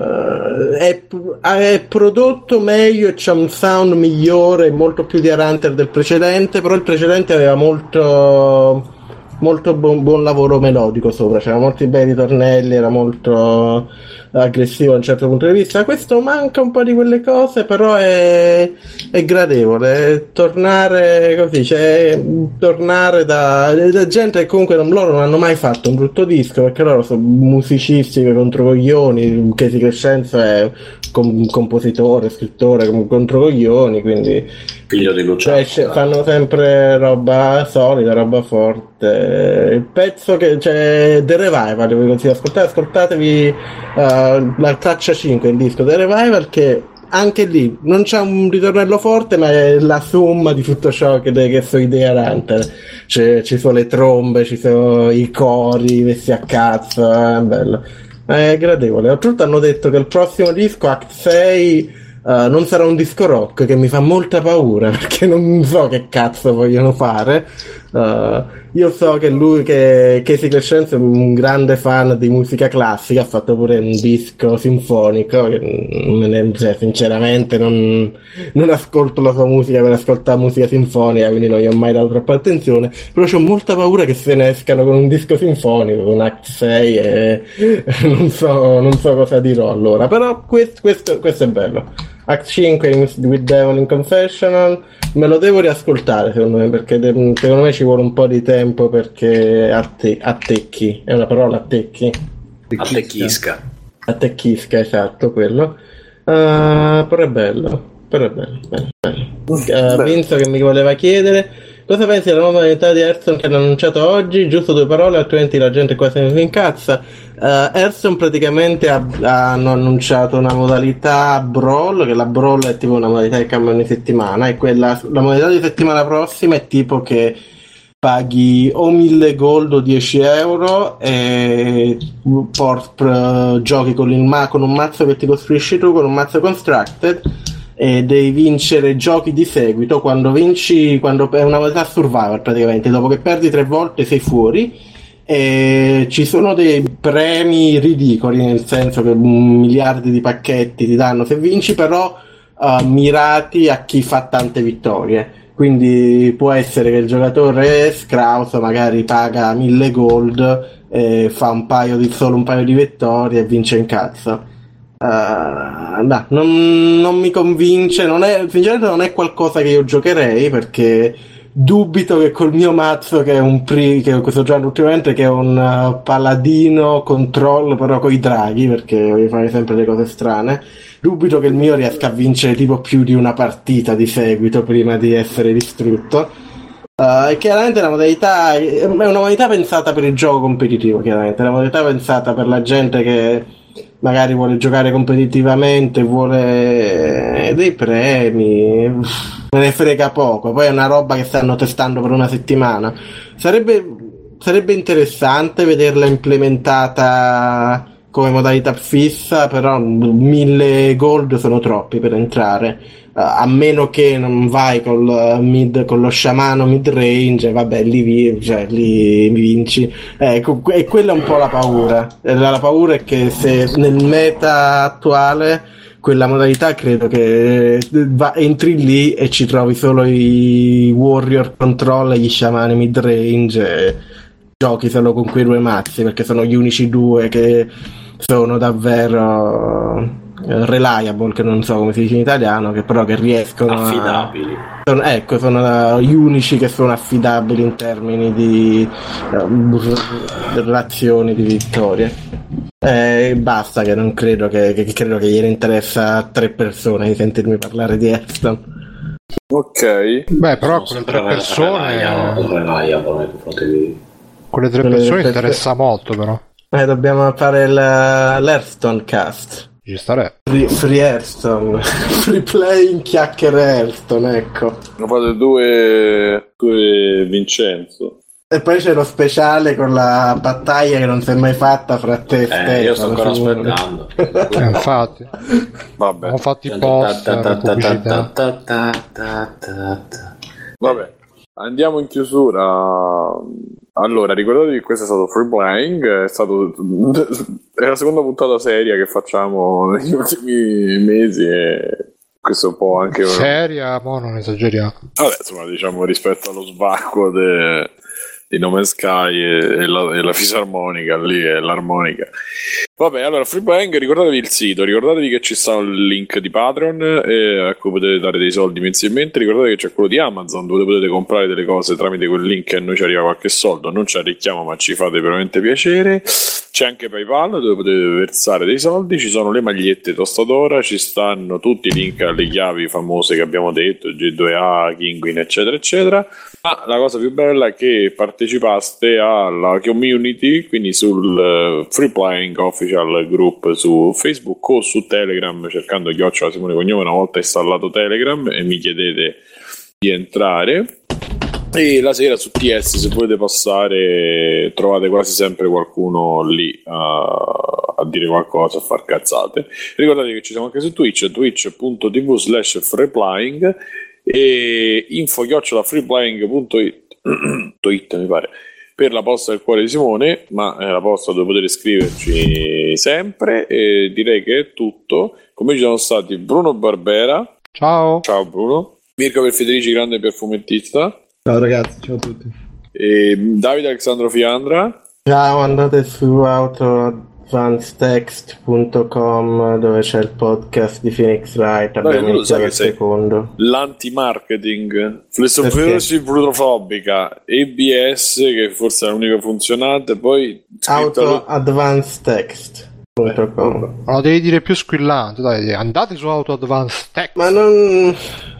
[SPEAKER 8] è prodotto meglio e c'ha un sound migliore, molto più di Hunter del precedente, però il precedente aveva molto buon lavoro melodico sopra, c'erano molti bei ritornelli, era molto aggressivo da un certo punto di vista. Questo manca un po' di quelle cose, però è gradevole tornare così, cioè tornare da gente che comunque loro non hanno mai fatto un brutto disco, perché loro sono musicisti controcoglioni. Casey Crescenzo è compositore, scrittore controcoglioni, quindi
[SPEAKER 9] figlio di Luciano,
[SPEAKER 8] fanno sempre roba solida, roba forte. Il pezzo che c'è, The Revival, vi consiglio, ascoltatevi la traccia 5 del disco The Revival, che anche lì non c'è un ritornello forte, ma è la somma di tutto ciò che sono idee Hunter. Ci sono le trombe, ci sono i cori messi a cazzo, è bello, è gradevole. Oltretutto hanno detto che il prossimo disco, Act 6, non sarà un disco rock, che mi fa molta paura, perché non so che cazzo vogliono fare. Io so che Casey Crescenzo è un grande fan di musica classica, ha fatto pure un disco sinfonico che sinceramente non ascolto la sua musica per ascoltare musica sinfonica, quindi non gli ho mai dato troppa attenzione, però ho molta paura che se ne escano con un disco sinfonico, con Act 6, e non so cosa dirò allora, però questo è bello. Act 5 with Devil in Confessional me lo devo riascoltare, secondo me, perché secondo me ci vuole un po' di tempo perché attecchi, è una parola, attecchi?
[SPEAKER 9] Attecchisca,
[SPEAKER 8] esatto, quello. Però è bello. Vinzo che mi voleva chiedere cosa pensi della nuova modalità di Hearthstone che hanno annunciato oggi, giusto 2 parole, altrimenti la gente quasi non si incazza. Hearthstone praticamente hanno annunciato una modalità Brawl, che la Brawl è tipo una modalità che cambia ogni settimana, e la modalità di settimana prossima è tipo che paghi o 1000 gold o 10 euro e giochi con un mazzo che ti costruisci tu, con un mazzo constructed, e devi vincere giochi di seguito. Quando vinci, quando è una modalità survival praticamente, dopo che perdi 3 volte sei fuori, e ci sono dei premi ridicoli, nel senso che miliardi di pacchetti ti danno se vinci, però mirati a chi fa tante vittorie. Quindi può essere che il giocatore scrauso magari paga 1000 gold e fa solo un paio di vittorie e vince in cazzo. Non mi convince, sinceramente non è qualcosa che io giocherei, perché dubito che col mio mazzo, che è che sto giocando ultimamente, che è un paladino control però coi draghi, perché voglio fare sempre le cose strane, dubito che il mio riesca a vincere tipo più di una partita di seguito prima di essere distrutto. Chiaramente la modalità è una modalità pensata per il gioco competitivo, chiaramente, una modalità pensata per la gente che magari vuole giocare competitivamente, vuole dei premi, me ne frega poco. Poi è una roba che stanno testando per una settimana. Sarebbe interessante vederla implementata come modalità fissa, però 1000 gold sono troppi per entrare, a meno che non vai con lo sciamano mid range, vabbè, lì mi vinci. E quella è un po' la paura. La paura è che se nel meta attuale quella modalità, credo che entri lì e ci trovi solo i warrior control e gli sciamani mid range, e giochi solo con quei 2 mazzi, perché sono gli unici 2 che sono davvero reliable, che non so come si dice in italiano, che però che riescono
[SPEAKER 9] affidabili.
[SPEAKER 8] Sono gli unici che sono affidabili in termini di relazioni di vittorie. Basta, che non credo che gliene interessa a 3 persone di sentirmi parlare di Hearthstone.
[SPEAKER 12] Ok.
[SPEAKER 4] Beh, però con 3 persone Quelle 3 persone interessa molto, però.
[SPEAKER 8] Dobbiamo fare l'Hearthstone cast.
[SPEAKER 4] Ci stare.
[SPEAKER 8] Free Hearthstone. Free playing chiacchiere Hearthstone, ecco.
[SPEAKER 12] Ne fate due Vincenzo.
[SPEAKER 8] E poi c'è lo speciale con la battaglia che non si è mai fatta fra te e Stefano.
[SPEAKER 9] Io sto ancora aspettando.
[SPEAKER 4] Infatti.
[SPEAKER 12] Vabbè.
[SPEAKER 4] Abbiamo fatto i post, pubblicità.
[SPEAKER 12] Vabbè. Andiamo in chiusura. Allora, ricordatevi che questo è stato Free Playing, è la seconda puntata seria che facciamo negli ultimi mesi e questo è un po' anche
[SPEAKER 4] seria, ma non esageriamo.
[SPEAKER 12] Vabbè, insomma, diciamo rispetto allo sbarco di No Man's Sky e la fisarmonica lì e l'armonica. Vabbè, allora Free Playing, ricordatevi il sito, ricordatevi che ci sta il link di Patreon a cui potete dare dei soldi mensilmente, ricordatevi che c'è quello di Amazon dove potete comprare delle cose tramite quel link e a noi ci arriva qualche soldo, non ci arricchiamo ma ci fate veramente piacere. C'è anche PayPal dove potete versare dei soldi, ci sono le magliette Tostadora, ci stanno tutti i link alle chiavi famose che abbiamo detto, G2A, Kinguin eccetera eccetera. Ma la cosa più bella è che partecipaste alla community, quindi sul Free Playing Official Group su Facebook o su Telegram, cercando @Simone Cognome una volta installato Telegram e mi chiedete di entrare. E la sera su TS, se volete passare, trovate quasi sempre qualcuno lì a dire qualcosa, a far cazzate. Ricordate che ci siamo anche su Twitch, twitch.tv/freeplying e info@freeplying.it mi pare, per la posta del cuore di Simone, ma è la posta dove potete scriverci sempre. E direi che è tutto. Come ci sono stati Bruno Barbera,
[SPEAKER 4] ciao
[SPEAKER 12] Bruno, Mirko Perfederici, grande perfumettista,
[SPEAKER 5] ciao ragazzi, ciao a tutti,
[SPEAKER 12] e Davide Alessandro Fiandra,
[SPEAKER 8] ciao, andate su autoadvancedtext.com dove c'è il podcast di Phoenix Wright, abbiamo iniziato il secondo.
[SPEAKER 12] L'anti-marketing, flessofosi brutofobica, EBS che forse è l'unica funzionante, poi
[SPEAKER 8] autoadvancedtext.com.
[SPEAKER 4] Lo devi dire più squillante, dai, andate su autoadvancedtext.
[SPEAKER 8] Ma non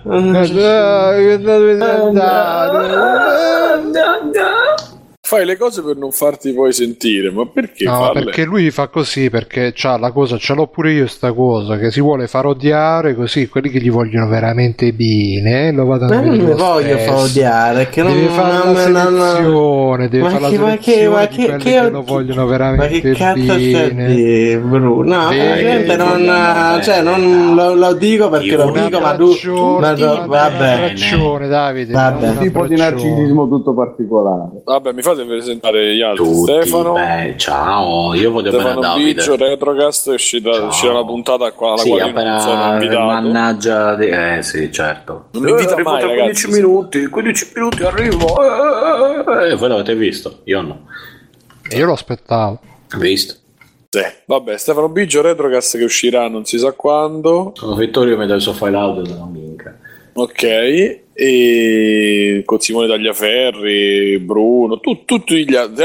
[SPEAKER 12] fai le cose per non farti poi sentire, ma perché
[SPEAKER 4] no,
[SPEAKER 12] farle?
[SPEAKER 4] Perché lui fa così, perché c'ha la cosa, ce l'ho pure io sta cosa, che si vuole far odiare, così quelli che gli vogliono veramente bene lo vadano a
[SPEAKER 8] vedere. Ma non mi voglio far odiare, che
[SPEAKER 4] deve fare la selezione, deve fare la selezione di quelli che lo vogliono veramente bene.
[SPEAKER 8] Bruno, no, gente non lo dico perché lo dico, ma tu vabbè,
[SPEAKER 4] Davide,
[SPEAKER 5] un tipo di narcisismo tutto particolare.
[SPEAKER 12] Vabbè, mi fate presentare gli altri.
[SPEAKER 9] Tutti,
[SPEAKER 12] Stefano,
[SPEAKER 9] ciao, io voglio bene a Davide.
[SPEAKER 12] Biggio, Retrocast, è uscita la puntata qua alla quale non sono invitato.
[SPEAKER 9] Mannaggia, sì, certo.
[SPEAKER 12] Non mi invita mai, ragazzi.
[SPEAKER 9] 15 minuti arrivo. Voi l'avete visto? Io no.
[SPEAKER 4] Io lo aspettavo.
[SPEAKER 9] Visto?
[SPEAKER 12] Sì. Vabbè, Stefano Biggio, Retrocast che uscirà non si sa quando.
[SPEAKER 9] Sono Vittorio mi dà il suo file audio della minca.
[SPEAKER 12] Ok, e con Simone Tagliaferri, Bruno, tutti gli altri,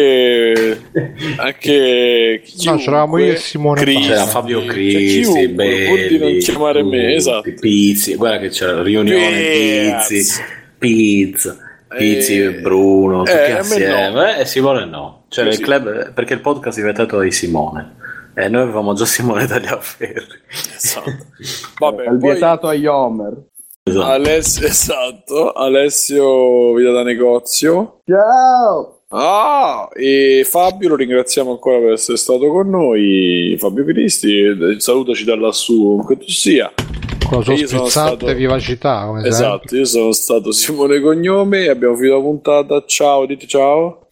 [SPEAKER 12] anche
[SPEAKER 4] no, c'eravamo io e Simone,
[SPEAKER 9] c'era Fabio Crisi,
[SPEAKER 12] pur di non chiamare me, esatto.
[SPEAKER 9] Pizzi, guarda che c'era la riunione Pizzi e Bruno, tutti assieme, e Simone no, c'era il club, perché il podcast è diventato di Simone. E noi avevamo già Simone Tagliaferri.
[SPEAKER 12] Esatto. Vabbè,
[SPEAKER 5] il vietato agli Homer.
[SPEAKER 12] Esatto. Alessio Vita da Negozio,
[SPEAKER 5] ciao.
[SPEAKER 12] E Fabio lo ringraziamo ancora per essere stato con noi. Fabio Cristi, salutaci da lassù che tu sia,
[SPEAKER 4] con la sua spizzante vivacità, come
[SPEAKER 12] esatto
[SPEAKER 4] sempre.
[SPEAKER 12] Io sono stato Simone Cognome e abbiamo finito la puntata. Ciao, dite ciao.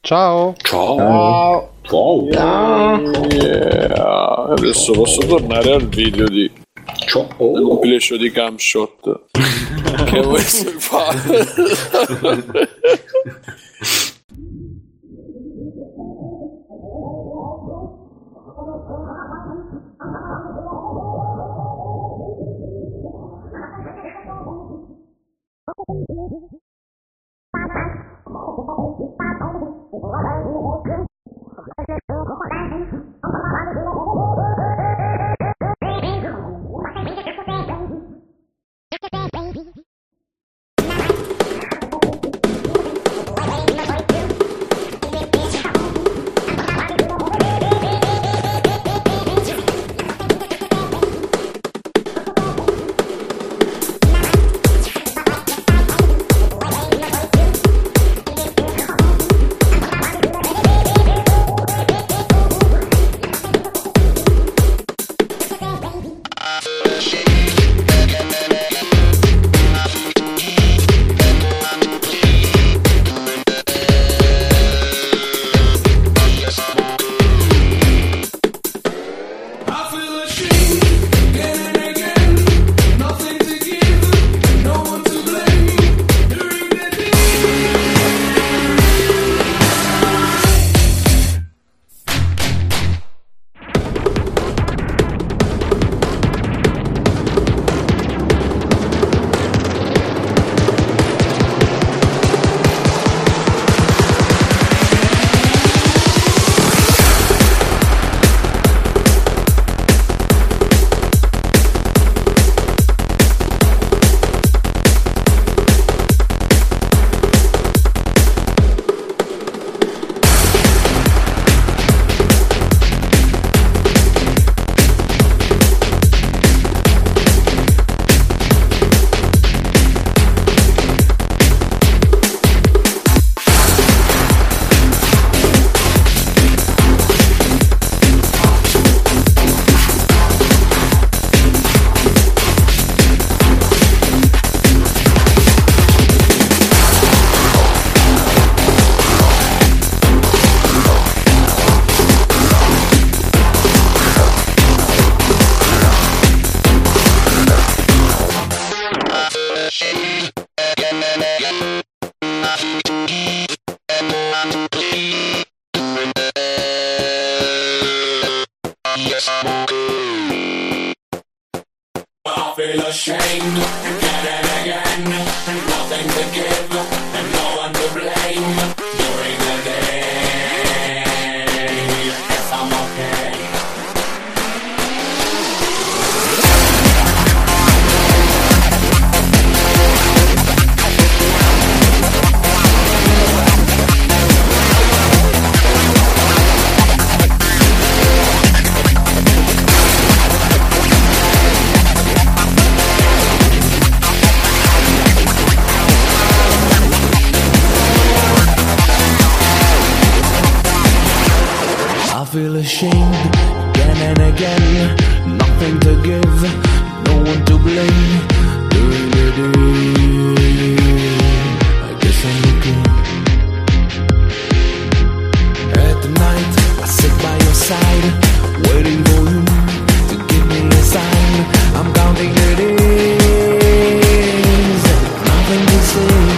[SPEAKER 12] Yeah. Adesso posso tornare al video di compilation di Camshot che ho messo in fare.
[SPEAKER 14] feel ashamed again and again. Nothing to give and no one to blame. During the day, yes, I'm okay. I feel ashamed again and again. Nothing to give, no one to blame. During the day, I guess I'm okay. At the night, I sit by your side, waiting for you to give me a sign. I'm counting the days, nothing to say.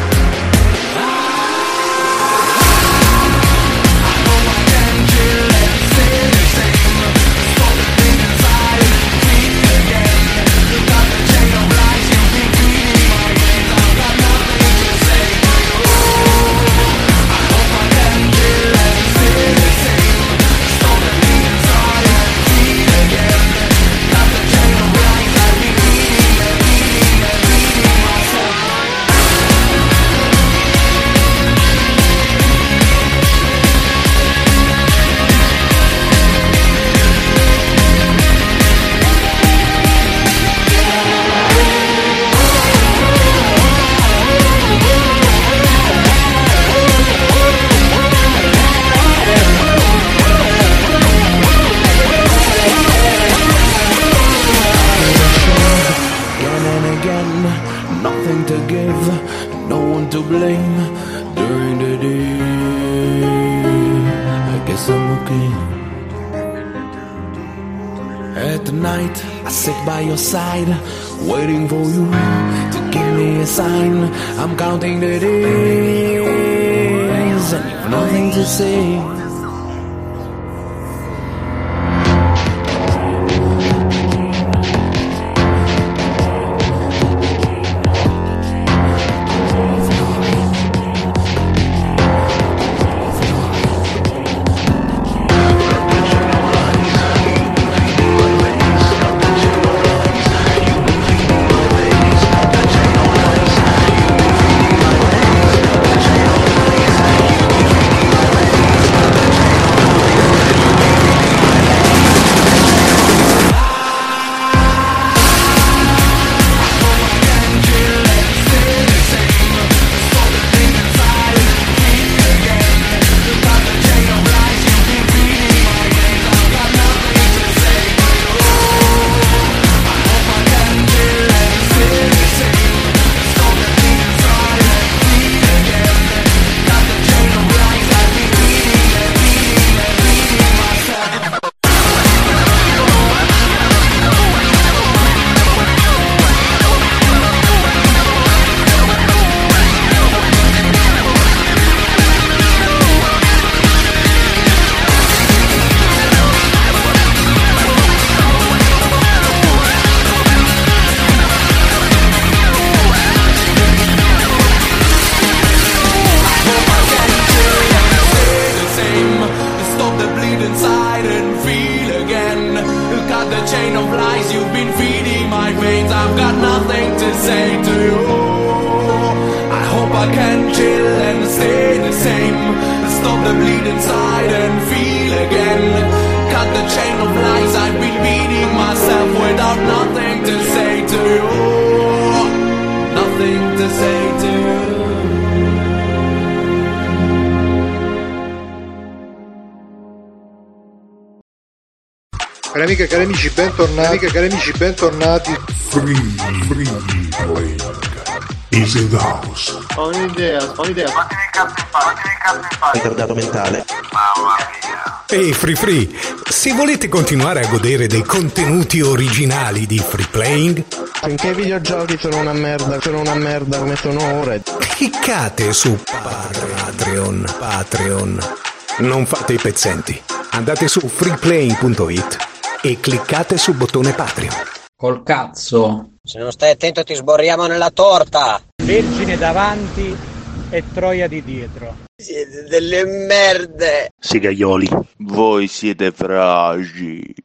[SPEAKER 14] Nothing to give, no one to blame. During the day, I guess I'm okay. At the night, I sit by your side, waiting for you to give me a sign. I'm counting the days, and you've nothing to say. Cut the chain of lies you've been feeding my veins. I've got nothing to say to you. I hope I can chill and stay the same. Stop the bleed inside and feel again. Cut the chain of lies I've been beating myself without nothing to say to you. Nothing to say to you.
[SPEAKER 4] Cari amiche e cari amici, bentornati.
[SPEAKER 15] Free Playing is in the house.
[SPEAKER 5] Ho un'idea.
[SPEAKER 8] Ritardato mentale.
[SPEAKER 16] Ehi Free, se volete continuare a godere dei contenuti originali di Free Playing,
[SPEAKER 8] Finché i videogiochi sono una merda come sono ora,
[SPEAKER 16] cliccate su Patreon. Non fate i pezzenti. Andate su freeplaying.it e cliccate sul bottone Patreon.
[SPEAKER 17] Col cazzo.
[SPEAKER 18] Se non stai attento ti sborriamo nella torta.
[SPEAKER 19] Vergine davanti e Troia di dietro.
[SPEAKER 18] Siete delle merde.
[SPEAKER 1] Sigaioli, voi siete fragili.